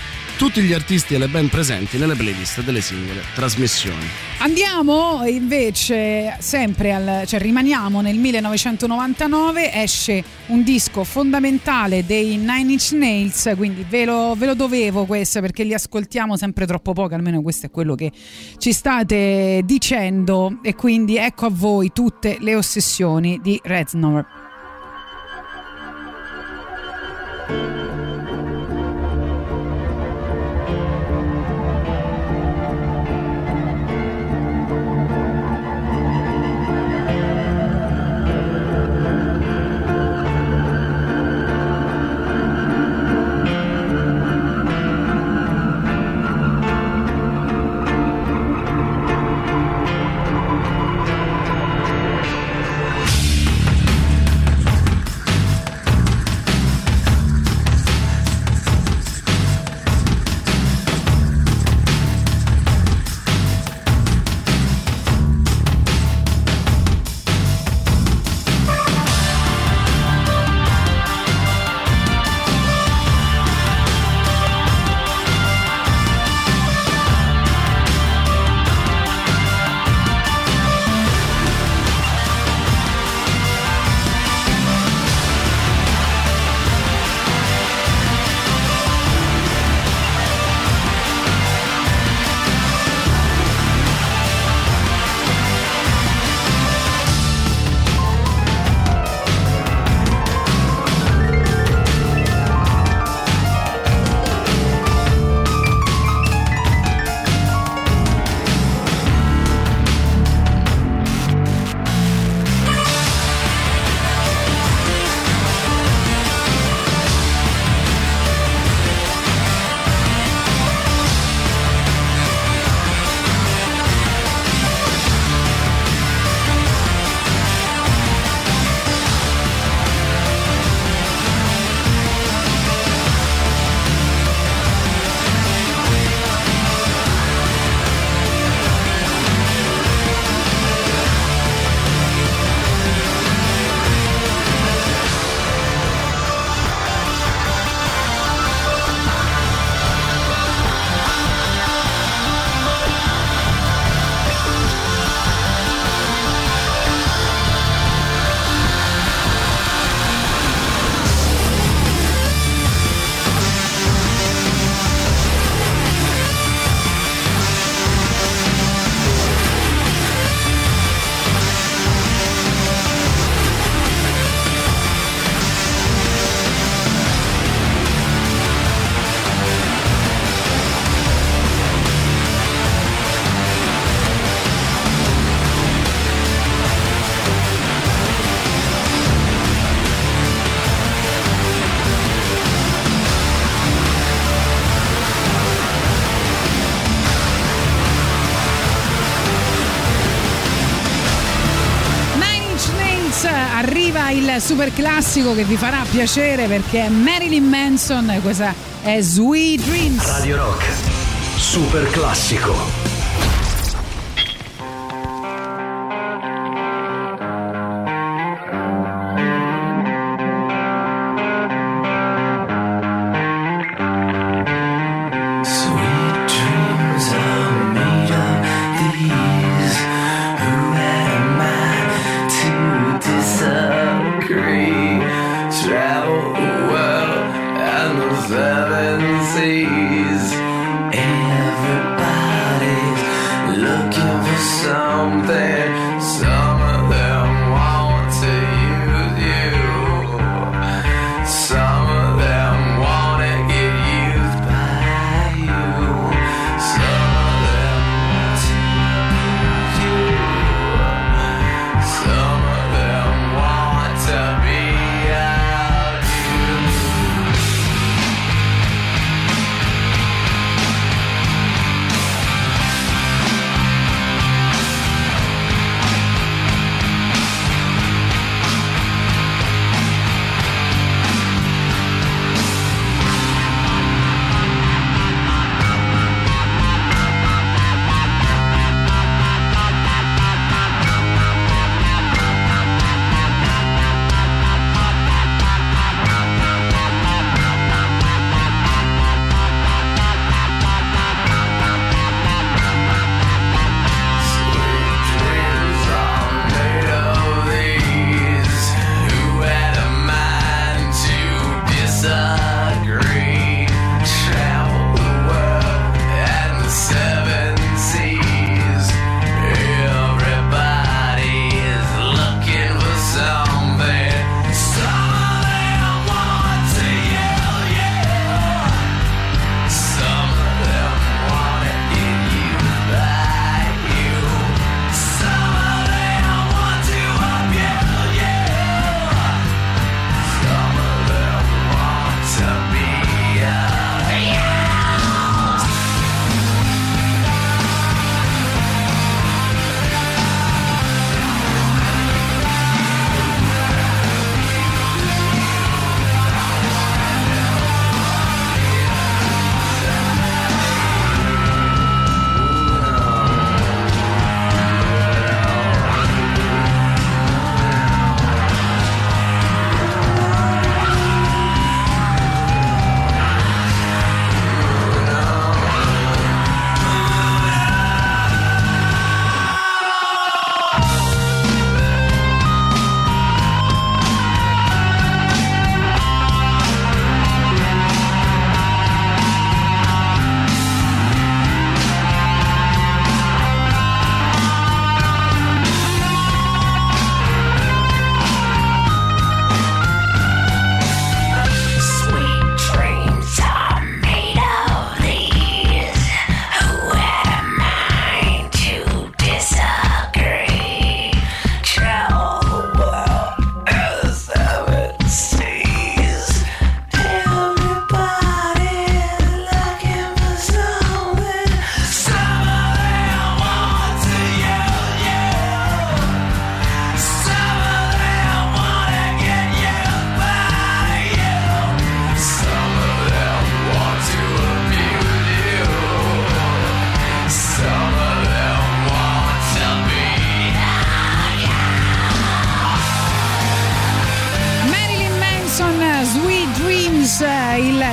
tutti gli artisti e le band presenti nelle playlist delle singole trasmissioni. Andiamo invece sempre rimaniamo nel 1999, esce un disco fondamentale dei Nine Inch Nails, quindi ve lo dovevo questo, perché li ascoltiamo sempre troppo poco, almeno questo è quello che ci state dicendo, e quindi ecco a voi tutte le ossessioni di Reznor. Arriva il super classico che vi farà piacere, perché è Marilyn Manson, questa è Sweet Dreams. Radio Rock, super classico. Everybody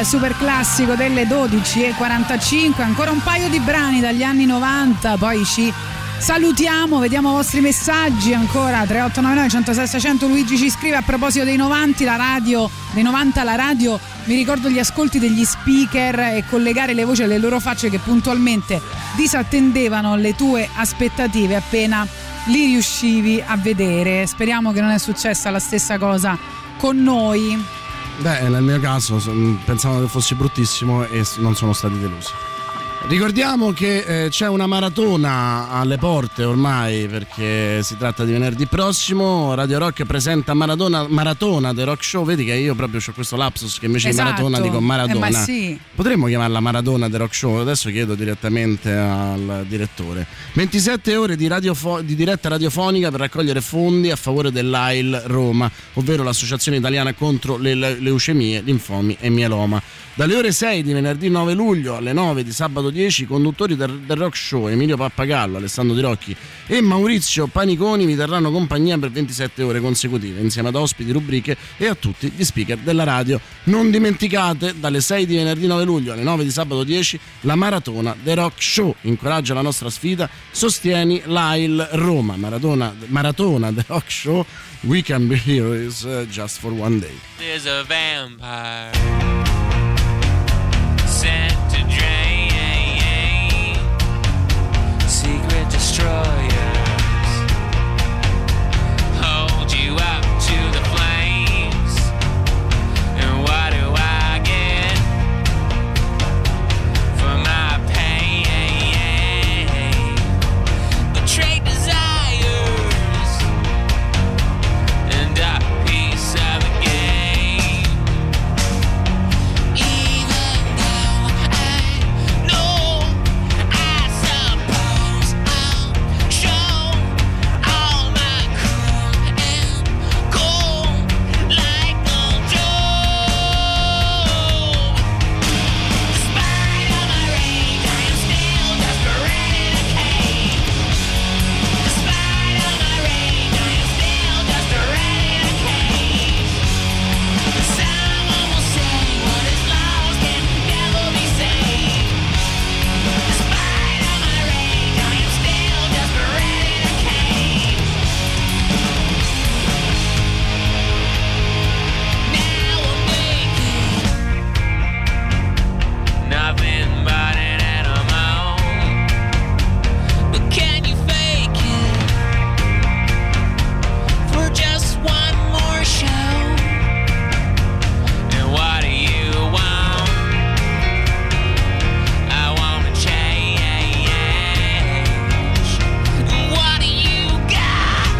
super classico delle 12:45, ancora un paio di brani dagli anni 90, poi ci salutiamo, vediamo i vostri messaggi ancora. 3899 106 600. Luigi ci scrive: a proposito dei 90 la radio, mi ricordo gli ascolti degli speaker e collegare le voci alle loro facce che puntualmente disattendevano le tue aspettative appena li riuscivi a vedere. Speriamo che non è successa la stessa cosa con noi. Beh, nel mio caso pensavo che fosse bruttissimo e non sono stati delusi. Ricordiamo che c'è una maratona alle porte ormai, perché si tratta di venerdì prossimo. Radio Rock presenta Maratona The Rock Show. Vedi che io proprio ho questo lapsus che invece di maratona dico Maradona. Ma sì. Potremmo chiamarla Maratona The Rock Show. Adesso chiedo direttamente al direttore. 27 ore di diretta radiofonica per raccogliere fondi a favore dell'AIL Roma, ovvero l'Associazione Italiana contro le leucemie, linfomi e mieloma. Dalle ore 6 di venerdì 9 luglio alle 9 di sabato 10, i conduttori del Rock Show Emilio Pappagallo, Alessandro Di Rocchi e Maurizio Paniconi vi terranno compagnia per 27 ore consecutive, insieme ad ospiti, rubriche e a tutti gli speaker della radio. Non dimenticate, dalle 6 di venerdì 9 luglio alle 9 di sabato 10, la maratona The Rock Show. Incoraggia la nostra sfida, sostieni l'AIL Roma. Maratona The Rock Show. We can be heroes just for one day. There's a vampire sent to drain secret destroyers, hold you up to the flames. And what do I get for my pain? Betrayed desires and a piece of the game. Even though I know, I suppose I'll show all my crew and go like Uncle Joe. Despite all my rage, I am still just a rat in a cage. Despite all my rage, I am still just a rat in a cage. Someone will say what is lost can never be saved. Despite all my rage, I am still just a rat in a cage. Now I'm naked, nothing but an animal. But can you fake it for just one more show? And what do you want? I wanna change. What do you got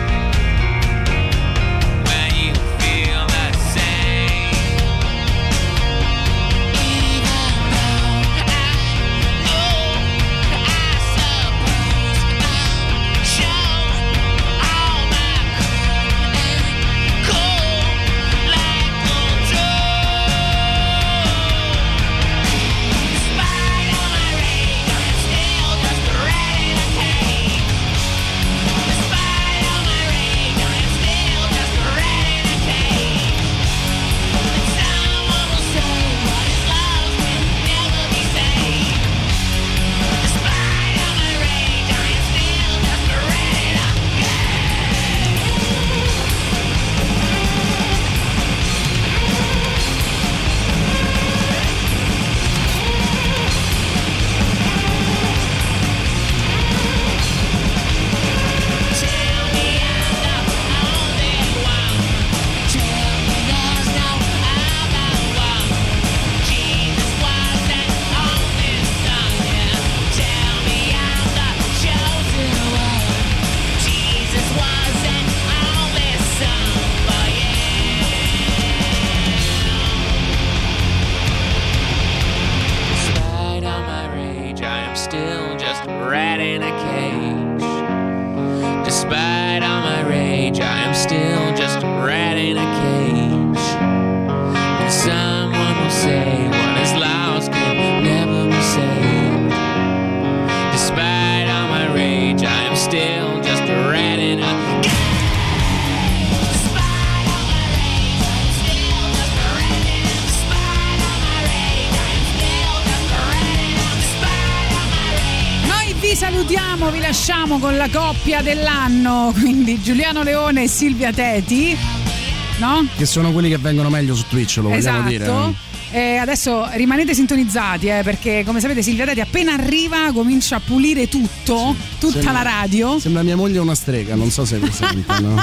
when you feel the same? Even though I know, I suppose I'll show all my crew and cold like Uncle Joe. Despite all my rage, I'm still just a rat in a cage. Despite all my rage, I'm still just a rat in a cage. And someone will say what is lost can never be saved. Despite all my rage, I am still just a rat in a Tell me I'm the only one. Tell me there's no other one. Jesus was that only son, yeah. Tell me I'm the chosen one. Jesus was that only son, oh yeah. Despite all my rage, I am still just a rat in a cage. Despite all my rage, I am still just a rat in a cage. And someone will say what is lost can never be saved. Despite all my rage, I am still just a rat in a cage. Despite all my rage, I am still just a rat in a cage. Despite all my rage, vi salutiamo, vi lasciamo con la coppia dell'anno, quindi Giuliano Leone e Silvia Teti, no? Che sono quelli che vengono meglio su Twitch, lo vogliamo dire. Adesso rimanete sintonizzati, perché come sapete Silvia Teti appena arriva comincia a pulire tutto, tutta la radio. Sembra mia moglie una strega, non so se vi sente, no?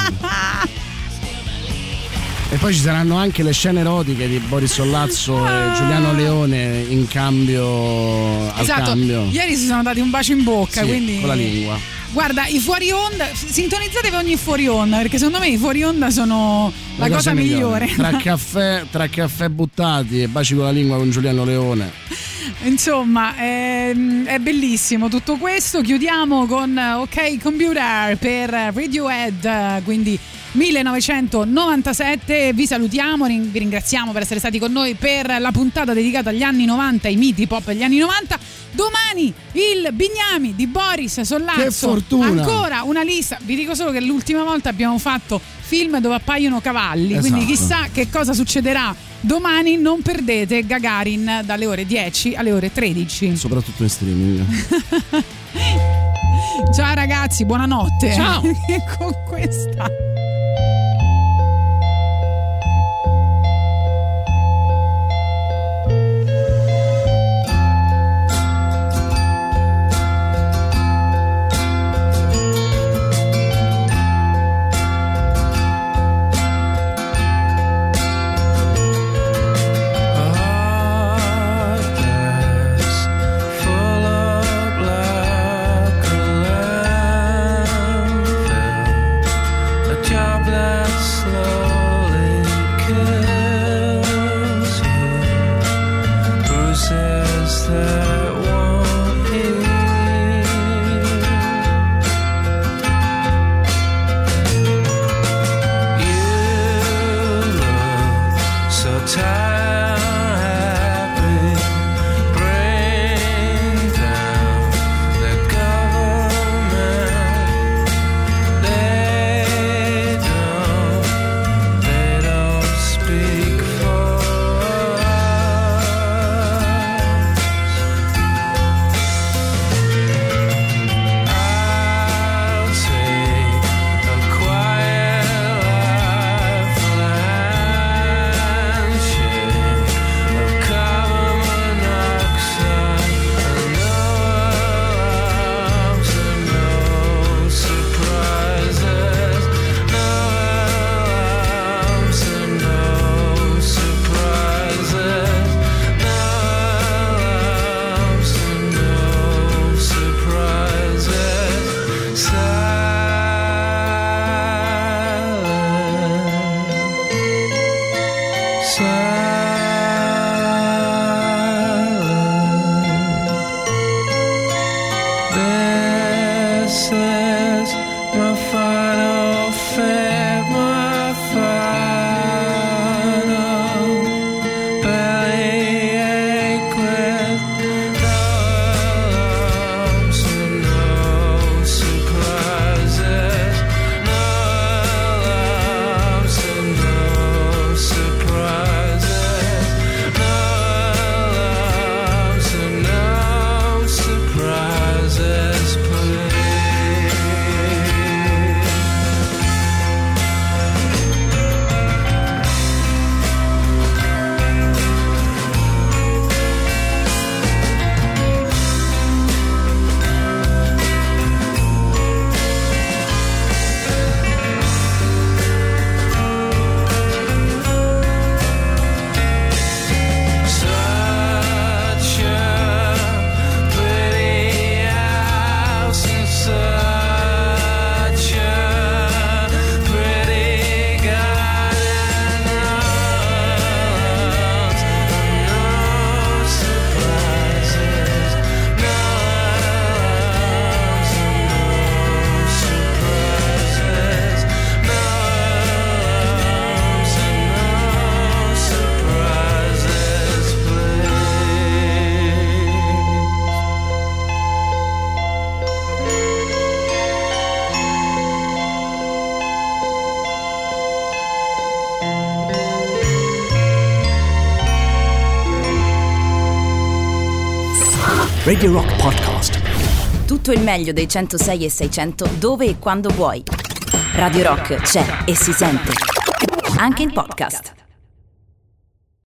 E poi ci saranno anche le scene erotiche di Boris Sollazzo e Giuliano Leone in cambio al cambio. Ieri si sono dati un bacio in bocca, Sì, quindi con la lingua. Guarda, i fuori onda, sintonizzatevi ogni fuori onda, perché secondo me i fuori onda sono la cosa migliore. Tra caffè buttati e baci con la lingua con Giuliano Leone. Insomma, è bellissimo tutto questo. Chiudiamo con OK Computer per Radiohead, quindi 1997. Vi salutiamo, vi ringraziamo per essere stati con noi per la puntata dedicata agli anni 90, ai miti pop degli anni 90. Domani il Bignami di Boris Sollazzo. Che fortuna! Ancora una lista. Vi dico solo che l'ultima volta abbiamo fatto film dove appaiono cavalli, Esatto. quindi chissà che cosa succederà domani. Non perdete Gagarin dalle ore 10 alle ore 13. Soprattutto in streaming. Ciao ragazzi, buonanotte. Ciao. E con questa Radio Rock Podcast. Tutto il meglio dei 106 e 600 dove e quando vuoi. Radio Rock c'è e si sente. Anche in podcast.